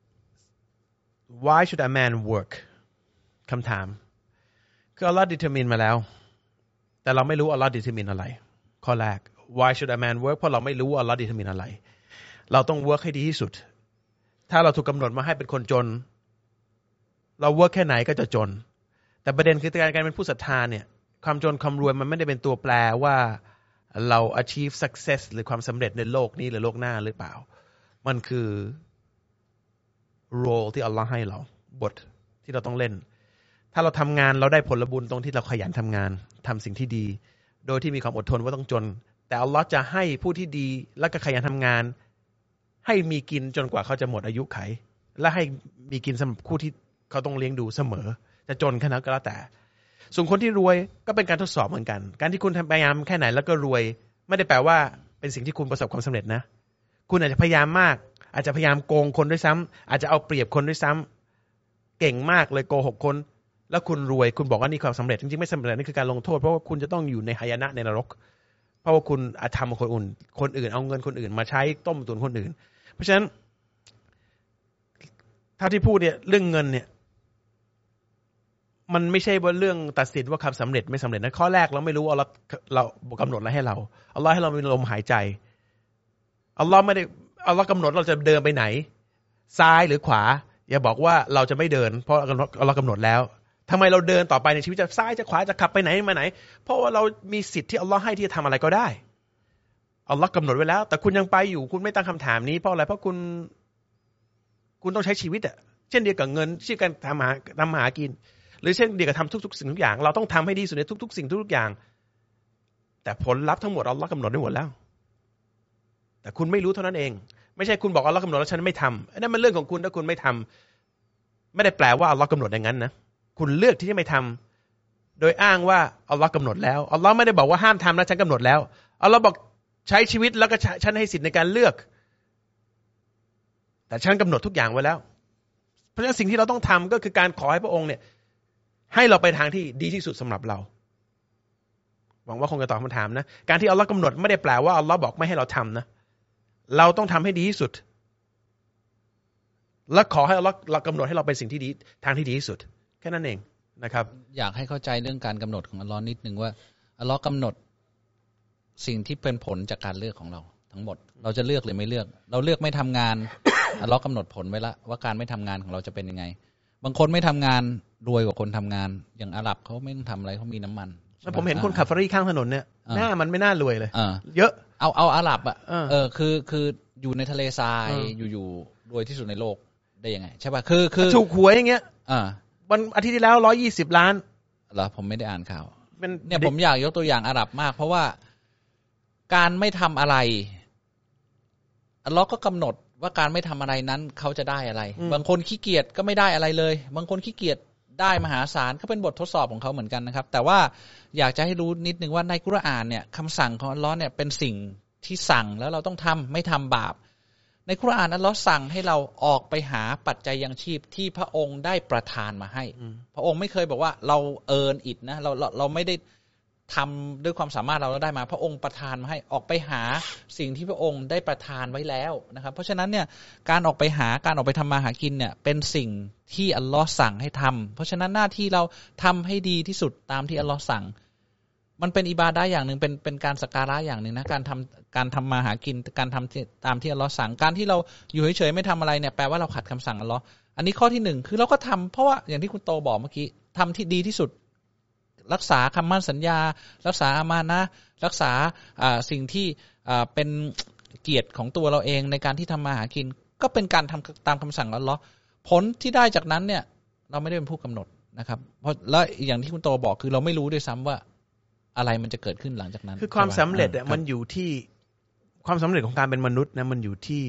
Speaker 1: why should a man work? คำถามคือ Allah determine มาแล้วแต่เราไม่รู้ Allah determine อะไรข้อแรก Why should a man work เพราะเราไม่รู้ Allah determine อะไรเราต้อง work ให้ดีที่สุดถ้าเราถูกกำหนดมาให้เป็นคนจนเรา work แค่ไหนก็จะจนแต่ประเด็นคือการการเป็นผู้ศรัทธาเนี่ยความจนความรวยมันไม่ได้เป็นตัวแปรว่าเรา achieve success หรือความสำเร็จในโลกนี้หรือโลกหน้าหรือเปล่ามันคือ role ที่อัลลอฮ์ให้เราบทที่เราต้องเล่นถ้าเราทำงานเราได้ผลบุญตรงที่เราขยันทำงานทำสิ่งที่ดีโดยที่มีความอดทนว่าต้องจนแต่อัลลอฮ์จะให้ผู้ที่ดีและก็ขยันทำงานให้มีกินจนกว่าเขาจะหมดอายุไขและให้มีกินสำหรับผู้ที่เขาต้องเลี้ยงดูเสมอจะจนแค่ไหนก็แล้วแต่ส่วนคนที่รวยก็เป็นการทดสอบเหมือนกันการที่คุณพยายามแค่ไหนแล้วก็รวยไม่ได้แปลว่าเป็นสิ่งที่คุณประสบความสำเร็จนะคุณอาจจะพยายามมากอาจจะพยายามโกงคนด้วยซ้ำอาจจะเอาเปรียบคนด้วยซ้ำเก่งมากเลยโกหกคนแล้วคุณรวยคุณบอกว่านี่ความสำเร็จจริงๆไม่สำเร็จนี่คือการลงโทษเพราะว่าคุณจะต้องอยู่ในหายนะในนรกเพราะว่าคุณอาธรรมคนอื่นคนอื่นเอาเงินคนอื่นมาใช้ต้มตุนคนอื่นเพราะฉะนั้นถ้าที่พูดเนี่ยเรื่องเงินเนี่ยมันไม่ใช่ว่าเรื่องตัดสินว่าคำสำเร็จไม่สำเร็จนะข้อแรกเราไม่รู้ว่าเราเรากำหนดอะไรให้เราอัลลอฮ์ให้เรามีลมหายใจอัลลอฮ์ไม่ได้อัลลอฮ์กำหนดเราจะเดินไปไหนซ้ายหรือขวาอย่าบอกว่าเราจะไม่เดินเพราะอัลลอฮ์กำหนดแล้วทำไมเราเดินต่อไปในชีวิตจะซ้ายจะขวาจะขับไปไหนมาไหนเพราะว่าเรามีสิทธิ์ที่อัลลอฮ์ให้ที่จะทำอะไรก็ได้อัลลอฮ์กำหนดไว้แล้วแต่คุณยังไปอยู่คุณไม่ตั้งคำถามนี้เพราะอะไรเพราะคุณคุณต้องใช้ชีวิตอ่ะเช่นเดียวกับเงินเช่นการทำหาทำหากินหรือเช่นเดียวกับทำทุกๆสิ่งทุกอย่างเราต้องทำให้ดีสุดในทุกๆสิ่งทุกๆอย่างแต่ผลลัพธ์ทั้งหมดอัลลอฮ์กำหนดไว้หมดแล้วแต่คุณไม่รู้เท่านั้นเองไม่ใช่คุณบอกอัลลอฮ์กำหนดแล้วฉันไม่ทำนั่นมันเรื่องของคุณถ้าคุณไม่ทำไม่ได้แปลว่าอัลลอฮ์กำหนดอย่างนั้นนะคุณเลือกที่จะไม่ทำโดยอ้างว่าอัลลอฮ์กำหนดแล้วอัลลอฮ์ไม่ได้บอกว่าห้ามทำนะฉันกำหนดแล้วอัลลอฮ์บอกใช้ชีวิตแล้วก็ฉันให้สิทธิ์ในการเลือกแต่ฉันกำหนดทุกอย่างไว้แล้วเพราะฉะนั้นสิ่งที่เราต้องทำก็คือการขอให้พระองค์เนี่ยให้เราไปทางที่ดีที่สุดสำหรับเราหวังว่าคงจะตอบคำถามนะการที่อัลลอฮ์กำหนดไม่ได้แปลว่าอัลลอฮ์บอกไม่ให้เราทำนะเราต้องทำให้ดีที่สุดและขอให้อัลลอฮ์เรากำหนดให้เราเป็นสิ่งที่ดีทางที่ดีที่สุดแค่นั้นเองนะครับ
Speaker 2: อยากให้เข้าใจเรื่องการกำหนดของอัลลอฮ์นิดนึงว่าอัลลอฮ์กำหนดสิ่งที่เป็นผลจากการเลือกของเราทั้งหมดเราจะเลือกหรือไม่เลือกเราเลือกไม่ทำงาน อัลลอฮ์กำหนดผลไว้แล้วว่าการไม่ทำงานของเราจะเป็นยังไงบางคนไม่ทำงานรวยกว่าคนทำงานอย่างอาหรับเขาไม่ต้องทำอะไรเขามีน้ำมัน
Speaker 1: แล้วผมเห็นคนขับเฟอร์รารี่ข้างถนนเนี่ยหน้ามันไม่น่ารวยเลยเยอะ
Speaker 2: เอาเอาอาหรับอ่ะเออคือคืออยู่ในทะเลทรายอยู่ๆรวยที่สุดในโลกได้ยังไงใช่ป่ะคือคือ
Speaker 1: ถูกหวยอย่างเงี้ยอ่าวันอาทิตย์ที่แล้วร้อยยี่สิบล้าน
Speaker 2: เหรอผมไม่ได้อ่านข่าวเนี่ยผมอยากยกตัวอย่างอาหรับมากเพราะว่าการไม่ทำอะไรอัลเลาะห์ก็กำหนดว่าการไม่ทำอะไรนั้นเขาจะได้อะไรบางคนขี้เกียจก็ไม่ได้อะไรเลยบางคนขี้เกียจได้มหาศาลก็เป็นบททดสอบของเขาเหมือนกันนะครับแต่ว่าอยากจะให้รู้นิดนึงว่าในกุรอานเนี่ยคำสั่งของอัลเลาะห์เนี่ยเป็นสิ่งที่สั่งแล้วเราต้องทำไม่ทำบาปในกุรอานอัลเลาะห์สั่งให้เราออกไปหาปัจจัยยังชีพที่พระองค์ได้ประทานมาให้พระองค์ไม่เคยบอกว่าเราเอิร์นอิทนะเราเราเราไม่ได้ทำด้วยความสามารถเราได้มาพระองค์ประทานมาให้ออกไปหาสิ่งที่พระองค์ได้ประทานไว้แล้วนะครับเพราะฉะนั้นเนี่ยการออกไปหาการออกไปทำมาหากินเนี่ยเป็นสิ่งที่อัลเลาะห์สั่งให้ทำเพราะฉะนั้นหน้าที่เราทำให้ดีที่สุดตามที่อัลเลาะห์สั่งมันเป็นอิบาดะห์อย่างหนึ่งเป็นเป็นการสักการะอย่างหนึ่งนะการทำการทำมาหากินการทำตามที่อัลเลาะห์สั่งการที่เราอยู่เฉยๆไม่ทำอะไรเนี่ยแปลว่าเราขัดคำสั่งอัลเลาะห์อันนี้ข้อที่หนึ่งคือเราก็ทำเพราะว่าอย่างที่คุณโตบอกเมื่อกี้ทำที่ดีที่สุดรักษาคำมั่นสัญญารักษาอามานะห์รักษาสิ่งที่เป็นเกียรติของตัวเราเองในการที่ทำมาหากินก็เป็นการทำตามคำสั่งอัลเลาะห์ผลที่ได้จากนั้นเนี่ยเราไม่ได้เป็นผู้กำหนดนะครับเพราะแล้วอย่างที่คุณโตบอกคือเราไม่รู้ด้วยซ้ำว่าอะไรมันจะเกิดขึ้นหลังจากนั้น
Speaker 1: คือความสำเร็จอ่ะมันอยู่ที่ความสำเร็จของการเป็นมนุษย์นะมันอยู่ที่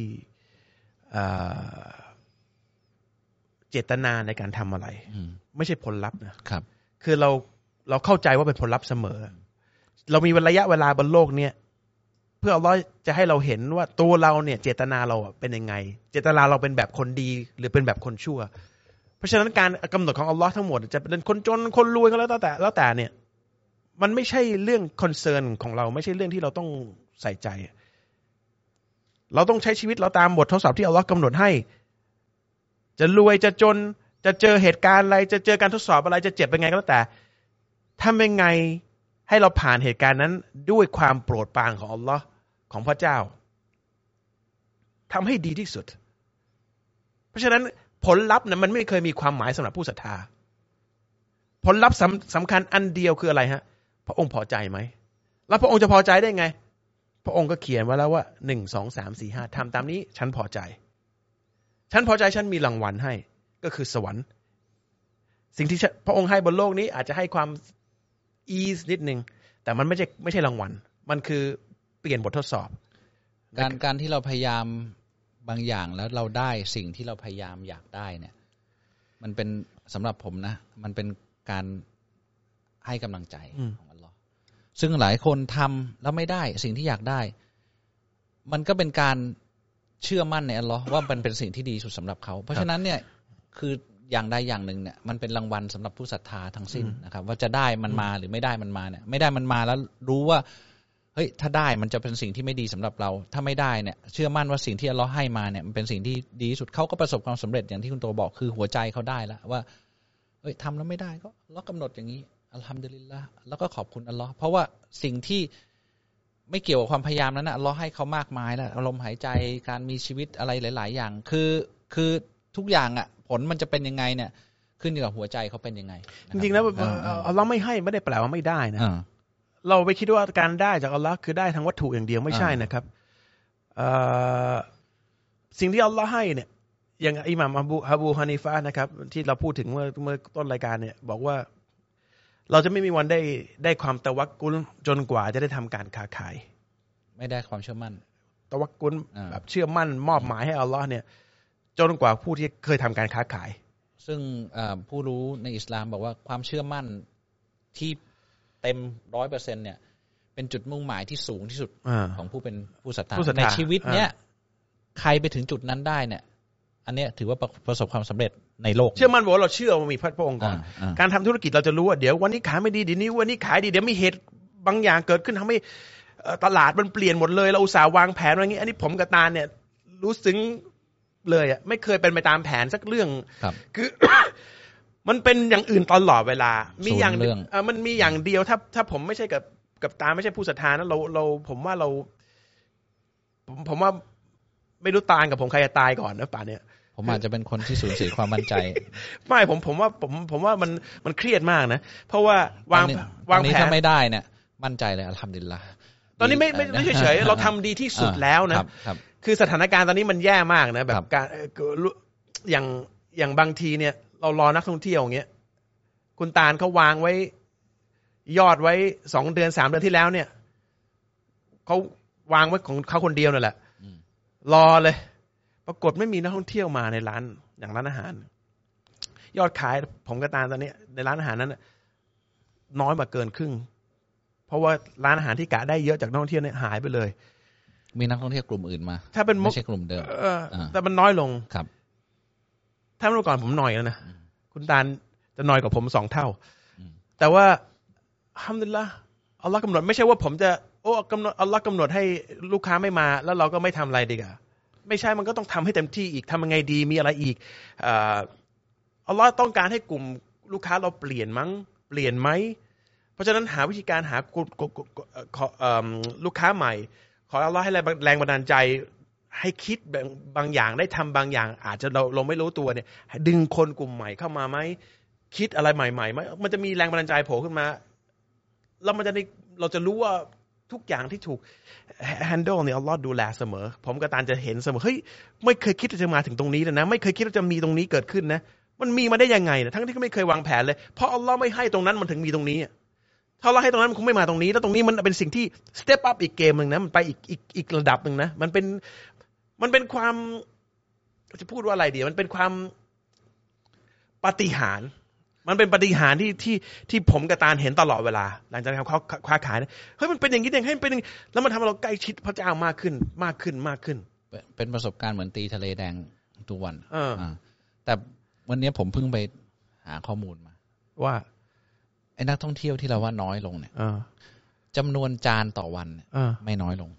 Speaker 1: เจตนาในการทำอะไรไม่ใช่ผลลัพธ์นะครับคือเราเราเข้าใจว่าเป็นผลลัพธ์เสมอเรามีระยะเวลาบนโลกเนี่ยเพื่ออัลเลาะห์จะให้เราเห็นว่าตัวเราเนี่ยเจตนาเราเป็นยังไงเจตนาเราเป็นแบบคนดีหรือเป็นแบบคนชั่วเพราะฉะนั้นการกำหนดของอัลเลาะห์ทั้งหมดจะเป็นคนจนคนรวยก็แล้วแต่แล้วแต่เนี่ยมันไม่ใช่เรื่องคอนเซิร์นของเราไม่ใช่เรื่องที่เราต้องใส่ใจเราต้องใช้ชีวิตเราตามบททดสอบที่อัลเลาะห์กำหนดให้จะรวยจะจนจะเจอเหตุการณ์อะไรจะเจอการทดสอบอะไรจะเจ็บเป็นไงก็แล้วแต่ทำยังไงให้เราผ่านเหตุการณ์นั้นด้วยความโปรดปรานของอัลเลาะห์ของพระเจ้าทำให้ดีที่สุดเพราะฉะนั้นผลลัพธ์นั้นมันไม่เคยมีความหมายสำหรับผู้ศรัทธาผลลัพธ์สำคัญอันเดียวคืออะไรฮะพระองค์พอใจไหมแล้วพระองค์จะพอใจได้ไงพระองค์ก็เขียนไว้แล้วว่าหนึ่งสองสามสี่ห้าทำตามนี้ฉันพอใจฉันพอใจฉันมีรางวัลให้ก็คือสวรรค์สิ่งที่พระองค์ให้บนโลกนี้อาจจะให้ความอีสนิดนึงแต่มันไม่ใช่ไม่ใช่รางวัลมันคือเปลี่ยนบททดสอบ
Speaker 2: การการที่เราพยายามบางอย่างแล้วเราได้สิ่งที่เราพยายามอยากได้เนี่ยมันเป็นสำหรับผมนะมันเป็นการให้กำลังใจของอัลเลาะห์ซึ่งหลายคนทำแล้วไม่ได้สิ่งที่อยากได้มันก็เป็นการเชื่อมั่นในอัลเลาะห์ว่ามันเป็นสิ่งที่ดีสุดสำหรับเขาเพราะฉะนั้นเนี่ยคืออย่างใดอย่างหนึ่งเนี่ยมันเป็นรางวัลสำหรับผู้ศรัทธาทั้งสิ้นนะครับว่าจะได้มันมาหรือไม่ได้มันมาเนี่ยไม่ได้มันมาแล้วรู้ว่าเฮ้ยถ้าได้มันจะเป็นสิ่งที่ไม่ดีสำหรับเราถ้าไม่ได้เนี่ยเชื่อมั่นว่าสิ่งที่อัลเลาะห์ให้มาเนี่ยมันเป็นสิ่งที่ดีที่สุดเขาก็ประสบความสำเร็จอย่างที่คุณโตบอกคือหัวใจเขาได้แล้วว่าเอ้ยทำแล้วไม่ได้ก็อัลเลาะห์กำหนดอย่างนี้อัลฮัมดุลิลละห์แล้วก็ขอบคุณอัลเลาะห์เพราะว่าสิ่งที่ไม่เกี่ยวกับความพยายามนั้นนะอัลเลาะห์ให้เขามากมายแล้วอารมณ์หายใจการมีชีวิตอะไรหลายๆอย่างคือคือทุกอย่างอ่ะผลมันจะเป็นยังไงเนี่ยขึ้นอยู่กับหัวใจเขาเป็นยังไง
Speaker 1: จริงๆแล้วอัลเลาะห์ไม่ให้ไม่ได้แปลว่าไม่ได้นะเราไปคิดว่าการได้จากอัลเลาะห์คือได้ทางวัตถุอย่างเดียวไม่ใช่นะครับสิ่งที่อัลเลาะห์ให้เนี่ยอย่างอิหม่ามอบูอบูฮานิฟะห์นะครับที่เราพูดถึงเมื่อเมื่อต้นรายการเนี่ยบอกว่าเราจะไม่มีวันได้ได้ความตะวักกุลจนกว่าจะได้ทำการค้าขาย
Speaker 2: ไม่ได้ความเชื่อมั่น
Speaker 1: ตะวักกุลแบบเชื่อมั่นมอบหมายให้อัลเลาะห์เนี่ยจนกว่าผู้ที่เคยทำการค้าขาย
Speaker 2: ซึ่งผู้รู้ในอิสลามบอกว่าความเชื่อมั่นที่เต็มร้อยเปอร์เซ็นต์เนี่ยเป็นจุดมุ่งหมายที่สูงที่สุดของผู้เป็นผู้ศรัทธาในชีวิตเนี้ยใครไปถึงจุดนั้นได้เนี่ยอันนี้ถือว่าประสบความสำเร็จในโลก
Speaker 1: เชื่อมั่นบอกว่าเราเชื่อว่ามีพระองค์ก่อนการทำธุรกิจเราจะรู้ว่าเดี๋ยววันนี้ขายไม่ดีเดี๋ยวนี้วันนี้ขายดีเดี๋ยวมีเหตุบางอย่างเกิดขึ้นทำให้ตลาดมันเปลี่ยนหมดเลยเราอุตส่าห์วางแผนอะไรอย่างนี้อันนี้ผมกับตาเนี่ยรู้ซึ้งเลยอ่ะไม่เคยเป็นไปตามแผนสักเรื่องคือ มันเป็นอย่างอื่นตลอดเวลามีอย่างเออมันมีอย่างเดียวถ้าถ้าผมไม่ใช่กับกับตาไม่ใช่ผู้ศรัทธานะเราเราผมว่าเราผมผมว่าไม่รู้ตากับผมใครจะตายก่อนนะป่านเนี้ย
Speaker 2: ผมอาจจะเป็นคนที่สูญเสียความมั่นใจ
Speaker 1: ไม่ผมผมว่าผมผมว่ามันมันเครียดมากนะเพราะว่าวาง
Speaker 2: วางแผนถ้าไม่ได้เนี่ยมั่นใจเลยอัลฮัมดุลิลละห์
Speaker 1: ตอนนี้ไม่ไม่ไม่เฉยๆเราทำดีที่สุดแล้วนะคือสถานการณ์ตอนนี้มันแย่มากนะแบบการอย่างอย่างบางทีเนี่ยเรารอนักท่องเที่ยวอย่างเงี้ยคุณตาลเขาวางไว้ยอดไว้สองเดือนสามเดือนที่แล้วเนี่ยเขาวางไว้ของเขาคนเดียวนั่นแหละรอเลยปรากฏไม่มีนักท่องเที่ยวมาในร้านอย่างร้านอาหารยอดขายผมกับตาลตอนนี้ในร้านอาหารนั้นน้อยมาเกินครึ่งเพราะว่าร้านอาหารที่กะได้เยอะจากนักท่องเที่ยวเนี่ยหายไปเลย
Speaker 2: มีนักท่องเที่ยวกลุ่มอื่นมา
Speaker 1: ถ้าเป็น
Speaker 2: ไม่ใช่กลุ่มเดิม
Speaker 1: แต่มันน้อยลง
Speaker 2: ครับ
Speaker 1: ถ้าเมื่อก่อนผมหน่อยแล้วนะคุณตาลจะน้อยกว่าผมสองเท่าแต่ว่าอัลฮัมดุลิลละห์อัลเลาะห์กำหนดไม่ใช่ว่าผมจะโอ้กำหนดอัลเลาะห์กำหนดให้ลูกค้าไม่มาแล้วเราก็ไม่ทำอะไรดีกว่าไม่ใช่มันก็ต้องทำให้เต็มที่อีกทำยังไงดีมีอะไรอีกอัลเลาะห์ต้องการให้กลุ่มลูกค้าเราเปลี่ยนมั้งเปลี่ยนไหมเพราะฉะนั้นหาวิธีการหาลูกค้าใหม่ขออัลเลาะห์ให้แรงบันดาลใจให้คิดบางอย่างได้ทำบางอย่างอาจจะเราเราไม่รู้ตัวเนี่ยดึงคนกลุ่มใหม่เข้ามาไหมคิดอะไรใหม่ๆไหมมันจะมีแรงบันดาลใจโผล่ขึ้นมาแล้วมันจะได้เราจะรู้ว่าทุกอย่างที่ถูก handle เนี่ยอัลเลาะห์ดูแลเสมอผมกับตาลจะเห็นเสมอเฮ้ยไม่เคยคิดว่าจะมาถึงตรงนี้เลยนะไม่เคยคิดว่าจะมีตรงนี้เกิดขึ้นนะมันมีมาได้ยังไงนะทั้งที่ก็ไม่เคยวางแผนเลยเพราะอัลเลาะห์ไม่ให้ตรงนั้นมันถึงมีตรงนี้ถ้าเราให้ตรงนั้นมันคงไม่มาตรงนี้แล้วตรงนี้มันเป็นสิ่งที่ step up อีกเกมนึงนะมันไปอีกอีกอีกระดับนึงนะมันเป็นมันเป็นความจะพูดว่าอะไรดีมันเป็นความปาฏิหาริย์มันเป็นปาฏิหาริย์ที่ที่ที่ผมกับตาลเห็นตลอดเวลาหลังจากทำค้าขายนะเฮ้ยมันเป็นอย่างนี้เองให้มันเป็นแล้วมันทำให้เราใกล้ชิดพระเจ้ามากขึ้นมากขึ้นมากขึ้น
Speaker 2: เป็นประสบการณ์เหมือนตีทะเลแดงทุกวันแต่วันนี้ผมเพิ่งไปหาข้อมูลมา
Speaker 1: ว่า
Speaker 2: ไอ้นักท่องเที่ยวที่เราว่าน้อยลงเนี่ยจำนวนจานต่อวันไม่น้อยลง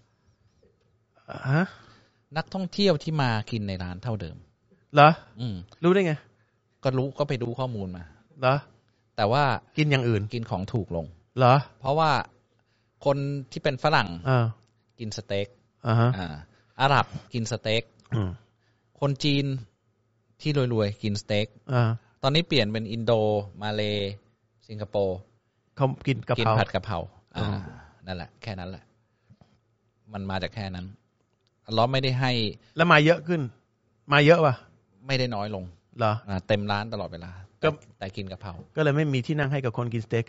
Speaker 2: นักท่องเที่ยวที่มากินในร้านเท่าเดิม
Speaker 1: เหรอรู้ได้ไง
Speaker 2: ก็รู้ก็ไปดูข้อมูลมา
Speaker 1: เหรอ
Speaker 2: แต่ว่า
Speaker 1: กินอย่างอื่น
Speaker 2: กินของถูกลง
Speaker 1: เหรอ
Speaker 2: เพราะว่าคนที่เป็นฝรั่งกินสเต็กอาหรับกินสเต็กคนจีนที่รวยๆกินสเต็กตอนนี้เปลี่ยนเป็นอินโดมาเลสิงคโปร์
Speaker 1: เขากินกะเพรา
Speaker 2: กินผัดกะเพรานั่นแหละแค่นั้นแหละมันมาจากแค่นั้นอัลเลาะห์ไม่ได้ให้
Speaker 1: แล้วมาเยอะขึ้นมาเยอะป่ะ
Speaker 2: ไม่ได้น้อยลง
Speaker 1: เหรอ
Speaker 2: เต็มร้านตลอดเวลาแต่กินกะเพรา
Speaker 1: ก็เลยไม่มีที่นั่งให้กับคนกินสเต็ก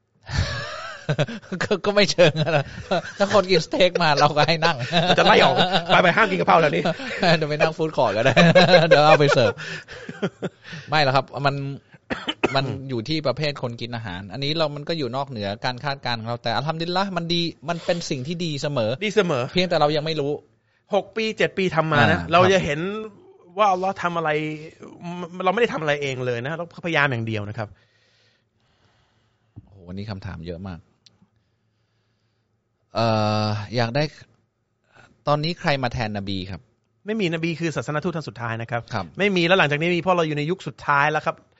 Speaker 2: ก็ไม่เชิงนะถ้าคนกินสเต็กมาเราก็ให้นั่ง
Speaker 1: จะไล่ออกไปไปห้ามกินกะเพราแล้วนี่
Speaker 2: เดี๋ยวไปนั่งฟู้ดคอร์ทก็ได้เดี๋ยวเอาไปเสิร์ฟไม่หรอกครับมันมันอยู่ที่ประเภทคนกินอาหารอันนี้เรามันก็อยู่นอกเหนือการคาดการณ์ของเราแต่อัลฮัมดุลิลละห์มันดีมันเป็นสิ่งที่ดีเสมอ
Speaker 1: ดีเสมอ
Speaker 2: เพียงแต่เรายังไม่รู้
Speaker 1: หกปีเจ็ดปีทำมานะเราจะเห็นว่าเราทำอะไรเราไม่ได้ทำอะไรเองเลยนะเราพยายามอย่างเดียวนะครับ
Speaker 2: โอ้โหวันนี้คำถามเยอะมากเอ่ออยากได้ตอนนี้ใครมาแทนนบีครับ
Speaker 1: ไม่มีนบีคือศาสนทูตท่านสุดท้ายนะครับไม่มีแล้วหลังจากนี้มีเพราะเราอยู่ในยุคสุดท้ายแล้วครับ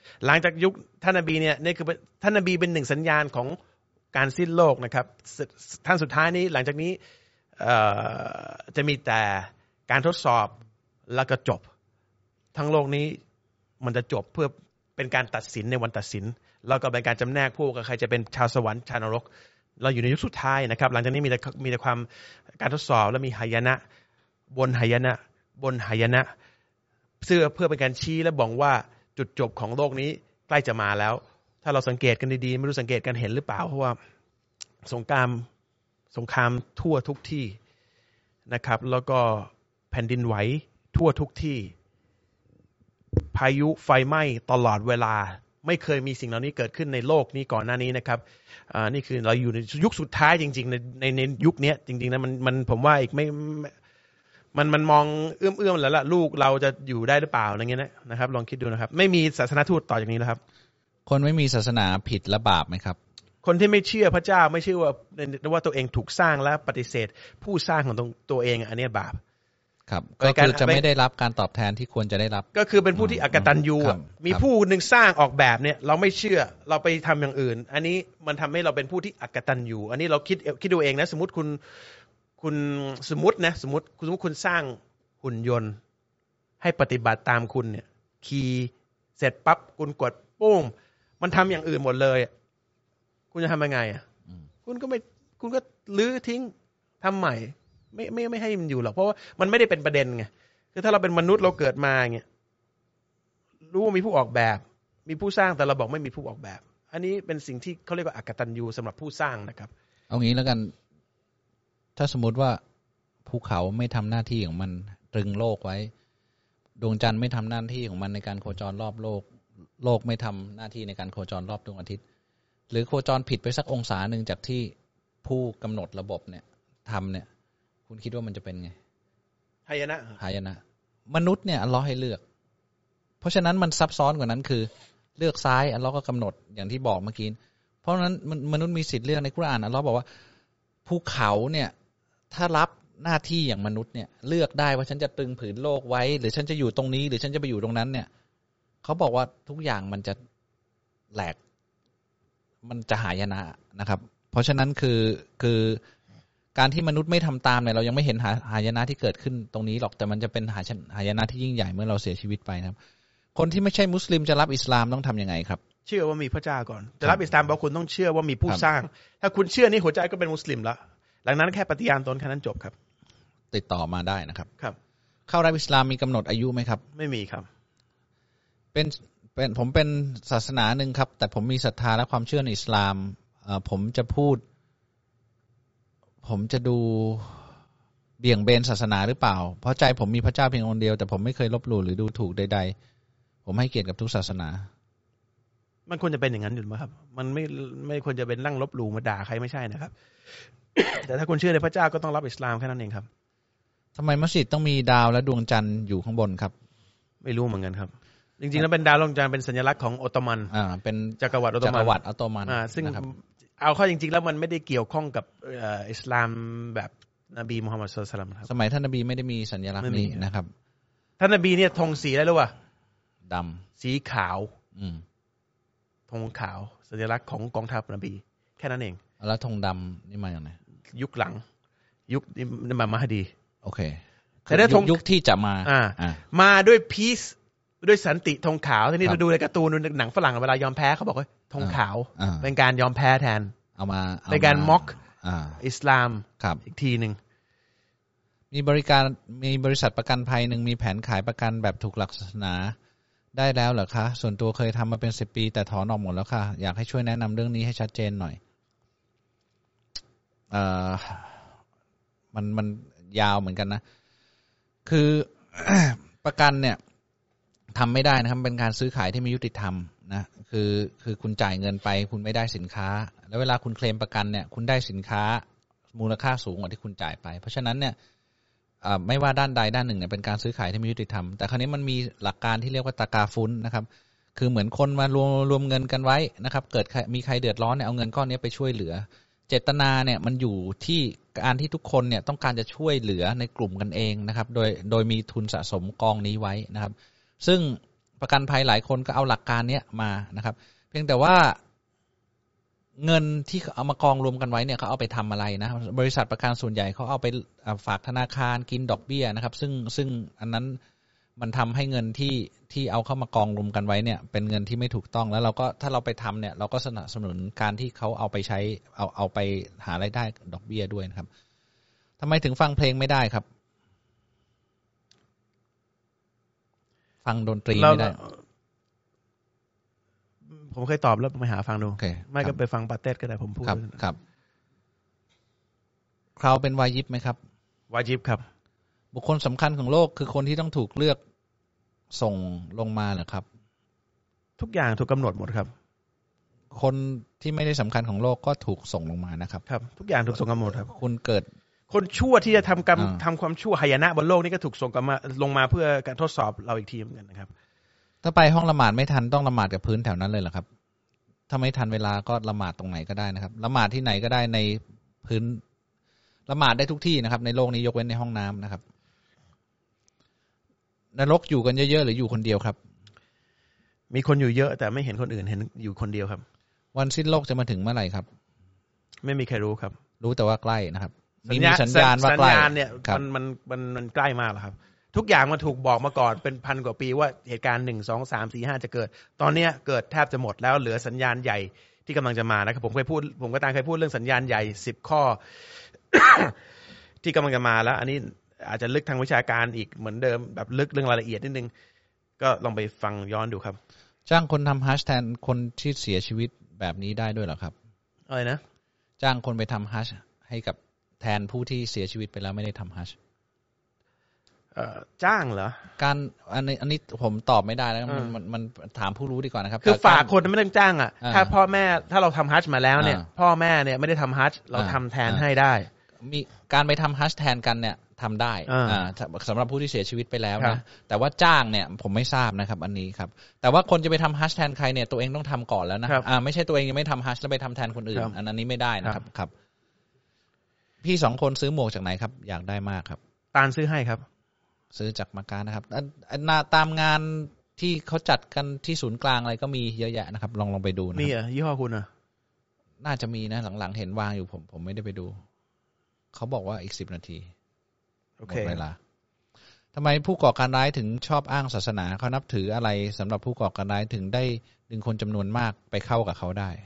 Speaker 1: หลังจากยุคท่านนบีเนี่ยนี่คือท่านนบีเป็นหนึ่งสัญญาณของการสิ้นโลกนะครับท่านสุดท้ายนี้หลังจากนี้จะมีแต่การทดสอบแล้วก็จบทั้งโลกนี้มันจะจบเพื่อเป็นการตัดสินในวันตัดสินแล้วก็เป็นการจำแนกผู้กับใครจะเป็นชาวสวรรค์ชาวนรกเราอยู่ในยุคสุดท้ายนะครับหลังจากนี้มีแต่มีแต่ความการทดสอบและมีหายนะบนหายนะบนหายนะเพื่อเพื่อเป็นการชี้และบอกว่าจุดจบของโลกนี้ใกล้จะมาแล้วถ้าเราสังเกตกันดีๆไม่รู้สังเกตกันเห็นหรือเปล่าเพราะว่าสงครามสงครามทั่วทุกที่นะครับแล้วก็แผ่นดินไหวทั่วทุกที่พายุไฟไหม้ตลอดเวลาไม่เคยมีสิ่งเหล่านี้เกิดขึ้นในโลกนี้ก่อนหน้านี้นะครับอ่านี่คือเราอยู่ในยุคสุดท้ายจริงๆในในในยุคนี้จริงๆนะมันมันผมว่าอีกไม่มันมันมองเอื้อมๆแล้วล่ะลูกเราจะอยู่ได้หรือเปล่าอะไรเงี้ยนะครับลองคิดดูนะครับไม่มีศาสนทูตต่อจากนี้แล้วครับ
Speaker 2: คนไม่มีศาสนาผิดและบาปไหมครับ
Speaker 1: คนที่ไม่เชื่อพระเจ้าไม่เชื่อว่าว่าตัวเองถูกสร้างและปฏิเสธผู้สร้างของตัวเองอันนี้บาป
Speaker 2: ครับก็คือจะไม่ได้รับการตอบแทนที่ควรจะได้รับ
Speaker 1: ก็คือเป็นผู้ที่อกตัญญูมีผู้หนึ่งสร้างออกแบบเนี่ยเราไม่เชื่อเราไปทำอย่างอื่นอันนี้มันทำให้เราเป็นผู้ที่อกตัญญูอันนี้เราคิดคิดดูเองนะสมมติคุณคุณสมมตินะสมมติคุณสมมติคุณสร้างหุ่นยนต์ให้ปฏิบัติตามคุณเนี่ยคีย์เสร็จปั๊บคุณกดปุ้มมันทำอย่างอื่นหมดเลยคุณจะทำยังไงอ่ะคุณก็ไม่คุณก็ลื้อทิ้งทำใหม่ไม่ไม่ไม่ให้มันอยู่หรอกเพราะว่ามันไม่ได้เป็นประเด็นไงคือถ้าเราเป็นมนุษย์เราเกิดมาเงี้ยรู้ว่ามีผู้ออกแบบมีผู้สร้างแต่เราบอกไม่มีผู้ออกแบบอันนี้เป็นสิ่งที่เขาเรียกว่าอกตัญญูสำหรับผู้สร้างนะครับ
Speaker 2: เอางี้แล้วกันถ้าสมมติว่าภูเขาไม่ทำหน้าที่ของมันตรึงโลกไว้ดวงจันทร์ไม่ทำหน้าที่ของมันในการโคจรรอบโลกโลกไม่ทำหน้าที่ในการโคจรรอบดวงอาทิตย์หรือโคจรผิดไปสักองศาหนึ่งจากที่ผู้กำหนดระบบเนี่ยทำเนี่ยคุณคิดว่ามันจะเป็นไง
Speaker 1: หายนะ
Speaker 2: หายนะมนุษย์เนี่ยอัลเลาะห์ให้เลือกเพราะฉะนั้นมันซับซ้อนกว่านั้นคือเลือกซ้ายอัลเลาะห์ก็กำหนดอย่างที่บอกเมื่อกี้เพราะฉะนั้นมนุษย์มีสิทธิ์เลือกในกุรอานอัลเลาะห์บอกว่าภูเขาเนี่ยถ้ารับหน้าที่อย่างมนุษย์เนี่ยเลือกได้ว่าฉันจะตรึงผืนโลกไว้หรือฉันจะอยู่ตรงนี้หรือฉันจะไปอยู่ตรงนั้นเนี่ยเขาบอกว่าทุกอย่างมันจะแหลกมันจะหายนะนะครับเพราะฉะนั้นคือคือการที่มนุษย์ไม่ทำตามเนี่ยเรายังไม่เห็นหายนะที่เกิดขึ้นตรงนี้หรอกแต่มันจะเป็นหายนะที่ยิ่งใหญ่เมื่อเราเสียชีวิตไปนะครับคนที่ไม่ใช่มุสลิมจะรับอิสลามต้องทำยังไงครับ
Speaker 1: เชื่อว่ามีพระเจ้าก่อนจะรับอิสลามบอกคุณต้องเชื่อว่ามีผู้สร้างถ้าคุณเชื่อนี่หัวใจก็เป็นมุสลิมแล้วหลังนั้นแค่ปฏิญาณตนแค่นั้นจบครับ
Speaker 2: ติดต่อมาได้นะครับ
Speaker 1: ครับ
Speaker 2: เข้ารับอิสลามมีกำหนดอายุไหมครับ
Speaker 1: ไม่มีครับ
Speaker 2: เป็นเป็นผมเป็นศาสนาหนึ่งครับแต่ผมมีศรัทธาและความเชื่อในอิสลามผมจะพูดผมจะดูเบี่ยงเบนศาสนาหรือเปล่าเพราะใจผมมีพระเจ้าเพียงองค์เดียวแต่ผมไม่เคยลบหลู่หรือดูถูกใดๆผมให้เกียรติกับทุกศาสนา
Speaker 1: มันควรจะเป็นอย่างนั้นอยู่ไหมครับมันไม่ไม่ควรจะเป็นนั่งลบหลู่มาด่าใครไม่ใช่นะครับ แต่ถ้าคุณเชื่อในพระเจ้าก็ต้องรับอิสลามแค่นั้นเองครับ
Speaker 2: ทำไมมัสยิดต้องมีดาวและดวงจันทร์อยู่ข้างบนครับ
Speaker 1: ไม่รู้เหมือนกันครับจริงๆแล้วเป็นดาวดวงจันทร์เป็นสัญลักษณ์ของออตโตมัน
Speaker 2: อ่าเป็น
Speaker 1: จักรวรรดิออตโตมัน
Speaker 2: จักรวรรดิออตโตมัน
Speaker 1: อ่าซึ่งเอาเข้าจริงๆแล้วมันไม่ได้เกี่ยวข้องกับอิสลามแบบนบีมุฮัมมัดศ็อลลัลลอฮุอะลัยฮิวะซัลลัมครับ
Speaker 2: สมัยท่านนบีไม่ได้มีสัญลักษณ์นี้นะครับ
Speaker 1: ท่านนบีเนี่ยธงสีอะไรรู้ป่ะ
Speaker 2: ด
Speaker 1: ำสีขาว
Speaker 2: อืม
Speaker 1: ธงขาวสัญลักษณ์ของกองทัพนบีแค่นั้นเอง
Speaker 2: แล้วธงดำนี่มาอย่างไร
Speaker 1: ยุคหลังยุคอิหม่ามมะฮดี
Speaker 2: โอเค
Speaker 1: แต่ถ้าธง
Speaker 2: ยุคที่จะมา
Speaker 1: อ่ามาด้วยพีซด้วยสันติธงขาวทีนี้เราดูในการ์ตูนดูหนังฝรั่งเวลายอมแพ้เขาบอกว่าธงขาวเป็นการยอมแพ้แทน
Speaker 2: เอามา
Speaker 1: เป็นการม็อกอิสลามอีกทีนึง
Speaker 2: มีบริการมีบริษัทประกันภัยหนึ่งมีแผนขายประกันแบบถูกหลักศาสนาได้แล้วเหรอคะส่วนตัวเคยทำมาเป็นสิบปีแต่ถอนออกหมดแล้วค่ะอยากให้ช่วยแนะนำเรื่องนี้ให้ชัดเจนหน่อยเอ่อมันมันยาวเหมือนกันนะคือ ประกันเนี่ยทำไม่ได้นะครับเป็นการซื้อขายที่ไม่ยุติธรรมนะคือคือคุณจ่ายเงินไปคุณไม่ได้สินค้าแล้วเวลาคุณเคลมประกันเนี่ยคุณได้สินค้ามูลค่าสูงกว่าที่คุณจ่ายไปเพราะฉะนั้นเนี่ยไม่ว่าด้านใดด้านหนึ่งเนี่ยเป็นการซื้อขายที่ไม่ยุติธรรมแต่คราวนี้มันมีหลักการที่เรียกว่าตะกาฟุนนะครับคือเหมือนคนมารวมรวมเงินกันไว้นะครับเกิดมีใครเดือดร้อนเนี่ยเอาเงินก้อนนี้ไปช่วยเหลือเจตนาเนี่ยมันอยู่ที่การที่ทุกคนเนี่ยต้องการจะช่วยเหลือในกลุ่มกันเองนะครับโดยโดยมีทุนสะสมกองนี้ไว้นะครับซึ่งประกันภัยหลายคนก็เอาหลักการนี้มานะครับเพียงแต่ว่าเงินที่เอามากองรวมกันไว้เนี่ยเขาเอาไปทำอะไรนะบริษัทประกันส่วนใหญ่เขาเอาไปฝากธนาคารกินดอกเบี้ยนะครับซึ่งซึ่งอันนั้นมันทำให้เงินที่ที่เอาเข้ามากองรวมกันไว้เนี่ยเป็นเงินที่ไม่ถูกต้องแล้วเราก็ถ้าเราไปทำเนี่ยเราก็สนับสนุนการที่เขาเอาไปใช้เอาเอาไปหารายได้ดอกเบี้ยด้วยนะครับทำไมถึงฟังเพลงไม่ได้ครับฟังดนตรีไม่ได้
Speaker 1: ผมเคยตอบแล้วไปหาฟังดู
Speaker 2: okay,
Speaker 1: ไม่ก็ไปฟังปาเต้ก็ได้ผมพูด
Speaker 2: ครับครับคราวเป็นวาญิบไหมครับ
Speaker 1: วาญิบครับ
Speaker 2: บุคคลสำคัญของโลกคือคนที่ต้องถูกเลือกส่งลงมาเหรอครับ
Speaker 1: ทุกอย่างถูกกำหนดหมดครับ
Speaker 2: คนที่ไม่ได้สำคัญของโลกก็ถูกส่งลงมานะครับ
Speaker 1: ครับทุกอย่างถูกส่งกำหนดครับ
Speaker 2: คุณเกิด
Speaker 1: คนชั่วที่จะทำกรรมทำความชั่วหายนะบนโลกนี้ก็ถูกส่งกลับมาลงมาเพื่อการทดสอบเราอีกทีเหมือนกันนะครับ
Speaker 2: ถ้าไปห้องละหมาดไม่ทันต้องละหมาดกับพื้นแถวนั้นเลยเหรอครับถ้าไม่ทันเวลาก็ละหมาดตรงไหนก็ได้นะครับละหมาดที่ไหนก็ได้ในพื้นละหมาดได้ทุกที่นะครับในโลกนี้ยกเว้นในห้องน้ำนะครับนรกอยู่กันเยอะๆหรืออยู่คนเดียวครับ
Speaker 1: มีคนอยู่เยอะแต่ไม่เห็นคนอื่นเห็นอยู่คนเดียวครับ
Speaker 2: วันสิ้นโลกจะมาถึงเมื่อไหร่ครับ
Speaker 1: ไม่มีใครรู้ครับ
Speaker 2: รู้แต่ว่าใกล้นะครับ
Speaker 1: มีสัญญาณว่าใกล้สัญญาณเนี่ยมันมันมันมันใกล้มากแล้วครับทุกอย่างมันถูกบอกมาก่อนเป็นพันกว่าปีว่าเหตุการณ์หนึ่งสองสามสี่ห้าจะเกิดตอนนี้เกิดแทบจะหมดแล้วเหลือสัญญาณใหญ่ที่กำลังจะมานะครับผมเคยพูดผมก็ตามเคยพูดเรื่องสัญญาณใหญ่สิบข้อ ที่กำลังจะมาแล้วอันนี้อาจจะลึกทางวิชาการอีกเหมือนเดิมแบบลึกเรื่องรายละเอียดนิดนึงก็ลองไปฟังย้อนดูครับ
Speaker 2: จ้างคนทำฮัชแทนคนที่เสียชีวิตแบบนี้ได้ด้วยเหรอครับ
Speaker 1: อะไรนะ
Speaker 2: จ้างคนไปทำฮัชให้กับแทนผู้ที่เสียชีวิตไปแล้วไม่ได้ทำฮัช
Speaker 1: จ้างเหรอ
Speaker 2: การอันนี้อันนี้ผมตอบไม่ได้แล้วมันมันมันถามผู้รู้ดีกว่านะครับ
Speaker 1: คือฝากคนไม่ต้องจ้างอ่ะถ้าพ่อแม่ถ้าเราทำฮัชมาแล้วเนี่ยพ่อแม่เนี่ยไม่ได้ทำฮัชเราทำแทนให้ได้
Speaker 2: มีการไปทำฮัชแทนกันเนี่ยทำได้สำหรับผู้ที่เสียชีวิตไปแล้วนะแต่ว่าจ้างเนี่ยผมไม่ทราบนะครับอันนี้ครับแต่ว่าคนจะไปทำฮัชแทนใครเนี่ยตัวเองต้องทำก่อนแล้วนะไม่ใช่ตัวเองยังไม่ทำฮัชแล้วไปทำแทนคนอื่นอันนี้ไม่ได้นะครับครับพี่สองคนซื้อหมวกจากไหนครับอยากได้มากครับ
Speaker 1: ตาลซื้อให้ครับ
Speaker 2: ซื้อจากมาการนะครับตามงานที่เขาจัดกันที่ศูนย์กลางอะไรก็มีเยอะแยะนะครับลองลองไปดูนะ
Speaker 1: มีอ่ะยี่ห้อคุณอ่ะ
Speaker 2: น่าจะมีนะหลังๆเห็นวางอยู่ผมผมไม่ได้ไปดูเขาบอกว่าอีกสิบนาที
Speaker 1: โอเค
Speaker 2: เวลาทำไมผู้ก่อการร้ายถึงชอบอ้างศาสนาเขานับถืออะไรสำหรับผู้ก่อการร้ายถึงได้ดึงคนจำนวนมากไปเข้ากับเขาได้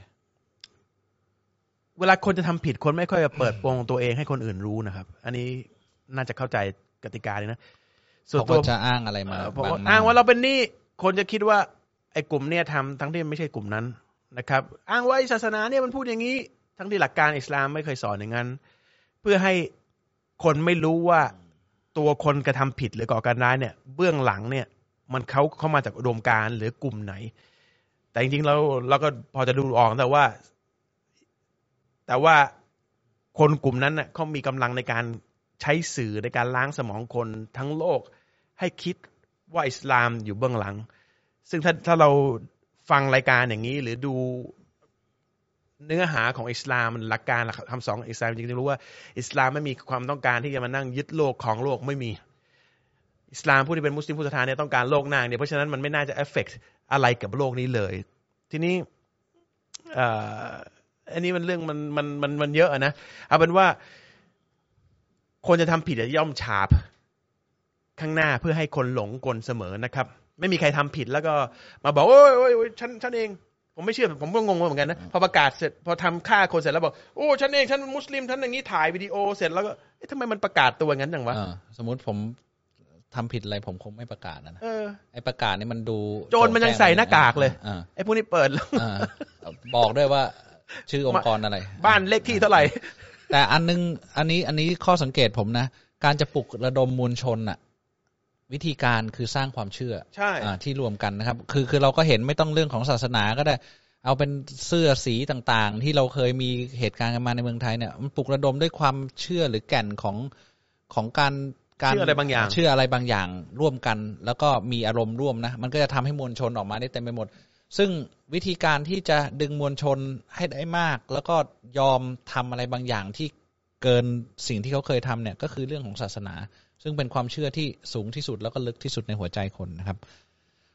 Speaker 1: เวลาคนจะทำผิดคนไม่ค่อยจะเปิดโปงตัวเองให้คนอื่นรู้นะครับอันนี้น่าจะเข้าใจกติกาเลยนะ
Speaker 2: ส่วนตัวจะอ้างอะไรมา
Speaker 1: อ้างว่าเราเป็นนี่คนจะคิดว่าไอ้กลุ่มเนี่ยทำทั้งที่ไม่ใช่กลุ่มนั้นนะครับอ้างว่าศาสนาเนี่ยมันพูดอย่างนี้ทั้งที่หลักการอิสลามไม่เคยสอนอย่างนั้นเพื่อให้คนไม่รู้ว่าตัวคนกระทำผิดหรือก่อการร้ายเนี่ยเบื้องหลังเนี่ยมันเขาเข้ามาจากอุดมการณ์หรือกลุ่มไหนแต่จริงๆเราเราก็พอจะดูออกแต่ว่าแต่ว่าคนกลุ่มนั้นน่ะเขามีกำลังในการใช้สื่อในการล้างสมองคนทั้งโลกให้คิดว่าอิสลามอยู่เบื้องหลังซึ่งถ้าถ้าเราฟังรายการอย่างนี้หรือดูเนื้อหาของอิสลามหลักการคำสอนอิสลามจริงๆรู้ว่าอิสลามไม่มีความต้องการที่จะมานั่งยึดโลกของโลกไม่มีอิสลามผู้ที่เป็นมุสลิมผู้ศรัทธาเนี่ยต้องการโลกหน้าเนี่ยเพราะฉะนั้นมันไม่น่าจะเอฟเฟกต์อะไรกับโลกนี้เลยทีนี้อ่าอันนี้มันเรื่องมันมันมันมันเยอะนะเอาเป็นว่าคนจะทำผิดจะย่อมฉาบข้างหน้าเพื่อให้คนหลงกลเสมอนะครับไม่มีใครทำผิดแล้วก็มาบอกโอ้ยโอ้ยฉันฉันเองผมไม่เชื่อผมก็งงเหมือนกันนะพอประกาศเสร็จพอทำฆ่าคนเสร็จแล้วบอกโอ้ฉันเองฉันมุสลิมฉันอย่างนี้ถ่ายวิดีโอเสร็จแล้วก็เอ๊ะทำไมมันประกาศตัวงั้นจังวะ
Speaker 2: สมมุติผมทำผิดอะไรผมคงไม่ประกาศนะไอ้ประกาศนี่มันดู
Speaker 1: โจรมันยังใส่หน้ากากเลยไอ้พวกนี้เปิดแล้ว
Speaker 2: บอกด้วยว่าชื่อองค์กรอะไร
Speaker 1: บ้านเลขที่เท่าไหร่
Speaker 2: แต่อันนึงอันนี้อันนี้ข้อสังเกตผมนะการจะปลุกระดมมวลชนน่ะวิธีการคือสร้างความเชื่อ
Speaker 1: ใช่
Speaker 2: ที่รวมกันนะครับคือคือเราก็เห็นไม่ต้องเรื่องของศาสนาก็ได้เอาเป็นเสื้อสีต่างๆที่เราเคยมีเหตุการณ์กันมาในเมืองไทยเนี่ยมันปลุกระดมด้วยความเชื่อหรือแก่นของของการ
Speaker 1: การเชื่ออะไรบางอย่าง
Speaker 2: เชื่ออะไรบางอย่างร่วมกันแล้วก็มีอารมณ์ร่วมนะมันก็จะทำให้มวลชนออกมาได้เต็มไปหมดซึ่งวิธีการที่จะดึงมวลชนให้ได้มากแล้วก็ยอมทำอะไรบางอย่างที่เกินสิ่งที่เขาเคยทำเนี่ยก็คือเรื่องของศาสนาซึ่งเป็นความเชื่อที่สูงที่สุดแล้วก็ลึกที่สุดในหัวใจคนนะครับ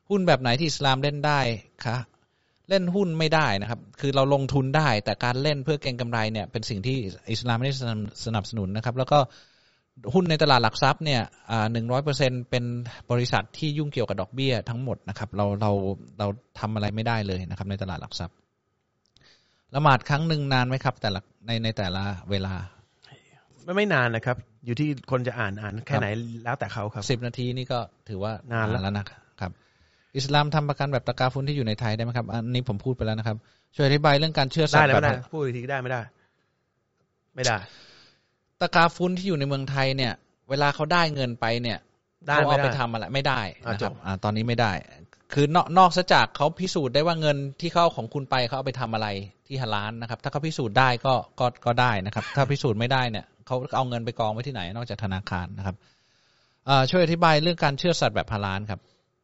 Speaker 2: หุ้นแบบไหนที่อิสลามเล่นได้คะเล่นหุ้นไม่ได้นะครับคือเราลงทุนได้แต่การเล่นเพื่อเก็งกำไรเนี่ยเป็นสิ่งที่อิสลามไม่ได้สนับสนุนนะครับแล้วก็หุ้นในตลาดหลักทรัพย์เนี่ยอ่า หนึ่งร้อยเปอร์เซ็นต์ เป็นบริษัทที่ยุ่งเกี่ยวกับดอกเบี้ยทั้งหมดนะครับเราเราเราทำอะไรไม่ได้เลยนะครับในตลาดหลักทรัพย์ละหมาดครั้งนึงนานไหมครับแต่ละในในแต่ละเวลา
Speaker 1: ไม่ไม่นานนะครับอยู่ที่คนจะอ่านอ่านแค่ไหนแล้วแต่เขาครับ
Speaker 2: สิบนาทีนี่ก็ถือว่านานแล้วนะครับอิสลามทำประกันแบบตะกาฟุนที่อยู่ในไทยได้ไหมครับอันนี้ผมพูดไปแล้วนะครับช่วยอธิบายเรื่องการเชื่อสัตว์แบบ
Speaker 1: พูดอีกทีได้ไม่ได้ไม่ได้
Speaker 2: ตะกาฟุนที่อยู่ในเมืองไทยเนี่ยเวลาเขาได้เงินไปเนี่ยเขาเอาไปทำอะไรไม่ได้นะครับตอนนี้ไม่ได้คือนอกนอกจากเขาพิสูจน์ได้ว่าเงินที่เขาของคุณไปเขาเอาไปทำอะไรที่ฮาลาลนะครับถ้าเขาพิสูจน์ได้ก็ก็ก็ได้นะครับถ้าพิสูจน์ไม่ได้เนี่ยเขาเอาเงินไปกองไว้ที่ไหนนอกจากธนาคารนะครับช่วยอธิบายเรื่องการเชื่อสัตว์แบบฮาลาลครับ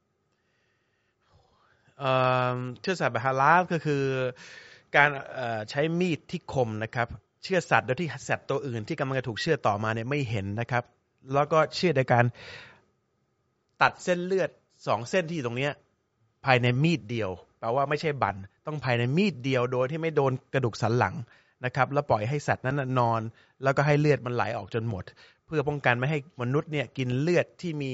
Speaker 1: เชื่อสัตว์แบบฮาลาลก็คือการใช้มีดที่คมนะครับเชื่อสัตว์โดยที่สัตว์ตัวอื่นที่กำลังจะถูกเชื่อต่อมาเนี่ยไม่เห็นนะครับแล้วก็เชื่อในการตัดเส้นเลือดสองเส้นที่อยู่ตรงนี้ภายในมีดเดียวแปลว่าไม่ใช่บั่นต้องภายในมีดเดียวโดยที่ไม่โดนกระดูกสันหลังนะครับแล้วปล่อยให้สัตว์นั้นนอนแล้วก็ให้เลือดมันไหลออกจนหมดเพื่อป้องกันไม่ให้มนุษย์เนี่ยกินเลือดที่มี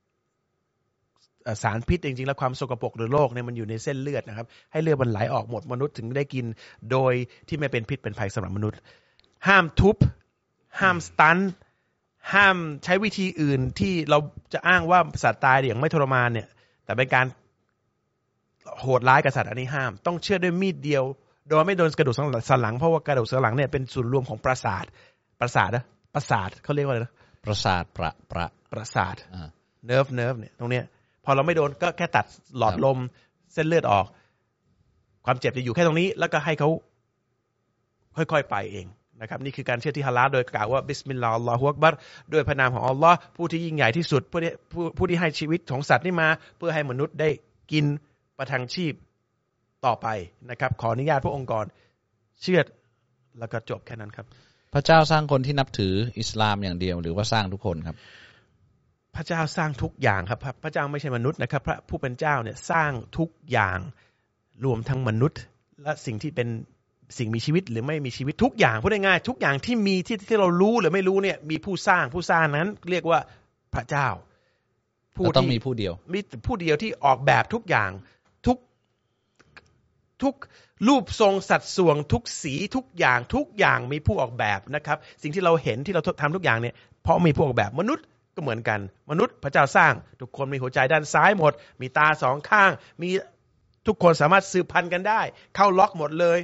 Speaker 1: สารพิษจริงๆแล้วความสกปรกหรือโรคเนี่ยมันอยู่ในเส้นเลือดนะครับให้เลือดมันไหลออกหมดมนุษย์ถึงได้กินโดยที่ไม่เป็นพิษเป็นภัยสำหรับมนุษย์ห้ามทุบห้ามสตันห้ามใช้วิธีอื่นที่เราจะอ้างว่าสัตว์ตายอย่างไม่ทรมานเนี่ยแต่เป็นการโหดร้ายกับสัตว์อันนี้ห้ามต้องเชือดด้วยมีดเดียวโดยไม่โดนกระดูกสันหลังเพราะว่ากระดูกสันหลังเนี่ยเป็นส่วนรวมของประสาทประสาทนะประสาทเขาเรียกว่าอะไรนะ
Speaker 2: ประสาทประประ
Speaker 1: ประสาทเนิร์ฟเนิร์ฟเนี่ยตรงเนี้ยพอเราไม่โดนก็แค่ตัดหลอดลมเส้นเลือดออกความเจ็บจะอยู่แค่ตรงนี้แล้วก็ให้เขาค่อยๆไปเองนะครับนี่คือการเชื่อที่ฮาลาลโดยกล่าวว่าบิสมิลลาห์อัลลอฮุอักบัรด้วยพระนามของอัลลอฮ์ผู้ที่ยิ่งใหญ่ที่สุดผู้ที่ผู้ผู้ที่ให้ชีวิตของสัตว์นี่มาเพื่อให้มนุษย์ได้กินประทังชีพต่อไปนะครับขออนุญาตพระองค์ก่อนเชื่อแล้วก็จบแค่นั้นครับ
Speaker 2: พระเจ้าสร้างคนที่นับถืออิสลามอย่างเดียวหรือว่าสร้างทุกคนครับ
Speaker 1: พระเจ้าสร้างทุกอย่างครับพระเจ้าไม่ใช่มนุษย์นะครับพระผู้เป็นเจ้าเนี่ยสร้างทุกอย่างรวมทั้งมนุษย์และสิ่งที่เป็นสิ่งมีชีวิตหรือไม่มีชีวิตทุกอย่างพูดง่ายๆทุกอย่างที่มีที่ที่เรารู้หรือไม่รู้เนี่ยมีผู้สร้างผู้สร้างนั้นเรียกว่าพระเจ้า
Speaker 2: ผู้ต้องมีผู้เดียว
Speaker 1: มีผู้เดียวที่ออกแบบทุกอย่างทุกทุกรูปทรงสัดส่วนทุกสีทุกอย่างทุกอย่างมีผู้ออกแบบนะครับสิ่งที่เราเห็นที่เราทำทุกอย่างเนี่ยเพราะมีผู้ออกแบบมนุษย์ก็เหมือนกันมนุษย์พระเจ้าสร้างทุกคนมีหัวใจด้านซ้ายหมดมีตาสองข้างมีทุกคนสามารถสืบพันธุ์กันได้เข้าล็อกหมดเลย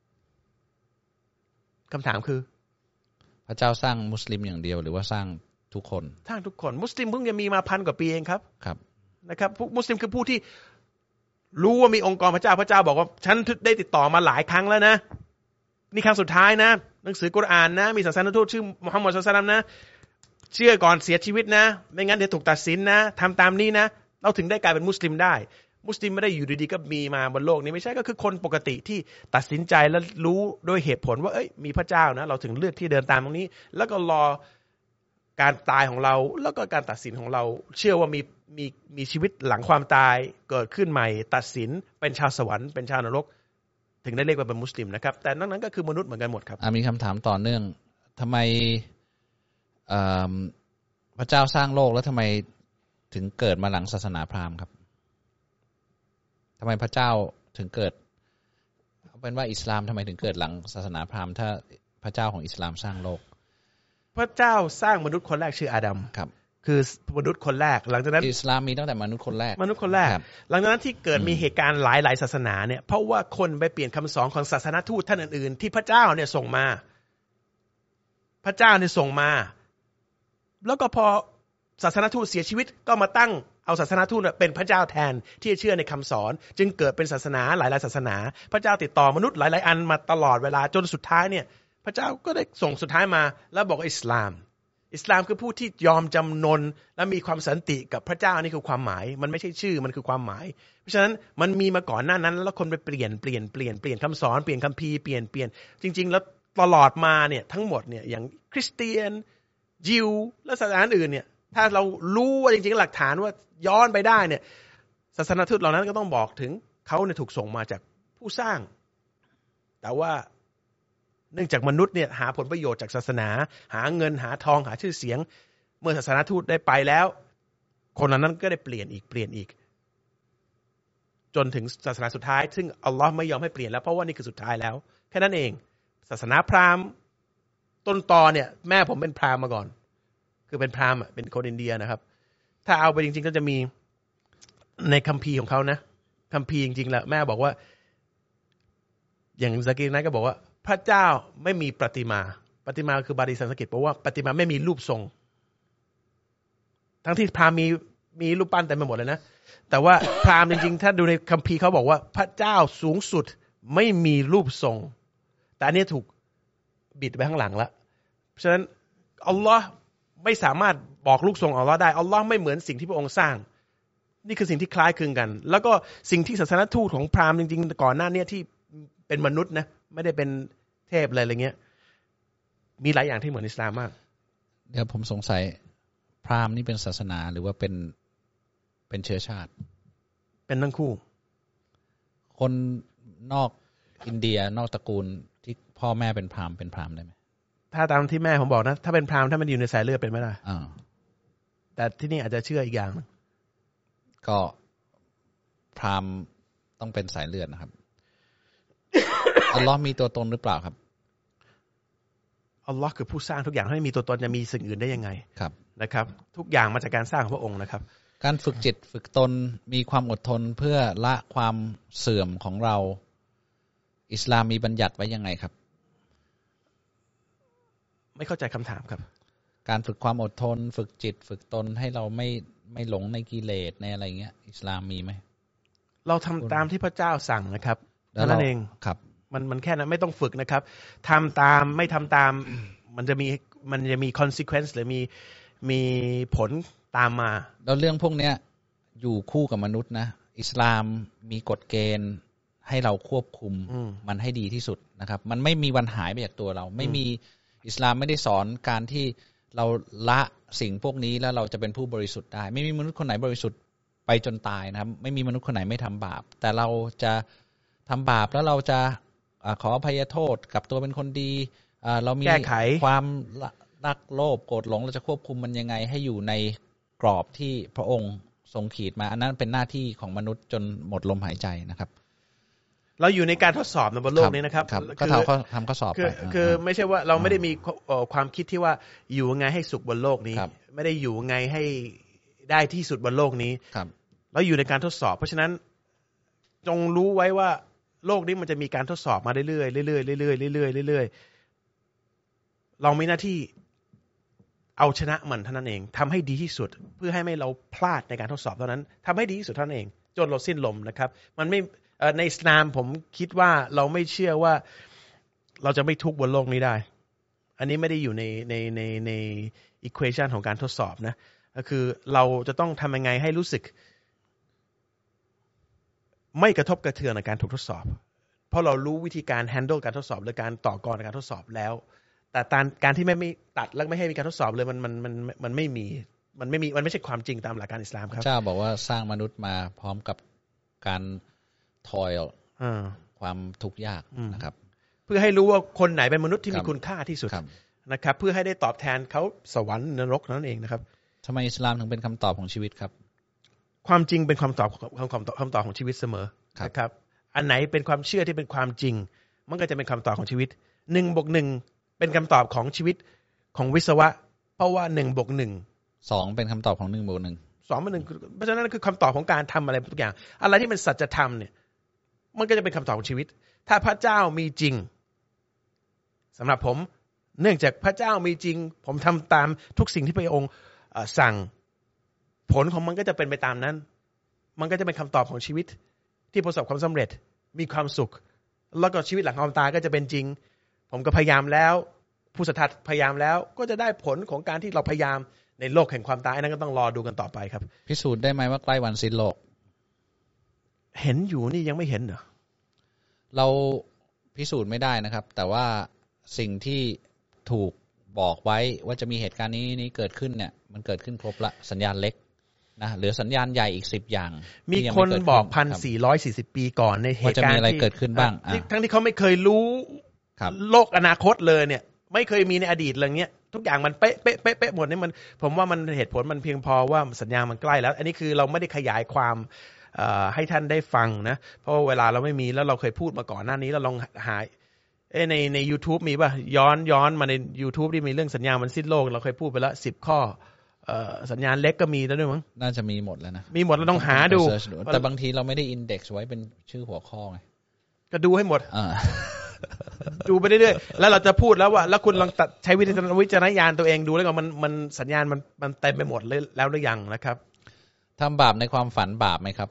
Speaker 1: คำถามคือ
Speaker 2: พระเจ้าสร้างมุสลิมอย่างเดียวหรือว่าสร้างทุกคน
Speaker 1: สร้างทุกคนมุสลิมเพิ่งจะมีมาพันกว่าปีเองครับ
Speaker 2: ครับ
Speaker 1: นะครับพวกมุสลิมคือผู้ที่รู้ว่ามีองค์กรพระเจ้าพระเจ้าบอกว่าฉันได้ติดต่อมาหลายครั้งแล้วนะนี่ครั้งสุดท้ายนะหนังสือกุรอานนะมีศาสนทูตชื่อมุฮัมมัดศ็อลลัลลอฮุอะลัยฮิวะซัลลัมนะเชื่อก่อนเสียชีวิตนะไม่งั้นเดี๋ยวถูกตัดสินนะทำตามนี้นะเราถึงได้กลายเป็นมุสลิมได้มุสลิมไม่ได้อยู่ดีๆก็มีมาบนโลกนี้ไม่ใช่ก็คือคนปกติที่ตัดสินใจและรู้โดยเหตุผลว่าเอ้ยมีพระเจ้านะเราถึงเลือกที่เดินตามตรงนี้แล้วก็รอการตายของเราแล้วก็การตัดสินของเราเชื่อว่ามีมีมีชีวิตหลังความตายเกิดขึ้นใหม่ตัดสินเป็นชาวสวรรค์เป็นชาวนรกถึงได้เรียกว่าเป็นมุสลิมนะครับแต่นอกนั้นก็คือมนุษย์เหมือนกันหมดครับ
Speaker 2: มีคำถามต่อเนื่องทำไมพระเจ้าสร้างโลกแล้วทำไมถึงเกิดมาหลังศาสนาพราหมณ์ครับทำไมพระเจ้าถึงเกิดเอาเป็นว่าอิสลามทำไมถึงเกิดหลังศาสนาพราหมณ์ถ้าพระเจ้าของอิสลามสร้างโลก
Speaker 1: พระเจ้าสร้างมนุษย์คนแรกชื่ออาดัม
Speaker 2: ครับ
Speaker 1: คือมนุษย์คนแรกหลังจากนั้น
Speaker 2: อิสลามมีตั้งแต่มนุษย์คนแรก
Speaker 1: มนุษย์คนแรกหลังจากนั้นที่เกิดมีเหตุการณ์หลายหลายศาสนาเนี่ยเพราะว่าคนไปเปลี่ยนคำสอนของศาสนทูตท่านอื่นๆที่พระเจ้าเนี่ยส่งมาพระเจ้าเนี่ยส่งมาแล้วก็พอศาสนทูตเสียชีวิตก็มาตั้งเอาศาสนทูตเป็นพระเจ้าแทนที่จะเชื่อในคำสอนจึงเกิดเป็นศาสนาหลายๆศาสนาพระเจ้าติดต่อมนุษย์หลายๆอันมาตลอดเวลาจนสุดท้ายเนี่ยพระเจ้าก็ได้ส่งสุดท้ายมาแล้วบอกว่าอิสลามอิสลามคือผู้ที่ยอมจำนนและมีความสันติกับพระเจ้านี่คือความหมายมันไม่ใช่ชื่อมันคือความหมายเพราะฉะนั้นมันมีมาก่อนหน้านั้นแล้วคนไปเปลี่ยนเปลี่ยนเปลี่ยนเปลี่ยนคำสอนเปลี่ยนคัมภีร์เปลี่ยนเปลี่ยนจริงๆแล้วตลอดมาเนี่ยทั้งหมดเนี่ยอย่างคริสเตียนยิวและศาสนาอื่นเนี่ยถ้าเรารู้ว่าจริงๆหลักฐานว่าย้อนไปได้เนี่ยศศาสนทูตเหล่านั้นก็ต้องบอกถึงเขาเนี่ยถูกส่งมาจากผู้สร้างแต่ว่าเนื่องจากมนุษย์เนี่ยหาผลประโยชน์จากศาสนาหาเงินหาทองหาชื่อเสียงเมื่อศาสนทูตได้ไปแล้วคนเหล่านั้นก็ได้เปลี่ยนอีกเปลี่ยนอีกจนถึงศาสนาสุดท้ายซึ่งอัลลอฮ์ไม่ยอมให้เปลี่ยนแล้วเพราะว่านี่คือสุดท้ายแล้วแค่นั้นเองศาสนาพราหมณ์ต้นตอเนี่ยแม่ผมเป็นพราหมณ์มาก่อนคือเป็นพราหมณ์เป็นคนอินเดียนะครับถ้าเอาไปจริงๆก็จะมีในคัมภีร์ของเขานะคัมภีร์จริงๆแล้วแม่บอกว่าอย่างซากีนั้นก็บอกว่าพระเจ้าไม่มีประติมาประติมาคือบาลีสันสกฤตบอกว่าประติมาไม่มีรูปทรงทั้งที่พราหมณ์มีมีรูปปั้นเต็มไปหมดเลยนะแต่ว่าพราหมณ์จริงๆถ้าดูในคัมภีร์เขาบอกว่าพระเจ้าสูงสุดไม่มีรูปทรงแต่อันนี้ถูกบิดไปข้างหลังแล้วเพราะฉะนั้นอัลลอฮ์ไม่สามารถบอกรูปทรงอัลลอฮ์ได้อัลลอฮ์ไม่เหมือนสิ่งที่พระองค์สร้างนี่คือสิ่งที่คล้ายคลึงกันแล้วก็สิ่งที่ศาสนทูตของพราหมณ์จริงๆก่อนหน้านี้ที่เป็นมนุษย์นะไม่ได้เป็นเทพอะไรอะไรเงี้ยมีหลายอย่างที่เหมือนอิสลามมาก
Speaker 2: เดี๋ยวผมสงสัยพราหมณ์นี่เป็นศาสนาหรือว่าเป็นเป็นเชื้อชาติ
Speaker 1: เป็นทั้งคู่
Speaker 2: คนนอกอินเดียนอกตระกูลที่พ่อแม่เป็นพราหมณ์เป็นพราหมณ์ได้ไหม
Speaker 1: ถ้าตามที่แม่ผมบอกนะถ้าเป็นพราหมณ์ถ้ามันอยู่ในสายเลือดเป็นไม่ได้
Speaker 2: อ่า
Speaker 1: แต่ที่นี่อาจจะเชื่ออีกอย่าง
Speaker 2: ก็พราหมณ์ต้องเป็นสายเลือดนะครับ อัลลอฮ์มีตัวตนหรือเปล่าครับ
Speaker 1: อัลลอฮ์คือผู้สร้างทุกอย่างให้มีตัวตนจะมีสิ่งอื่นได้ยังไง
Speaker 2: ครับ
Speaker 1: นะครับทุกอย่างมาจากการสร้างของพระองค์นะครับ
Speaker 2: การฝึกจิตฝึกตนมีความอดทนเพื่อละความเสื่อมของเราอิสลามมีบัญญัติไว้ยังไงครับ
Speaker 1: ไม่เข้าใจคำถามครับ
Speaker 2: การฝึกความอดทนฝึกจิตฝึกตนให้เราไม่ไม่หลงในกิเลสในอะไรเงี้ยอิสลามมีไหม
Speaker 1: เราทำตามที่พระเจ้าสั่งนะครับนั่นเอง
Speaker 2: ครับ
Speaker 1: มันมันแค่นั้นไม่ต้องฝึกนะครับทำตามไม่ทำตามมันจะมีมันจะมี consequence หรือมีมีผลตามมา
Speaker 2: แล้วเรื่องพวกเนี้ยอยู่คู่กับมนุษย์นะอิสลามมีกฎเกณฑ์ให้เราควบคุมมันให้ดีที่สุดนะครับมันไม่มีวันหายไปจากตัวเราไม่มีอิสลามไม่ได้สอนการที่เราละสิ่งพวกนี้แล้วเราจะเป็นผู้บริสุทธิ์ได้ไม่มีมนุษย์คนไหนบริสุทธิ์ไปจนตายนะครับไม่มีมนุษย์คนไหนไม่ทำบาปแต่เราจะทำบาปแล้วเราจะขออภัยโทษกับตัวเป็นคนดีเรามีความรักโลภโกรธหลงเราจะควบคุมมันยังไงให้อยู่ในกรอบที่พระองค์ทรงขีดมาอันนั้นเป็นหน้าที่ของมนุษย์จนหมดลมหายใจนะครับ
Speaker 1: เราอยู่ในการทดสอบในบนโลกนี้นะครับ
Speaker 2: ก็ทำข้อทำข้อสอบไป
Speaker 1: คือไม่ใช่ว่าเราไม่ได้มีความคิดที่ว่าอยู่ไงให้สุขบนโลกนี้ไม่ได้อยู่ไงให้ได้ที่สุดบนโลกนี้เราอยู่ในการทดสอบเพราะฉะนั้นจงรู้ไว้ว่าโลกนี้มันจะมีการทดสอบมาเรื่อยๆเรื่อยๆเรื่อยๆเรื่อยๆเรื่อยๆเรามีหน้าที่เอาชนะมันเท่านั้นเองทำให้ดีที่สุดเพื่อให้ไม่เราพลาดในการทดสอบเท่านั้นทำให้ดีที่สุดเท่านั้นเองจนเราสิ้นลมนะครับมันไม่ในอิสลามผมคิดว่าเราไม่เชื่อว่าเราจะไม่ทุกข์บนโลกนี้ได้อันนี้ไม่ได้อยู่ในในในในอีควอชันของการทดสอบนะก็คือเราจะต้องทำยังไงให้รู้สึกไม่กระทบกระเทือนในการถูกทดสอบเพราะเรารู้วิธีการ handle การทดสอบหรือการต่อกรในการทดสอบแล้วแต่การที่ไม่ไม่ตัดแล้วไม่ให้มีการทดสอบเลยมันมันมันมันไม่มีมันไม่มีมันไม่ใช่ความจริงตามหลักการอิสลามครับ
Speaker 2: เจ้าบอกว่าสร้างมนุษย์มาพร้อมกับการทอยความทุกข์ยากนะครับ
Speaker 1: เพื่อให้รู้ว่าคนไหนเป็นมนุษย์ที่มีคุณค่าที่สุดนะครับเพื่อให้ได้ตอบแทนเขาสวรรค์นรกนั่นเองนะครับ
Speaker 2: ทำไมอิสลามถึงเป็นคำตอบของชีวิตครับ
Speaker 1: ความจริงเป็นคำตอบคำตอบคำตอบของชีวิตเสมอนะครับอันไหนเป็นความเชื่อที่เป็นความจริงมันก็จะเป็นคำตอบของชีวิตหนึ่งบวกหนึ่งเป็นคำตอบของชีวิตของวิศวะเพราะว่าหนึ่งบวกหนึ่ง
Speaker 2: สองเป็นคำตอบของหนึ่งบวกหนึ่ง
Speaker 1: สองบวกหนึ่งเพราะฉะนั้นคือคำตอบของการทำอะไรทุกอย่างอะไรที่เป็นสัจธรรมเนี่ยมันก็จะเป็นคำตอบของชีวิตถ้าพระเจ้ามีจริงสำหรับผมเนื่องจากพระเจ้ามีจริงผมทำตามทุกสิ่งที่พระองค์สั่งผลของมันก็จะเป็นไปตามนั้นมันก็จะเป็นคำตอบของชีวิตที่ประสบความสำเร็จมีความสุขแล้วก็ชีวิตหลังความตายก็จะเป็นจริงผมก็พยายามแล้วผู้ศรัทธาพยายามแล้วก็จะได้ผลของการที่เราพยายามในโลกแห่งความตายนั้นก็ต้องรอดูกันต่อไปครับ
Speaker 2: พิสูจน์ได้ไหมว่าใกล้วันสิ้นโลก
Speaker 1: เห็นอยู่นี่ยังไม่เห็นเหรอ
Speaker 2: เราพิสูจน์ไม่ได้นะครับแต่ว่าสิ่งที่ถูกบอกไว้ว่าจะมีเหตุการณ์นี้นี้เกิดขึ้นเนี่ยมันเกิดขึ้นครบละสัญญาณเล็กนะเหลือสัญญาณใหญ่อีกสิบอย่าง
Speaker 1: มีคนบอก หนึ่งพันสี่ร้อยสี่สิบ ปีก่อนในเหตุการณ์
Speaker 2: ที่จะมีอะไรเกิดขึ้นบ้าง
Speaker 1: ทั้งที่เขาไม่เคยรู้โลกอนาคตเลยเนี่ยไม่เคยมีในอดีตอะไรเงี้ยทุกอย่างมันเป๊ะเป๊ะเป๊ะเป๊ะหมดนี่มันผมว่ามันเหตุผลมันเพียงพอว่าสัญญาณมันใกล้แล้วอันนี้คือเราไม่ได้ขยายความให้ท่านได้ฟังนะเพราะเวลาเราไม่มีแล้วเราเคยพูดมาก่อนหน้านี้เราลองหาเอ้ในใน YouTube มีป่ะย้อนย้อนมาใน YouTube ที่มีเรื่องสัญญาณมันสิ้นโลกเราเคยพูดไปแล้วสิบข้อสัญญาณเล็กก็มีแล้วด้วยมั้ง
Speaker 2: น่าจะมีหมดแล้วนะ
Speaker 1: มีหมดเราต้องหาดู
Speaker 2: แต่บางทีเราไม่ได้อินเด็กซ์ไว้เป็นชื่อหัวข้อไง
Speaker 1: ก็ดูให้หมดดูไปเรื่อยๆแล้วเราจะพูดแล้วว่าแล้วคุณลองตัดใช้วิจารณญาณตัวเองดูแล้วก็มันมันสัญญาณมันมันเต็มไปหมดเลยแล้วหรือยังนะครับ
Speaker 2: ทำบาปในความฝันบาปไหมครับ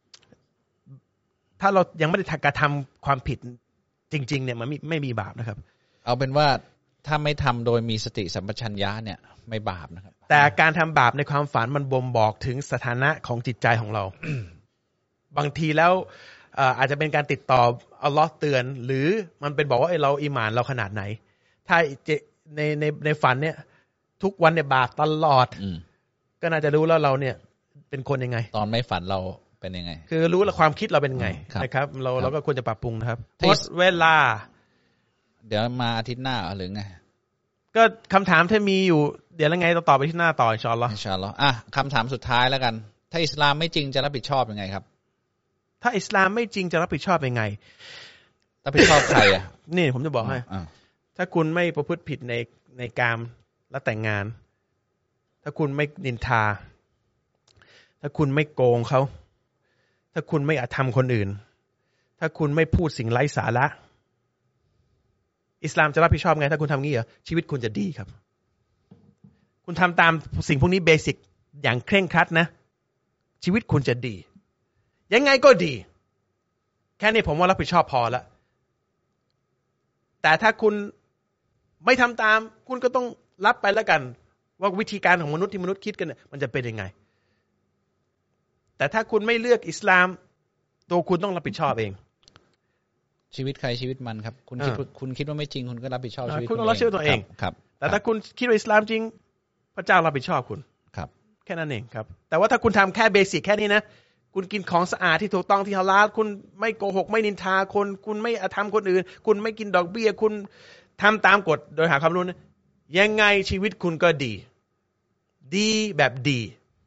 Speaker 1: ถ้าเรายังไม่ได้กระทำความผิดจริงๆเนี่ยมันไม่ไม่มีบาปนะครับ
Speaker 2: เอาเป็นว่าถ้าไม่ทำโดยมีสติสัมปชัญญะเนี่ยไม่บาปนะครับ
Speaker 1: แต่การทำบาปในความฝันมันบ่งบอกถึงสถานะของจิตใจของเรา บางทีแล้วอาจจะเป็นการติดต่ออัลเลาะห์เตือนหรือมันเป็นบอกว่าเราอีหม่านเราขนาดไหนถ้าในในในฝันเนี่ยทุกวันเนี่ยบาปตลอดก็น่าจะรู้แล้วเราเนี่ยเป็นคนยังไง
Speaker 2: ตอนไม่ฝันเราเป็นยังไง
Speaker 1: คือรู้แล้วความคิดเราเป็นยังไงนะครับเราเราก็ควรจะปรับปรุงนะครับหมดเวลา
Speaker 2: เดี๋ยวมาอาทิตย์หน้าหรือไง
Speaker 1: ก็คำถามที่มีอยู่เดี๋ยวแล้วไงต่อต่อไปที่หน้าต่ออินชาอัลลอฮ์
Speaker 2: อินชาอัลลอฮ์อ่ะคำถามสุดท้ายแล้วกันถ้าอิสลามไม่จริงจะรับผิดชอบยังไงครับ
Speaker 1: ถ้าอิสลามไม่จริงจะรับผิดชอบยังไง
Speaker 2: รับผิดชอบใครอ่ะ
Speaker 1: นี่ผมจะบอกให้ถ้าคุณไม่ประพฤติผิดในในกามและแต่งงานถ้าคุณไม่นินทาถ้าคุณไม่โกงเขาถ้าคุณไม่อาธรรมคนอื่นถ้าคุณไม่พูดสิ่งไร้สาระอิสลามจะรับผิดชอบไงถ้าคุณทำงี้เหรอชีวิตคุณจะดีครับคุณทำตามสิ่งพวกนี้เบสิกอย่างเคร่งครัดนะชีวิตคุณจะดียังไงก็ดีแค่นี้ผมว่ารับผิดชอบพอแล้วแต่ถ้าคุณไม่ทำตามคุณก็ต้องรับไปแล้วกันว่าวิธีการของมนุษย์ที่มนุษย์คิดกันเนี่ยมันจะเป็นยังไงแต่ถ้าคุณไม่เลือกอิสลามตัวคุณต้องรับผิดชอบเอง
Speaker 2: ชีวิตใครชีวิตมันครับคุณคิดคุณคิดว่าไม่จริงคุณก็รับผิดชอบชีวิต
Speaker 1: คุณต้องรับผิดชอบตัวเอง
Speaker 2: ครับ
Speaker 1: แต่ถ้าคุณคิดว่าอิสลามจริงพระเจ้ารับผิดชอบคุณ
Speaker 2: ครับ
Speaker 1: แค่นั้นเองครับแต่ว่าถ้าคุณทำแค่เบสิกแค่นี้นะคุณกินของสะอาดที่ถูกต้องที่ฮาลาลคุณไม่โกหกไม่นินทาคนคุณไม่อาธรรมคนอื่นคุณไม่กินดอกเบี้ยคุณทำตามกฎโดยหาความรู้นะยังไงชีวิตคุณก็ดีดีแบบดี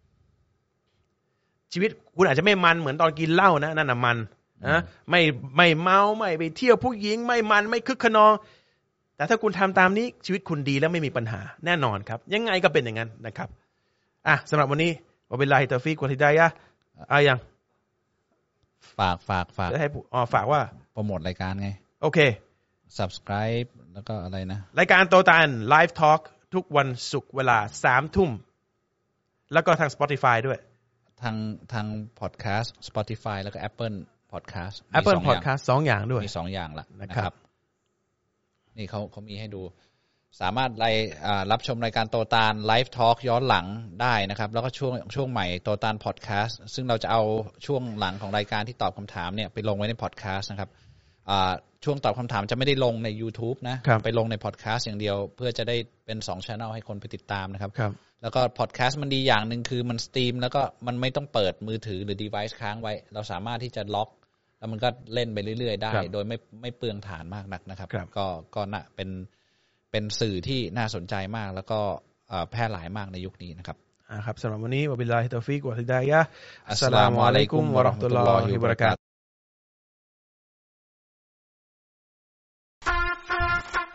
Speaker 1: ชีวิตคุณอาจจะไม่มันเหมือนตอนกินเหล้านะนั่นน่ะมันนะไม่ไม่เมาไม่ไปเที่ยวผู้หญิงไม่มันไม่คึกขนองแต่ถ้าคุณทำตามนี้ชีวิตคุณดีแล้วไม่มีปัญหาแน่นอนครับยังไงก็เป็นอย่างนั้นนะครับอ่ะสำหรับวันนี้วะบิลลาฮิตอฟิกวะฮิดายะห์อ่ะยัง
Speaker 2: ฝากฝากฝาก
Speaker 1: จะให้อ๋อฝากว่า
Speaker 2: โปรโมทรายการไง
Speaker 1: โอเค
Speaker 2: Subscribe แล้วก็อะไรนะ
Speaker 1: รายการโตตานไลฟ์ทอล์กทุกวันศุกร์เวลา สามทุ่มแล้วก็ทาง Spotify ด้วย
Speaker 2: ทางทาง Podcast Spotify แล้วก็ Apple Podcast
Speaker 1: Apple Podcast สองอย่างด้วย
Speaker 2: มีสองอย่างละนะครับนี่เขาเขามีให้ดูสามารถไลรับชมรายการโตตานไลฟ์ทอล์กย้อนหลังได้นะครับแล้วก็ช่วงช่วงใหม่โตตานพอดแคสต์ซึ่งเราจะเอาช่วงหลังของรายการที่ตอบคำถามเนี่ยไปลงไว้ในพอดแคสต์นะครับช่วงตอบคำถามจะไม่ได้ลงใน YouTube นะไปลงในพอดแคสต์อย่างเดียวเพื่อจะได้เป็นสอง channel ให้คนไปติดตามนะครับแล้วก็พอดแคสต์มันดีอย่างนึงคือมันสตรีมแล้วก็มันไม่ต้องเปิดมือถือหรือ device ค้างไว้เราสามารถที่จะล็อกแล้วมันก็เล่นไปเรื่อยๆได้โดยไม่ไม่เปลืองฐานมากนักนะครับก็ก็น่าเป็นเป็นสื่อที่น่าสนใจมากแล้วก็แพร่หลายมากในยุคนี้นะครับ
Speaker 1: อ่าครับสำหรับวันนี้วะบิลลาฮิตอฟิกวะฮิดายะห์อัสสลามุอะลัยกุมวะเราะห์มะตุลลอฮิวะบะเราะกาตุฮ์